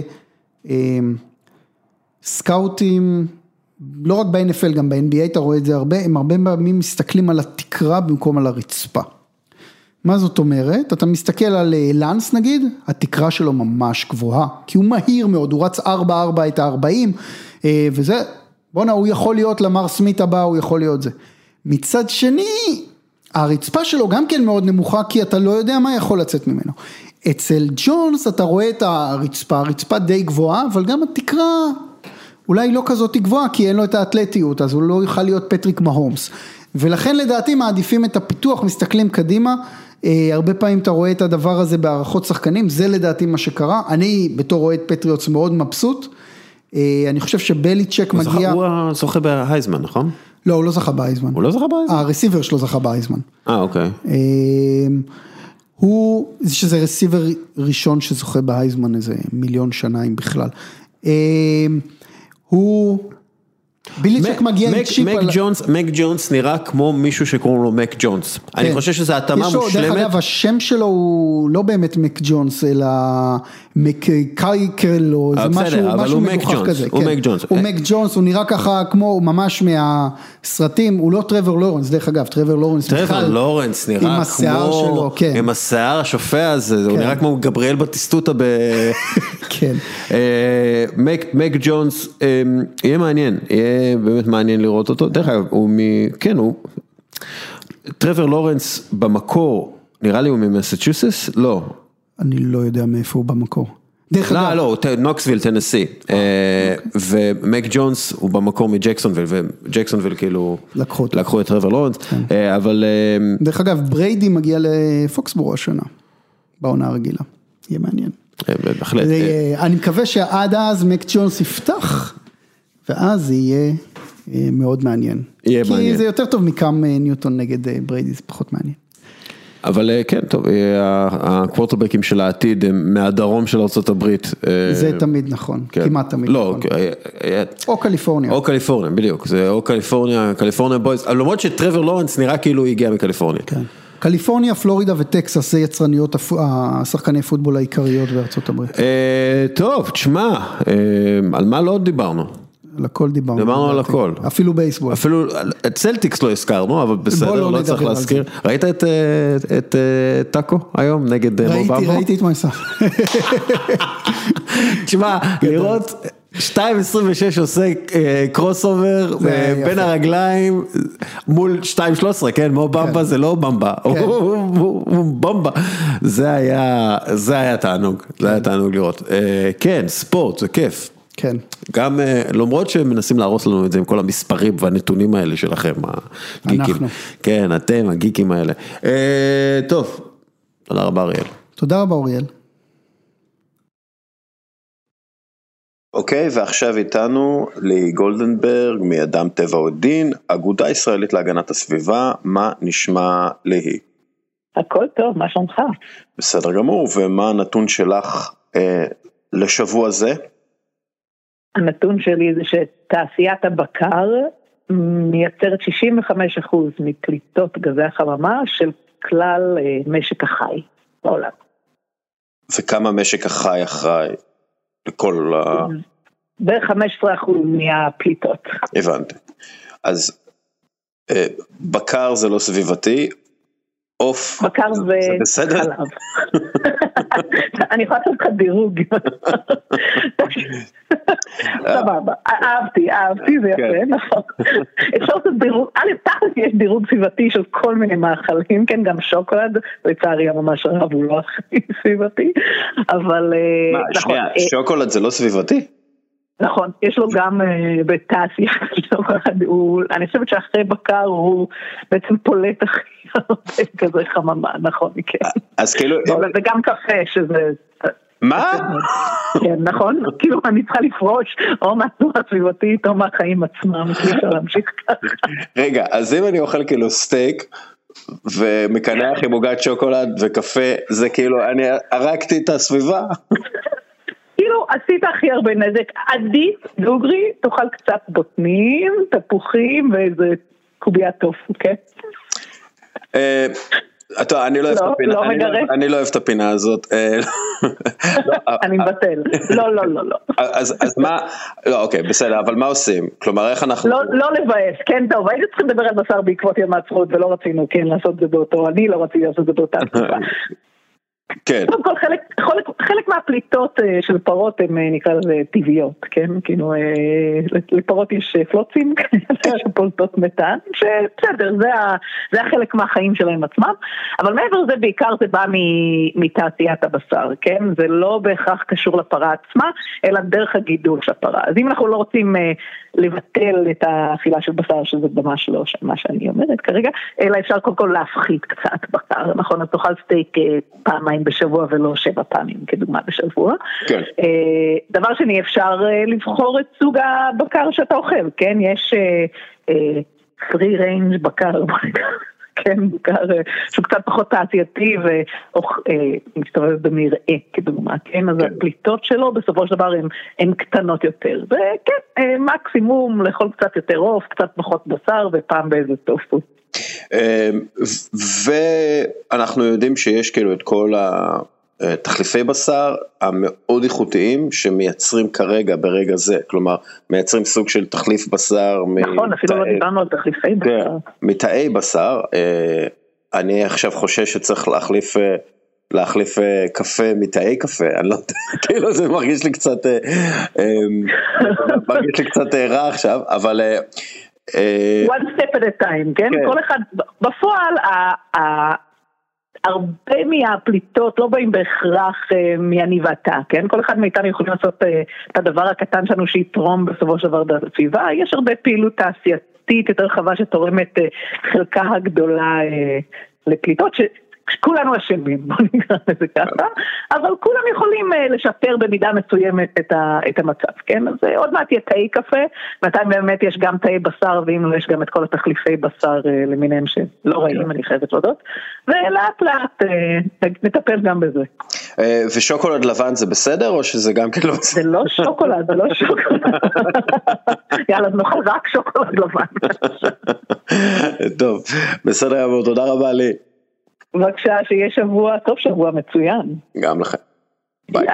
שסקאוטים, לא רק ב-אן אף אל, גם ב-אן בי איי אתה רואה את זה הרבה, הם הרבה פעמים מסתכלים על התקרה במקום על הרצפה. מה זאת אומרת? אתה מסתכל על לנס נגיד, התקרה שלו ממש גבוהה, כי הוא מהיר מאוד, הוא רץ ארבע ארבע את ה-ארבעים, וזה, בונה, הוא יכול להיות למר סמית הבא, הוא יכול להיות זה. מצד שני, הרצפה שלו גם כן מאוד נמוכה, כי אתה לא יודע מה יכול לצאת ממנו. אצל ג'ונס אתה רואה את הרצפה, הרצפה די גבוהה, אבל גם התקרה אולי לא כזאת גבוהה, כי אין לו את האתלטיות, אז הוא לא יוכל להיות פטריק מהומס. ולכן לדעתי מעדיפים את הפיתוח, מסתכלים קדימה, אה, הרבה פעמים אתה רואה את הדבר הזה בערכות שחקנים, זה לדעתי מה שקרה, אני בתור רואה את פטריוטס מאוד מבסוט, אה, אני חושב שבליצ'ק מגיע... הוא זוכה בהייזמן, נכון? לא, הוא לא זכה בהייזמן. הוא לא זכה בהייזמן? הרסיבר שלו זכה בהייזמן. אה, אוקיי. אה, הוא, שזה רסיבר ראשון שזוכה בהייזמן איזה מיליון שנה אם בכלל. אה, הוא, ביליצ'ק מגיע עם צ'יפ על... מק ג'ונס נראה כמו מישהו שקוראים לו מק ג'ונס. אני חושב שזה התאמה מושלמת. דרך אגב, השם שלו הוא לא באמת מק ג'ונס, אלא מק קייקל, או זה משהו מגוחך כזה. הוא מק ג'ונס. הוא מק ג'ונס, הוא נראה ככה כמו ממש מהסרטים, הוא לא טרוור לורנס, דרך אגב, טרוור לורנס. טרוור לורנס נראה כמו... עם השיער השופע הזה, הוא נראה כמו גבריאל בטיסטוטה ב... כן. מק ג'ונס, יהיה מעניין, יהיה באמת מעניין לראות אותו, דרך אגב, הוא מ... כן, הוא... טרוור לורנס במקור, נראה לי הוא ממסצ'וסטס? לא. אני לא יודע מאיפה הוא במקור. דרך אגב... לא, לא, נוקסוויל, טנסי. ומק ג'ונס הוא במקור מג'קסונוויל, וג'קסונוויל כאילו... לקחו את טרוור לורנס, אבל... דרך אגב, בריידי מגיע לפוקסבורו השנה, בעונה הרגילה. יהיה מעניין. בהחלט. אני מקווה שעד אז מק ג'ונס יפתח, ואז יהיה מאוד מעניין. יהיה מעניין. כי זה יותר טוב מקם ניוטון נגד בריידי, זה פחות מעניין. אבל כן, טוב, הקוורטרבקים של העתיד הם מהדרום של ארצות הברית. זה תמיד נכון, כמעט תמיד נכון. או קליפורניה. או קליפורניה, בדיוק. זה או קליפורניה, קליפורניה בויז, למרות שטרוור לורנס נראה כאילו הוא הגיע מקליפורניה. כן. קליפורניה, פלורידה וטקסס זה יצרניות השחקני פוטבול העיקריות בארצות הברית. טוב, תשמע, על מה לא דיברנו? על הכל דיברנו. דיברנו על הכל. אפילו בייסבול. אפילו, את סלטיקס לא הזכרנו, אבל בסדר, לא צריך להזכיר. ראית את טאקו היום נגד מובמבו? ראיתי, ראיתי את מייסה. תשמע, לראות... שתיים עשרים ושש עושה קרוס אובר בין הרגליים מול שתיים שלוש עשרה, כן, מו במבה זה לא במבה, הוא במבה, זה היה, זה היה תענוג, זה היה תענוג לראות, כן, ספורט, זה כיף, כן, גם למרות שמנסים להרוס לנו את זה עם כל המספרים והנתונים האלה שלכם, הגיקים, כן, אתם, הגיקים האלה, טוב, תודה רבה אריאל. תודה רבה אריאל. אוקיי, ועכשיו איתנו לי גולדנברג מאדם טבע ודין, אגודה ישראלית להגנת הסביבה, מה נשמע לי? הכל טוב, מה שלומך? בסדר גמור, ומה הנתון שלך אה, לשבוע זה? הנתון שלי זה שתעשיית הבקר מייצרת שישים וחמישה אחוז מפליטות גזי החממה של כלל אה, משק החי בעולם. וכמה משק החי אחראי לכל ה... בערך חמישה עשר אחוז מהפליטות. הבנתי. אז אה, בקר זה לא סביבתי, אוף, בקר זה, זה, זה בסדר? חלב. אני יכולה לעשות לך דירוג. סבבה, אהבתי, אהבתי, זה יפה, נכון. אפשר לעשות דירוג, א', תכף יש דירוג סביבתי של כל מיני מאכלים, כן, גם שוקולד, לצערי ממש רב, הוא לא הכי סביבתי, אבל... מה, שנייה, שוקולד זה לא סביבתי? נכון, יש לו גם בתעשייה, אני חושבת שאחרי בקר הוא בעצם פולט הכי הרבה כזה חממה, נכון, כן. אז כאילו... וגם קפה שזה... מה? כן, נכון, כאילו אני צריכה לפרוש או מהתנועה הסביבתית או מהחיים עצמם, אפשר להמשיך ככה. רגע, אז אם אני אוכל כאילו סטייק ומקנח עם עוגת שוקולד וקפה, זה כאילו, אני הרגתי את הסביבה? כאילו עשית הכי הרבה נזק, עדיף דוגרי, תאכל קצת בוטנים, תפוחים ואיזה קוביית טופו, כן? טוב, אני לא אוהב את הפינה הזאת. אני מבטל. לא, לא, לא, לא. אז מה, לא, אוקיי, בסדר, אבל מה עושים? כלומר, איך אנחנו... לא לבאס, כן, טוב, הייתי צריכים לדבר על בשר בעקבות יום העצמאות, ולא רצינו, כן, לעשות את זה באותו, אני לא רציתי לעשות את זה באותה תקופה. כן. כל חלק, חלק, חלק מהפליטות של פרות הן נקרא לזה טבעיות, כן? כאילו, לפרות יש פלוצים שפולטות מתאן, שבסדר, זה, זה החלק מהחיים שלהם עצמם, אבל מעבר לזה בעיקר זה בא מתעשיית הבשר, כן? זה לא בהכרח קשור לפרה עצמה, אלא דרך הגידול של הפרה. אז אם אנחנו לא רוצים לבטל את האכילה של בשר, שזה ממש לא מה שאני אומרת כרגע, אלא אפשר קודם כל להפחית קצת בשר, נכון? אז תאכל סטייק פעמיים בשבוע ולא שבע פעמים כדוגמה בשבוע. כן. דבר שני, אפשר לבחור את סוג הבקר שאתה אוכל, כן? יש free range בקר, כן, בקר שהוא קצת פחות תעשייתי ומסתובב במרעה כדוגמה, כן? אז הפליטות שלו בסופו של דבר הן קטנות יותר, וכן, מקסימום לאכול קצת יותר עוף, קצת פחות בשר ופעם באיזה טופו. ואנחנו יודעים שיש כאילו את כל התחליפי בשר המאוד איכותיים שמייצרים כרגע ברגע זה, כלומר מייצרים סוג של תחליף בשר, נכון, אפילו לא דיברנו על תחליפי בשר, מתאי בשר. אני עכשיו חושש שצריך להחליף להחליף קפה מתאי קפה, אני לא יודע, כאילו זה מרגיש לי קצת מרגיש לי קצת רע עכשיו, אבל one step at a time, כן? כל אחד, בפועל, הרבה מהפליטות לא באים בהכרח מהניבתה, כן? כל אחד מאיתנו יכולים לעשות את הדבר הקטן שלנו שיתרום בסופו של דבר בסביבה, יש הרבה פעילות תעשייתית יותר רחבה שתורמת חלקה הגדולה לפליטות, ש... כולנו אשמים, בוא נקרא לזה ככה, אבל כולם יכולים לשפר במידה מסוימת את, ה, את המצב, כן? אז עוד מעט יהיה תאי קפה, מתי באמת יש גם תאי בשר, ואם לא יש גם את כל התחליפי בשר למיניהם שלא ראינו, אני חייבת להודות, ולאט לאט נטפל גם בזה. ושוקולד לבן זה בסדר, או שזה גם כן לא בסדר? זה לא שוקולד, זה לא שוקולד. יאללה, נאכל רק שוקולד לבן. טוב, בסדר, אבל תודה רבה לי. בבקשה, שיהיה שבוע טוב, שבוע מצוין. גם לכם. ביי.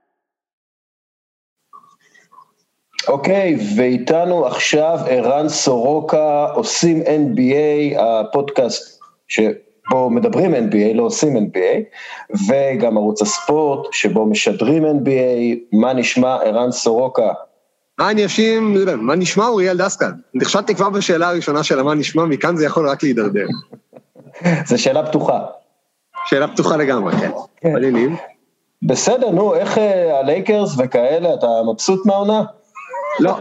אוקיי, ואיתנו עכשיו ערן סורוקה, עושים אן בי איי, הפודקאסט שבו מדברים אן בי איי, לא עושים אן בי איי, וגם ערוץ הספורט שבו משדרים אן בי איי. מה נשמע ערן סורוקה? מה אני אשים, מה נשמע אוריאל דסקל? נכשלתי כבר בשאלה הראשונה של מה נשמע, מכאן זה יכול רק להידרדר. זו שאלה פתוחה. שאלה פתוחה לגמרי, כן. מעניינים. בסדר, נו, איך הלייקרס וכאלה, אתה מבסוט מהעונה? לא.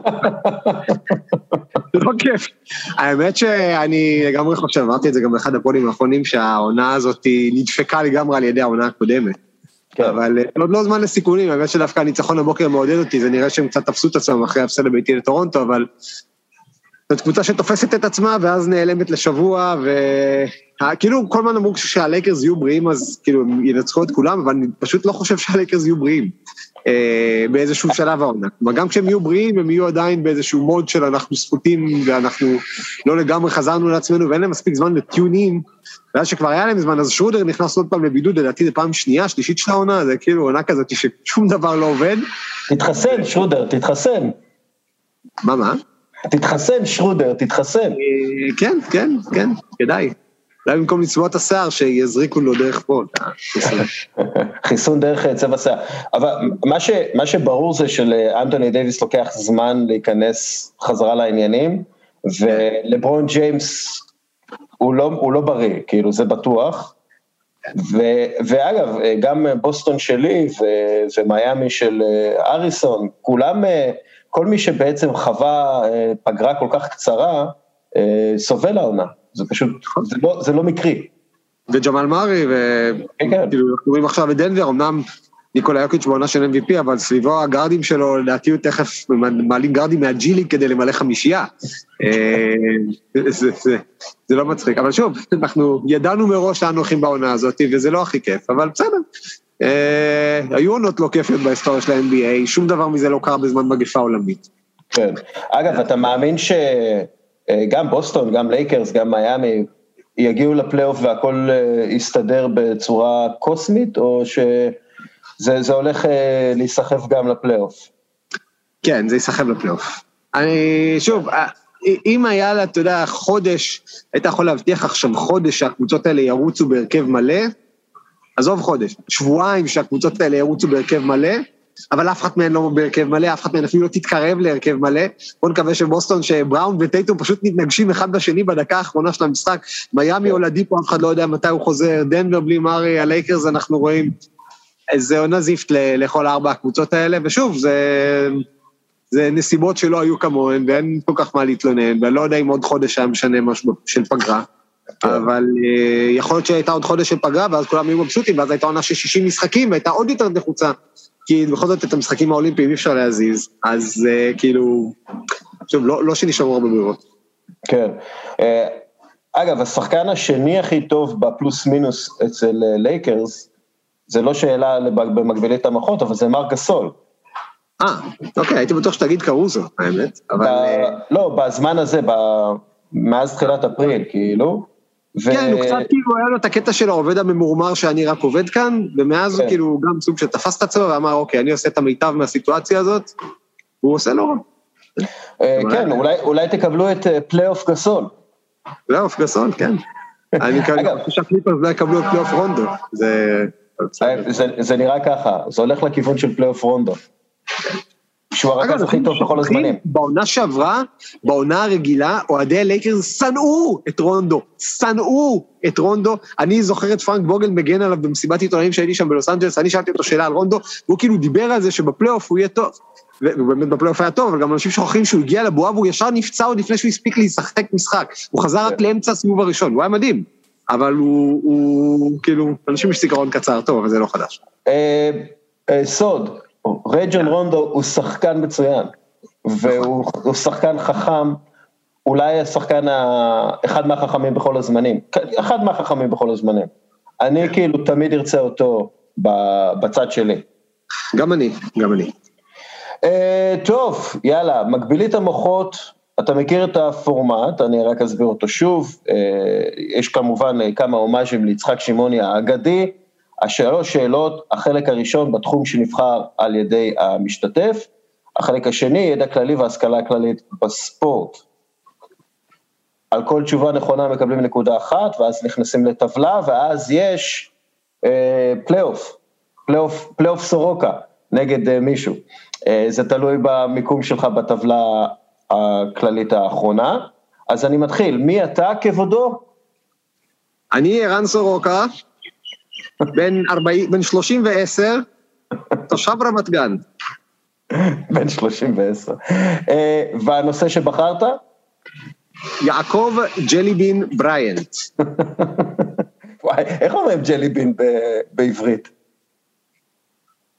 לא כיף. האמת שאני לגמרי חושב, אמרתי את זה גם באחד הפודים האחרונים, שהעונה הזאת נדפקה לגמרי על ידי העונה הקודמת. אבל עוד לא זמן לסיכונים, האמת שדווקא הניצחון הבוקר מעודד אותי, זה נראה שהם קצת תפסו את עצמם אחרי הפסד הביתי לטורונטו, אבל זאת קבוצה שתופסת את עצמה, ואז נעלמת לשבוע, וכאילו כל הזמן אמרו שהלייקרס יהיו בריאים, אז כאילו הם ינצחו את כולם, אבל אני פשוט לא חושב שהלייקרס יהיו בריאים, באיזשהו שלב העונה. גם כשהם יהיו בריאים, הם יהיו עדיין באיזשהו מוד של אנחנו ספוטים, ואנחנו לא לגמרי חזרנו לעצמנו, ואין להם מספיק זמן לטיונים, ואז שכבר היה להם זמן, אז שרודר נכנס עוד פעם לבידוד, לדעתי זה פעם שנייה, שלישית של העונה, זה כאילו עונה כזאת ששום דבר לא עובד. תתחסן, שרודר, תתחסן. מה, מה? תתחסן, שרודר, תתחסן. כן, כן, כן, כדאי. אולי במקום לצבוע את השיער, שיזריקו לו דרך פה. חיסון דרך צבע שיער. אבל מה ש, מה שברור זה שלאנטוני דייביס לוקח זמן להיכנס חזרה לעניינים, ולברון ג'יימס הוא לא, הוא לא בריא, כאילו זה בטוח. ו, ואגב, גם בוסטון שלי ו, ומיימי של אריסון, כולם, כל מי שבעצם חווה פגרה כל כך קצרה, סובל העונה. זה פשוט, זה לא, זה לא מקרי. וג'מאל מארי, וכאילו, אנחנו רואים עכשיו את דנבר, אמנם ניקולה יוקיץ' בעונה של אם וי פי, אבל סביבו הגרדים שלו, לדעתי הוא תכף מעלים גרדים מהג'יליג כדי למלא חמישייה. זה לא מצחיק, אבל שוב, אנחנו ידענו מראש שאנו הולכים בעונה הזאת, וזה לא הכי כיף, אבל בסדר. היו עונות לא כיפיות בהיסטוריה של ה-אן בי איי, שום דבר מזה לא קרה בזמן מגפה עולמית. כן. אגב, אתה מאמין ש... גם בוסטון, גם לייקרס, גם מיימי, יגיעו לפלייאוף והכל יסתדר בצורה קוסמית, או שזה זה הולך להיסחף גם לפלייאוף? כן, זה יסחף לפלייאוף. אני, שוב, אם היה לה, אתה יודע, חודש, היית יכול להבטיח עכשיו חודש שהקבוצות האלה ירוצו בהרכב מלא, עזוב חודש, שבועיים שהקבוצות האלה ירוצו בהרכב מלא, אבל אף אחד מהן לא בהרכב מלא, אף אחד מהן אפילו לא תתקרב להרכב מלא, בוא נקווה שבוסטון, שבראון וטייטום פשוט מתנגשים אחד בשני בדקה האחרונה של המשחק, מיימי או לדיפו, אף אחד לא יודע מתי הוא חוזר, דנבר בלי מארי, הלייקרס אנחנו רואים, זה עונה זיפט לכל ארבע הקבוצות האלה, ושוב, זה, זה נסיבות שלא היו כמוהן, ואין כל כך מה להתלונן, ואני לא יודע אם עוד חודש היה משנה משהו של פגרה, אבל יכול להיות שהייתה עוד חודש של פגרה, ואז כולם היו מבסוטים, ואז הייתה עונה של שישים משחקים, והייתה עוד יותר נחוצה, כי בכל זאת את המשחקים האולימפיים אי אפשר להזיז, אז כאילו, שוב, לא, לא שנשארו הרבה ברירות. כן. אגב, השחקן השני הכי טוב בפלוס מינוס אצל לייקרס, זה לא שאלה במקבילית המחות, אבל זה מרק גסול. אה, אוקיי, הייתי בטוח שתגיד קרוזו, האמת, אבל... לא, בזמן הזה, מאז תחילת אפריל, כאילו, כן, הוא קצת כאילו היה לו את הקטע של העובד הממורמר שאני רק עובד כאן, ומאז הוא כאילו גם סוג שתפס את עצמו, ואמר, אוקיי, אני עושה את המיטב מהסיטואציה הזאת, הוא עושה לא רע. כן, אולי תקבלו את פלייאוף גסול. פלייאוף גסול, כן. אני חושב שהקליפרס לא יקבלו את פלייאוף רונדו. זה נראה ככה, זה הולך לכיוון של פלייאוף רונדו. שהוא הרכז הכי טוב בכל הזמנים. בעונה שעברה, בעונה הרגילה, אוהדי הלייקרס שנאו את רונדו, שנאו את רונדו, אני זוכר את פרנק בוגל מגן עליו במסיבת עיתונאים שהייתי שם בלוס אנג'לס, אני שאלתי אותו שאלה על רונדו, והוא כאילו דיבר על זה שבפלייאוף הוא יהיה טוב, ובאמת בפלייאוף היה טוב, אבל גם אנשים שוכחים שהוא הגיע לבועה, והוא ישר נפצע עוד לפני שהוא הספיק להשחק משחק, הוא חזר רק לאמצע הסיבוב הראשון, הוא היה מדהים, אבל הוא כאילו, אנשים יש זיכרון קצר, טוב, אבל זה לא חדש. סוד, רג'ון רונדו הוא שחקן מצוין, והוא שחקן חכם, אולי השחקן אחד מהחכמים בכל הזמנים, אחד מהחכמים בכל הזמנים. אני כאילו תמיד ארצה אותו בצד שלי. גם אני, גם אני. טוב, יאללה, מקבילית המוחות, אתה מכיר את הפורמט, אני רק אסביר אותו שוב, יש כמובן כמה הומאז'ים ליצחק שמעוני האגדי, השלוש שאלות, החלק הראשון בתחום שנבחר על ידי המשתתף, החלק השני, ידע כללי והשכלה כללית בספורט. על כל תשובה נכונה מקבלים נקודה אחת, ואז נכנסים לטבלה, ואז יש אה, פלייאוף, פלייאוף, פלייאוף סורוקה נגד אה, מישהו. אה, זה תלוי במיקום שלך בטבלה הכללית האחרונה. אז אני מתחיל, מי אתה כבודו? אני ערן סורוקה, בן ארבעים, בן שלושים ועשר, תושב רמת גן. בן שלושים ועשר. והנושא שבחרת? יעקב ג'ליבין בריינט. וואי, איך אומרים ג'ליבין בעברית?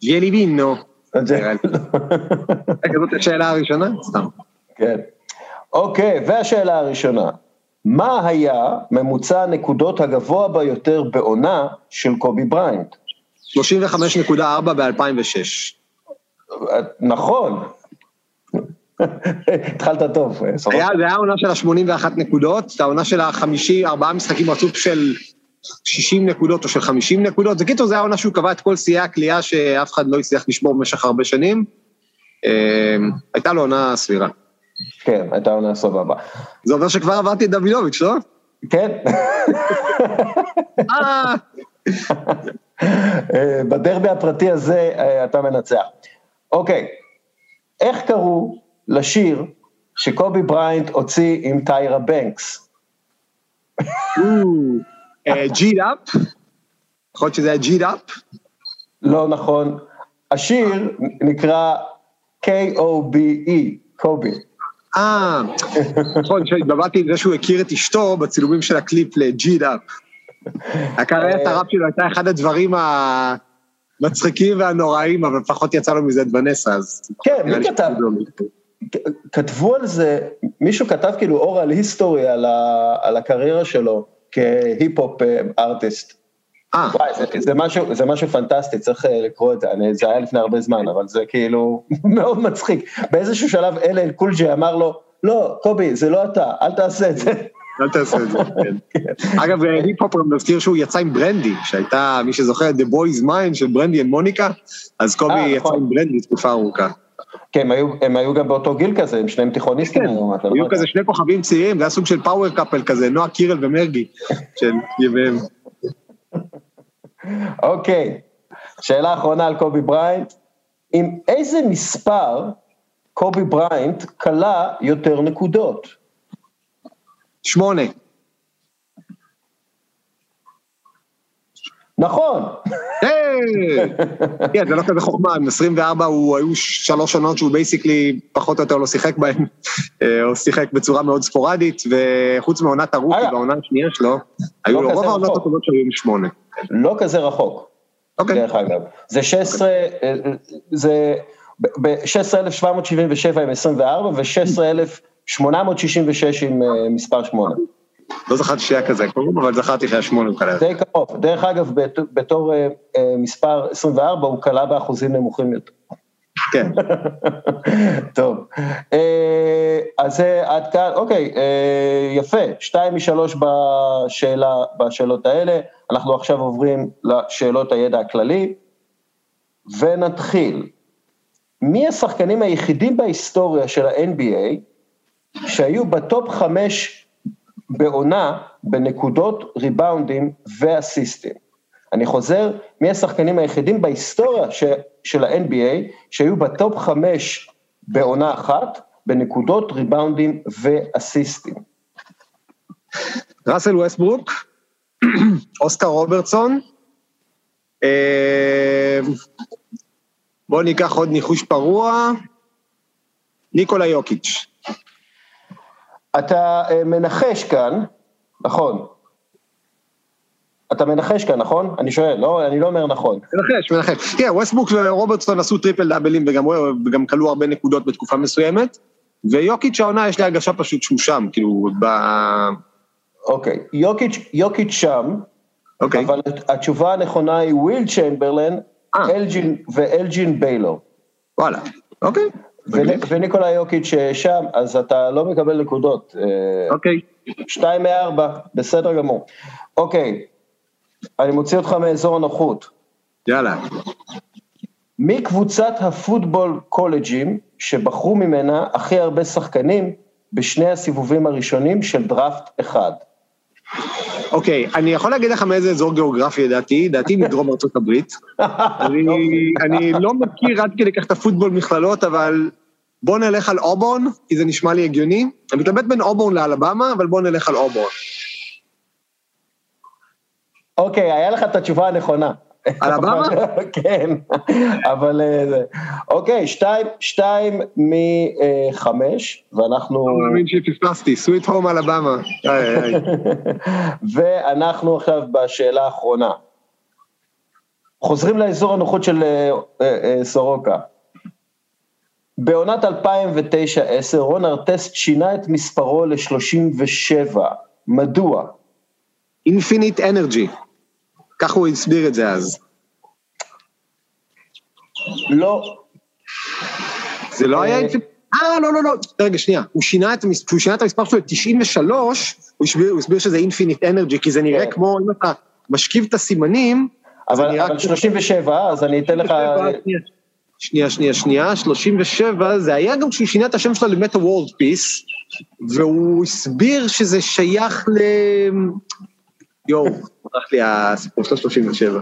ג'ליבינו. רגע, זאת השאלה הראשונה? סתם. כן. אוקיי, והשאלה הראשונה. מה היה ממוצע הנקודות הגבוה ביותר בעונה של קובי בריינט? שלושים וחמש נקודה ארבע ב-אלפיים ושש. נכון. התחלת טוב. זה היה העונה של ה-שמונים ואחת נקודות, זה העונה של החמישי, ארבעה משחקים רצוף של שישים נקודות או של חמישים נקודות, זה קיצור, זה העונה שהוא קבע את כל שיאי הקליעה שאף אחד לא הצליח לשמור במשך הרבה שנים, הייתה לו עונה סבירה. כן, הייתה עונה סבבה. זה אומר שכבר עברתי את דוידוביץ', לא? כן. בדרבי הפרטי הזה אתה מנצח. אוקיי, איך קראו לשיר שקובי בריינט הוציא עם טיירה בנקס? ג'יד אפ? יכול להיות שזה היה ג'יד אפ? לא נכון. השיר נקרא K O B E, קובי. אה, נכון, שהתבלבלתי עם זה שהוא הכיר את אשתו בצילומים של הקליפ לג'יד אפ. הקריירת הרב שלו הייתה אחד הדברים המצחיקים והנוראים, אבל לפחות יצא לו מזה את ונסה, אז... כן, מי כתב? כתבו על זה, מישהו כתב כאילו אורל היסטורי על הקריירה שלו כהיפ-הופ ארטיסט. זה משהו פנטסטי, צריך לקרוא את זה, זה היה לפני הרבה זמן, אבל זה כאילו מאוד מצחיק. באיזשהו שלב אל אל קולג'י אמר לו, לא, קובי, זה לא אתה, אל תעשה את זה. אל תעשה את זה, כן. אגב, היפ-הופ מזכיר שהוא יצא עם ברנדי, שהייתה, מי שזוכר, The Boy's Mind של ברנדי ומוניקה, אז קובי יצא עם ברנדי תקופה ארוכה. כן, הם היו גם באותו גיל כזה, הם שניהם תיכוניסטים. היו כזה שני כוכבים צעירים, זה היה סוג של פאוור קאפל כזה, נועה קירל ומרגי, של ימיהם. אוקיי, שאלה אחרונה על קובי בריינט, עם איזה מספר קובי בריינט קלה יותר נקודות? שמונה. נכון. כן, זה לא כזה חוכמה, עם עשרים וארבע הוא היו שלוש עונות שהוא בייסיקלי פחות או יותר לא שיחק בהם, או שיחק בצורה מאוד ספורדית, וחוץ מעונת הרוקי והעונה השנייה שלו, היו לו רוב העונות הטובות שהיו עם שמונה. לא כזה רחוק, דרך אגב. זה שש עשרה, זה ב-שש עשרה אלף שבע מאות שבעים ושבע עם עשרים וארבע, ו-שש עשרה אלף שמונה מאות שישים ושש עם מספר שמונה. לא זכרתי שהיה כזה, אבל זכרתי שהיה שמונה הוא קלה. די קרוב, דרך אגב, בתור מספר עשרים וארבע, הוא קלה באחוזים נמוכים יותר. כן. טוב, אז עד כאן, אוקיי, יפה, שתיים משלוש בשאלה, בשאלות האלה, אנחנו עכשיו עוברים לשאלות הידע הכללי, ונתחיל. מי השחקנים היחידים בהיסטוריה של ה-אן בי איי, שהיו בטופ חמש בעונה בנקודות, ריבאונדים ואסיסטים? אני חוזר, מי השחקנים היחידים בהיסטוריה ש, של ה-אן בי איי, שהיו בטופ חמש בעונה אחת, בנקודות, ריבאונדים ואסיסטים? ראסל ווסטברוק, אוסקר רוברטסון, בואו ניקח עוד ניחוש פרוע, ניקולה יוקיץ'. אתה מנחש כאן, נכון? אתה מנחש כאן, נכון? אני שואל, לא, אני לא אומר נכון. מנחש, מנחש. תראה, ווסטברוק ורוברטסון עשו טריפל דאבלים, וגם, וגם קלו הרבה נקודות בתקופה מסוימת, ויוקיץ' העונה יש לי הרגשה פשוט שהוא שם, כאילו, ב... אוקיי, יוקיץ', יוקיץ' שם, אוקיי. אבל התשובה הנכונה היא וויל צ'מברלן, אלג'ין ואלג'ין ביילור. וואלה, אוקיי. וניקולה יוקיץ' שם, אז אתה לא מקבל נקודות. אוקיי. שתיים מארבע, בסדר גמור. אוקיי, אני מוציא אותך מאזור הנוחות. יאללה. מקבוצת הפוטבול קולג'ים, שבחרו ממנה הכי הרבה שחקנים, בשני הסיבובים הראשונים של דראפט אחד. אוקיי, אני יכול להגיד לך מאיזה אזור גיאוגרפי דעתי, דעתי מדרום ארצות הברית. אני לא מכיר עד כדי כך את הפוטבול מכללות, אבל בוא נלך על אובורן, כי זה נשמע לי הגיוני. אני מתלבט בין אובורן לאלבמה, אבל בוא נלך על אובורן. אוקיי, היה לך את התשובה הנכונה. אלבמה? כן, אבל אוקיי, שתיים, שתיים מחמש, ואנחנו... אני מאמין שפספסתי, סוויט הום אלבמה. ואנחנו עכשיו בשאלה האחרונה. חוזרים לאזור הנוחות של סורוקה. בעונת אלפיים ותשע עשר, רון ארטסט שינה את מספרו ל-שלושים ושבע. מדוע? Infinite Energy. כך הוא הסביר את זה אז. לא. זה לא היה... אה, לא, לא, לא. רגע, שנייה. הוא שינה את המספר, הוא שינה את המספר שלו ל-תשעים ושלוש, הוא הסביר, הוא הסביר שזה Infinite Energy, כי זה נראה כמו, אם אתה משכיב את הסימנים, אבל, אבל שלושים ושבע, אז אני אתן לך... שנייה, שנייה, שנייה, שלושים ושבע, זה היה גם כשהוא שינה את השם שלו למטה וורלד פיס, והוא הסביר שזה שייך ל... יואו, הולך לי הסיפור של שלושים ושבע.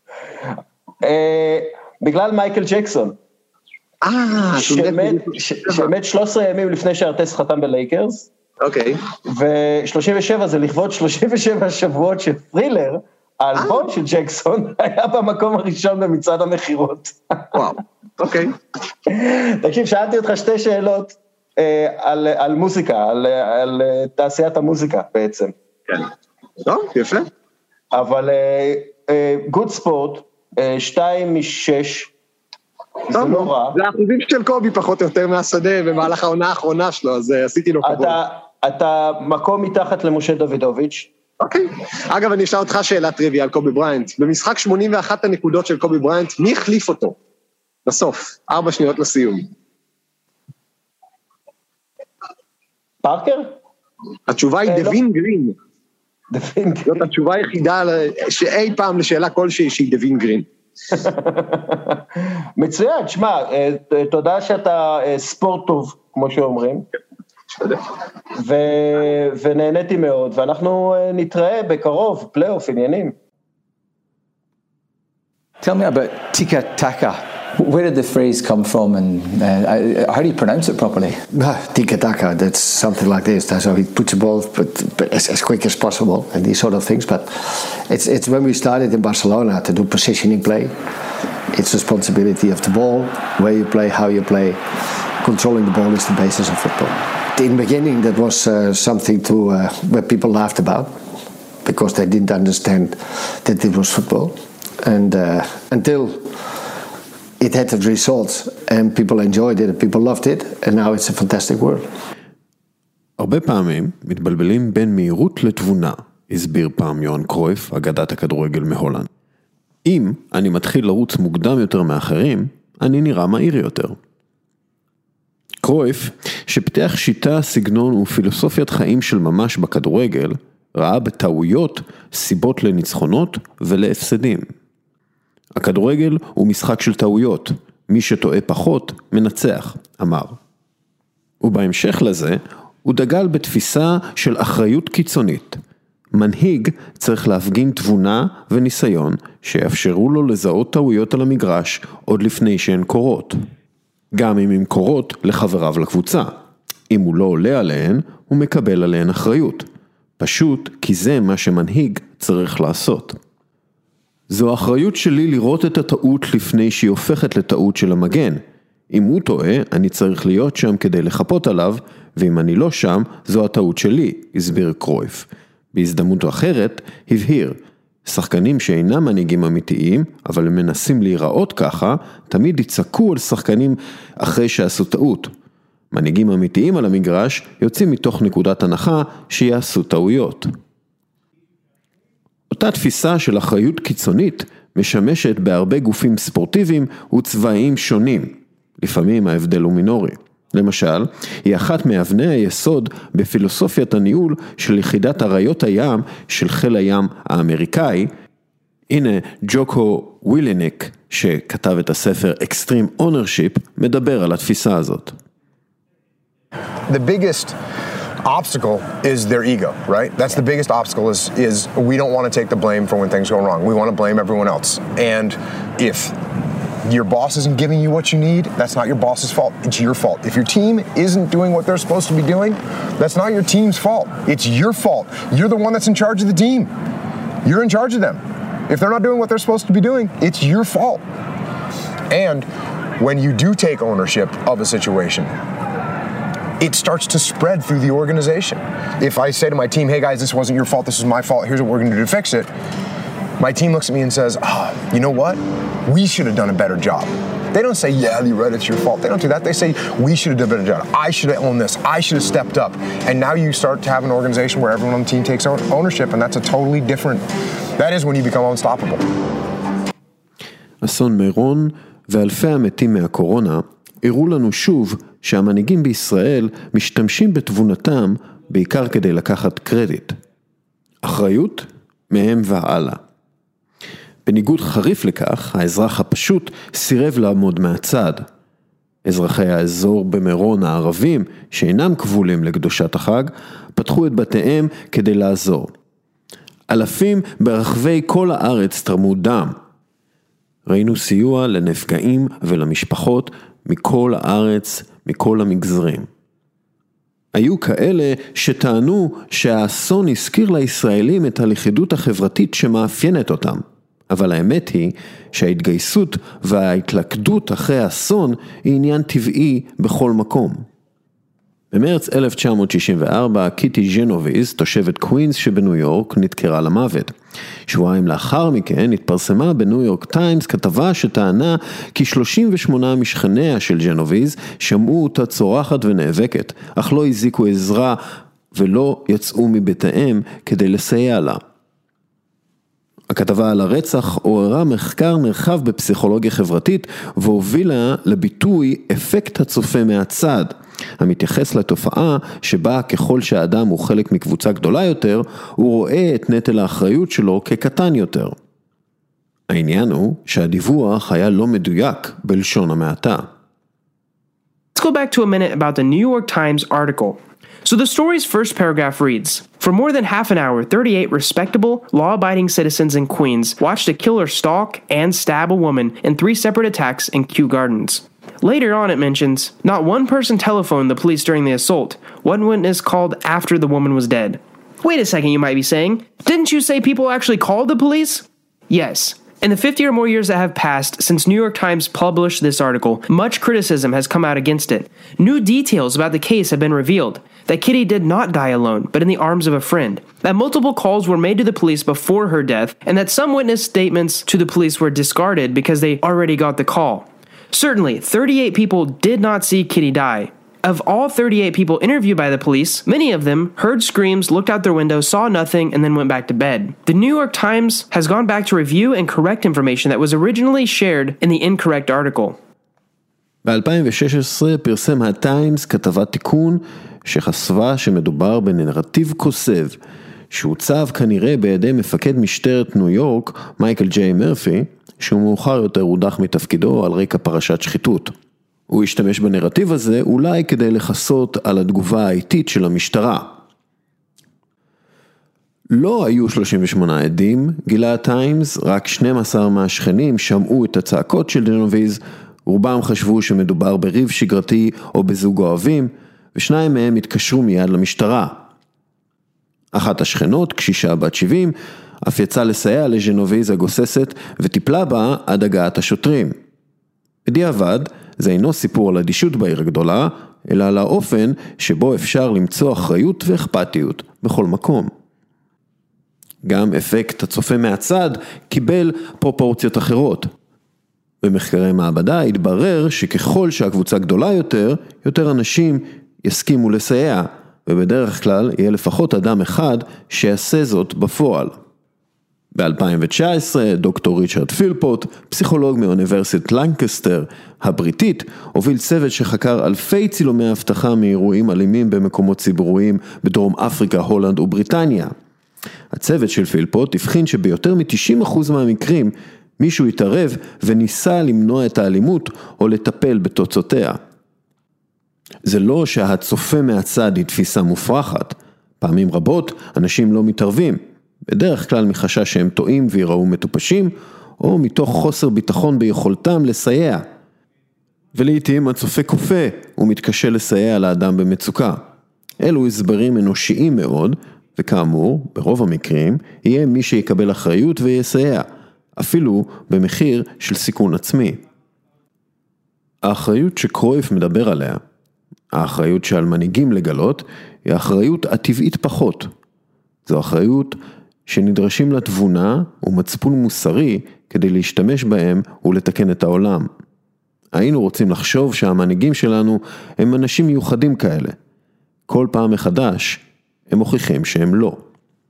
בגלל מייקל ג'קסון. אה, שמת שלושה עשר ימים לפני שארטסט חתם בלייקרס. אוקיי. ו-שלושים ושבע זה לכבוד שלושים ושבע שבועות של ת'רילר, האלבום של ג'קסון היה במקום הראשון במצעד המחירות. וואו, אוקיי. תקשיב, שאלתי אותך שתי שאלות על, על מוזיקה, על, על תעשיית המוזיקה בעצם. כן. טוב, יפה. אבל גוד ספורט, שתיים משש, זה לא רע. זה האחוזים של קובי פחות או יותר מהשדה במהלך העונה האחרונה שלו, אז עשיתי לו כבוד. אתה, אתה מקום מתחת למשה דוידוביץ'. אוקיי. אגב, אני אשאל אותך שאלה טריוויה על קובי בריינט. במשחק שמונים ואחת הנקודות של קובי בריינט, מי החליף אותו? בסוף, ארבע שניות לסיום. פארקר? התשובה היא דווין גרין. דווין גרין. זאת התשובה היחידה שאי פעם לשאלה כלשהי שהיא דווין גרין. מצוין, שמע, תודה שאתה ספורט טוב, כמו שאומרים. ונהניתי מאוד, ואנחנו נתראה בקרוב, פלייאוף, עניינים. Tell me about Tika Taka. Where did the phrase come from, and uh, how do you pronounce it properly? Tika Taka, that's something like this. That's how he puts the ball but, but as, as quick as possible and these sort of things. But it's it's when we started in Barcelona to do positioning play. It's responsibility of the ball, where you play, how you play. Controlling the ball is the basis of football. In the beginning, that was uh, something to uh, where people laughed about because they didn't understand that it was football, and uh, until it had the results and people enjoyed it and people loved it, and now it's a fantastic world. הרבה פעמים מתבלבלים בין מהירות לתבונה, הסביר פעם יוהאן קרויף, אגדת הכדורגל מהולנד. אם אני מתחיל לרוץ מוקדם יותר מאחרים, אני נראה מהיר יותר. קרויף, שפתח שיטה, סגנון ופילוסופיית חיים של ממש בכדורגל, ראה בטעויות סיבות לניצחונות ולהפסדים. הכדורגל הוא משחק של טעויות, מי שטועה פחות מנצח, אמר. ובהמשך לזה, הוא דגל בתפיסה של אחריות קיצונית. מנהיג צריך להפגין תבונה וניסיון שיאפשרו לו לזהות טעויות על המגרש עוד לפני שהן קורות. גם אם הן קורות לחבריו לקבוצה. אם הוא לא עולה עליהן, הוא מקבל עליהן אחריות. פשוט כי זה מה שמנהיג צריך לעשות. זו האחריות שלי לראות את הטעות לפני שהיא הופכת לטעות של המגן. אם הוא טועה, אני צריך להיות שם כדי לחפות עליו, ואם אני לא שם, זו הטעות שלי, הסביר קרויף. בהזדמנות אחרת, הבהיר, שחקנים שאינם מנהיגים אמיתיים, אבל הם מנסים להיראות ככה, תמיד יצעקו על שחקנים אחרי שעשו טעות. מנהיגים אמיתיים על המגרש יוצאים מתוך נקודת הנחה שיעשו טעויות. אותה תפיסה של אחריות קיצונית משמשת בהרבה גופים ספורטיביים וצבאיים שונים. לפעמים ההבדל הוא מינורי. למשל, היא אחת מאבני היסוד בפילוסופיית הניהול של יחידת אריות הים של חיל הים האמריקאי. הנה ג'וקו וויליניק, שכתב את הספר Extreme Ownership, מדבר על התפיסה הזאת. The biggest obstacle is their ego, right? That's the biggest obstacle is is we don't want to take the blame for when things go wrong. We want to blame everyone else. And if your boss isn't giving you what you need, that's not your boss's fault. It's your fault. If your team isn't doing what they're supposed to be doing, that's not your team's fault. It's your fault. You're the one that's in charge of the team. You're in charge of them. If they're not doing what they're supposed to be doing, it's your fault. And when you do take ownership of a situation, it starts to spread through the organization. If I say to my team, hey guys, this wasn't your fault, this is my fault, here's what we're going to do to fix it, my team looks at me and says, oh, you know what? We should have done a better job. They don't say, yeah, you're right, it's your fault. They don't do that. They say, we should have done a better job. I should have owned this. I should have stepped up. And now you start to have an organization where everyone on the team takes ownership, and that's a totally different, that is when you become unstoppable. אסון מירון ואלפי המתים מהקורונה הראו לנו שוב שהמנהיגים בישראל משתמשים בתבונתם בעיקר כדי לקחת קרדיט. אחריות מהם והלאה. בניגוד חריף לכך, האזרח הפשוט סירב לעמוד מהצד. אזרחי האזור במירון הערבים, שאינם כבולים לקדושת החג, פתחו את בתיהם כדי לעזור. אלפים ברחבי כל הארץ תרמו דם. ראינו סיוע לנפגעים ולמשפחות מכל הארץ, מכל המגזרים. היו כאלה שטענו שהאסון הזכיר לישראלים את הלכידות החברתית שמאפיינת אותם. אבל האמת היא שההתגייסות וההתלכדות אחרי האסון היא עניין טבעי בכל מקום. במרץ אלף תשע מאות שישים וארבע, קיטי ג'נוביז, תושבת קווינס שבניו יורק, נדקרה למוות. שבועיים לאחר מכן התפרסמה בניו יורק טיימס כתבה שטענה כי שלושים ושמונה משכניה של ג'נוביז שמעו אותה צורחת ונאבקת, אך לא הזיקו עזרה ולא יצאו מביתיהם כדי לסייע לה. הכתבה על הרצח עוררה מחקר נרחב בפסיכולוגיה חברתית והובילה לביטוי אפקט הצופה מהצד, המתייחס לתופעה שבה ככל שהאדם הוא חלק מקבוצה גדולה יותר, הוא רואה את נטל האחריות שלו כקטן יותר. העניין הוא שהדיווח היה לא מדויק בלשון המעטה. Let's go back to a minute about the New York Times article. So the story's first paragraph reads, for more than half an hour, thirty-eight respectable, law-abiding citizens in Queens watched a killer stalk and stab a woman in three separate attacks in Kew Gardens. Later on it mentions, not one person telephoned the police during the assault. One witness called after the woman was dead. Wait a second, you might be saying. Didn't you say people actually called the police? Yes. In the fifty or more years that have passed since New York Times published this article, much criticism has come out against it. New details about the case have been revealed. That Kitty did not die alone, but in the arms of a friend. That multiple calls were made to the police before her death, and that some witness statements to the police were discarded because they already got the call. Certainly, thirty-eight people did not see Kitty die. Of all thirty-eight people interviewed by the police, many of them heard screams, looked out their window, saw nothing, and then went back to bed. The New York Times has gone back to review and correct information that was originally shared in the incorrect article. ב-אלפיים ושש עשרה פרסם הטיימס כתבת תיקון שחשפה שמדובר בנרטיב כוסב, שהוצב כנראה בידי מפקד משטרת ניו יורק, מייקל ג'יי מרפי, שהוא מאוחר יותר הודח מתפקידו על רקע פרשת שחיתות. הוא השתמש בנרטיב הזה אולי כדי לחסות על התגובה האיטית של המשטרה. לא היו שלושים ושמונה עדים, גילה הטיימס, רק שנים עשר מהשכנים שמעו את הצעקות של ג'נוביז, רובם חשבו שמדובר בריב שגרתי או בזוג אוהבים, ושניים מהם התקשרו מיד למשטרה. אחת השכנות, קשישה בת שבעים, אף יצאה לסייע לג'נוביז הגוססת וטיפלה בה עד הגעת השוטרים. בדיעבד, זה אינו סיפור על אדישות בעיר הגדולה, אלא על האופן שבו אפשר למצוא אחריות ואכפתיות בכל מקום. גם אפקט הצופה מהצד קיבל פרופורציות אחרות. במחקרי מעבדה התברר שככל שהקבוצה גדולה יותר, יותר אנשים יסכימו לסייע, ובדרך כלל יהיה לפחות אדם אחד שיעשה זאת בפועל. ב-אלפיים תשע עשרה דוקטור ריצ'רד פילפוט, פסיכולוג מאוניברסיטת לנקסטר הבריטית, הוביל צוות שחקר אלפי צילומי הבטחה מאירועים אלימים במקומות ציבוריים בדרום אפריקה, הולנד ובריטניה. הצוות של פילפוט הבחין שביותר מ-תשעים אחוז מהמקרים מישהו התערב וניסה למנוע את האלימות או לטפל בתוצאותיה. זה לא שהצופה מהצד היא תפיסה מופרכת. פעמים רבות אנשים לא מתערבים, בדרך כלל מחשש שהם טועים ויראו מטופשים, או מתוך חוסר ביטחון ביכולתם לסייע. ולעיתים הצופה כופה ומתקשה לסייע לאדם במצוקה. אלו הסברים אנושיים מאוד, וכאמור, ברוב המקרים, יהיה מי שיקבל אחריות ויסייע, אפילו במחיר של סיכון עצמי. האחריות שקרויף מדבר עליה, האחריות שעל מנהיגים לגלות, היא האחריות הטבעית פחות. זו אחריות שנדרשים לתבונה ומצפון מוסרי כדי להשתמש בהם ולתקן את העולם. היינו רוצים לחשוב שהמנהיגים שלנו הם אנשים מיוחדים כאלה. כל פעם מחדש הם מוכיחים שהם לא.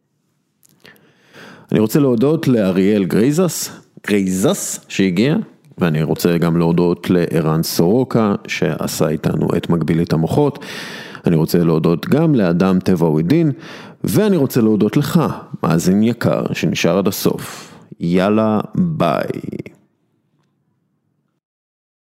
אני רוצה להודות לאריאל גרייזס, גרייזס שהגיע, ואני רוצה גם להודות לערן סורוקה שעשה איתנו את מגבילית המוחות. אני רוצה להודות גם לאדם טבע ודין, ואני רוצה להודות לך, מאזין יקר שנשאר עד הסוף. יאללה, ביי.